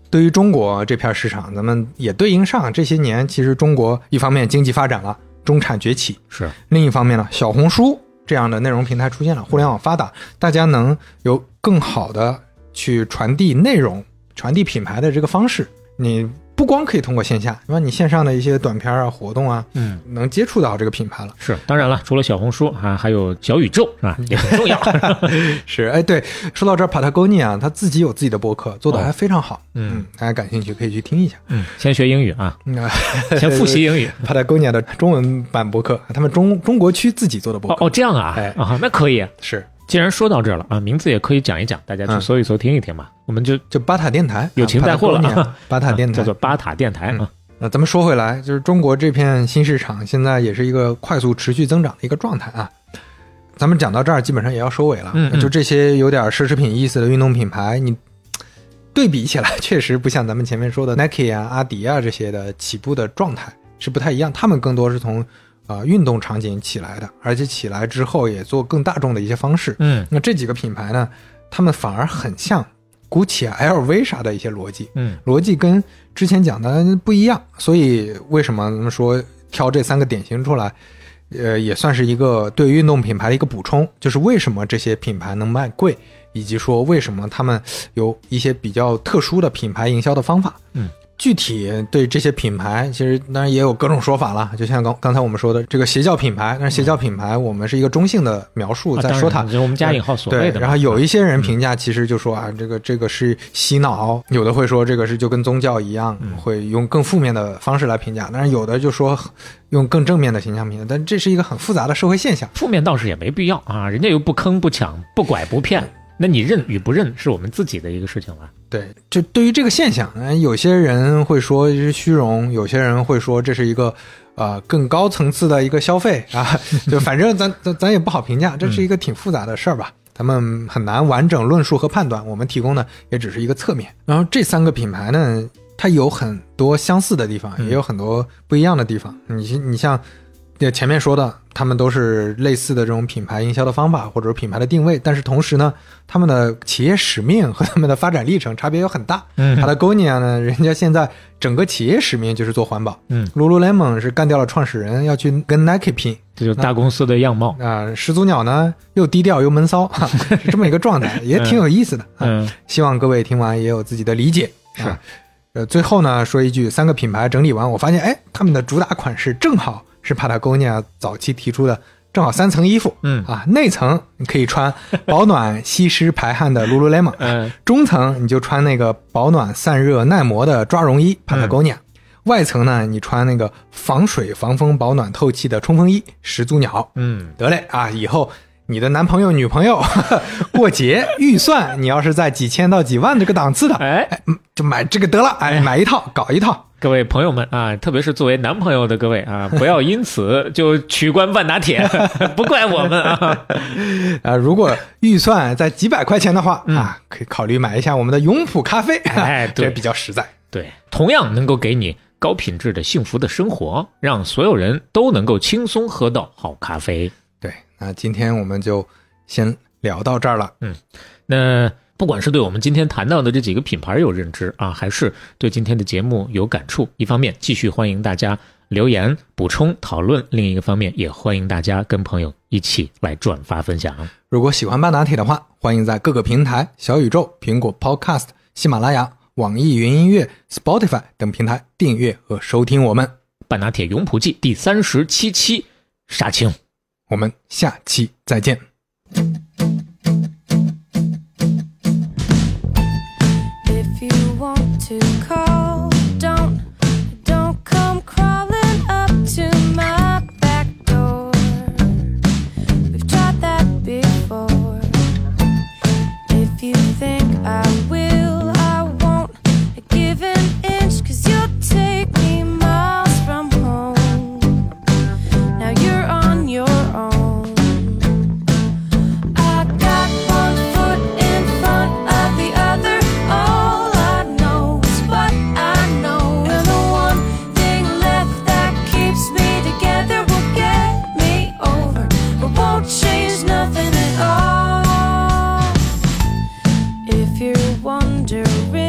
对于中国这片市场，咱们也对应上这些年，其实中国一方面经济发展了，中产崛起， 是另一方面呢，小红书这样的内容平台出现了，互联网发达，大家能有更好的去传递内容、传递品牌的这个方式。你不光可以通过线下，对吧？你线上的一些短片啊、活动啊，嗯，能接触到这个品牌了。 是，当然了，除了小红书啊，还有小宇宙啊，也很重要。 是，哎，对，说到这儿 ，Patagonia 他自己有自己的播客，做的还非常好。哦、嗯，大家感兴趣可以去听一下。 嗯，先学英语啊，嗯、先复习英语。 Patagonia 的中文版播客，他们中中国区自己做的播客。 哦，哦这样啊，哎啊，那可以。 是。 既然说到这儿了啊，名字也可以讲一讲，大家去搜一搜、听一听嘛。嗯、我们就就巴塔电台有情带货了， 啊、巴塔电台、 啊、叫做巴塔电台、嗯、啊。 那咱们说回来，就是中国这片新市场现在也是一个快速持续增长的一个状态啊。咱们讲到这儿，基本上也要收尾了。嗯嗯就这些有点奢侈品意思的运动品牌，你对比起来，确实不像咱们前面说的 Nike 啊、阿迪啊这些的起步的状态是不太一样。他们更多是从呃，运动场景起来的，而且起来之后也做更大众的一些方式。嗯，那这几个品牌呢，他们反而很像 Gucci 啊、L V 啥的一些逻辑。嗯，逻辑跟之前讲的不一样，所以为什么咱们说挑这三个典型出来，呃，也算是一个对运动品牌的一个补充，就是为什么这些品牌能卖贵，以及说为什么他们有一些比较特殊的品牌营销的方法。嗯。具体对这些品牌其实当然也有各种说法了，就像刚刚才我们说的这个邪教品牌，但是邪教品牌我们是一个中性的描述在说它， 啊、我们加引号所谓的。 对，然后有一些人评价其实就说啊，这个这个是洗脑，有的会说这个是就跟宗教一样，会用更负面的方式来评价，但是有的就说用更正面的形象评价，但这是一个很复杂的社会现象。 负面倒是也没必要啊，人家又不坑不抢不拐不骗。那你认与不认是我们自己的一个事情了。 对，就对于这个现象，有些人会说是虚荣，有些人会说这是一个呃更高层次的一个消费啊，就反正咱咱咱也不好评价，这是一个挺复杂的事儿吧。咱们很难完整论述和判断，我们提供的也只是一个侧面。然后这三个品牌呢，它有很多相似的地方，也有很多不一样的地方。你你像前面说的，他们都是类似的这种品牌营销的方法或者品牌的定位，但是同时呢，他们的企业使命和他们的发展历程差别有很大。嗯 Patagonia 呢，人家现在整个企业使命就是做环保。嗯 Lululemon 是干掉了创始人，要去跟 Nike 拼， 这就是大公司的样貌啊、呃。始祖鸟呢，又低调又闷骚，是这么一个状态，也挺有意思的。嗯，啊、希望各位听完也有自己的理解。 是， 呃，最后呢，说一句，三个品牌整理完，我发现，哎，他们的主打款式正好是 Patagonia 早期提出的，正好三层衣服。嗯啊，内层你可以穿保暖吸湿排汗的 Lululemon， 嗯，中层你就穿那个保暖散热耐磨的抓绒衣 Patagonia，、嗯、外层呢你穿那个防水防风保暖透气的冲锋衣始祖鸟。嗯，得嘞啊，以后你的男朋友女朋友过节预算你要是在几千到几万这个档次的，哎，就买这个得了，哎，买一套搞一套。 各位朋友们啊，特别是作为男朋友的各位啊，不要因此就取关万拿铁，不怪我们啊。 啊，如果预算在几百块钱的话、嗯、啊，可以考虑买一下我们的永璞咖啡，哎，对，这比较实在。 对，同样能够给你高品质的幸福的生活，让所有人都能够轻松喝到好咖啡。 对，那今天我们就先聊到这儿了。 嗯，那不管是对我们今天谈到的这几个品牌有认知啊，还是对今天的节目有感触，一方面继续欢迎大家留言补充讨论，另一个方面也欢迎大家跟朋友一起来转发分享。 如果喜欢半拿铁的话，欢迎在各个平台小宇宙、苹果 Podcast、喜马拉雅、网易云音乐、Spotify 等平台订阅和收听我们半拿铁永璞记第三十七期杀青， 我们下期再见。 To call, don't, don't come crawling up to my back door. We've tried that before. If you think I will, I won't give an inch, 'cause you'll take me miles from home. Now you're on your own. I got one foot in front of the other. All change nothing at all. If you're wondering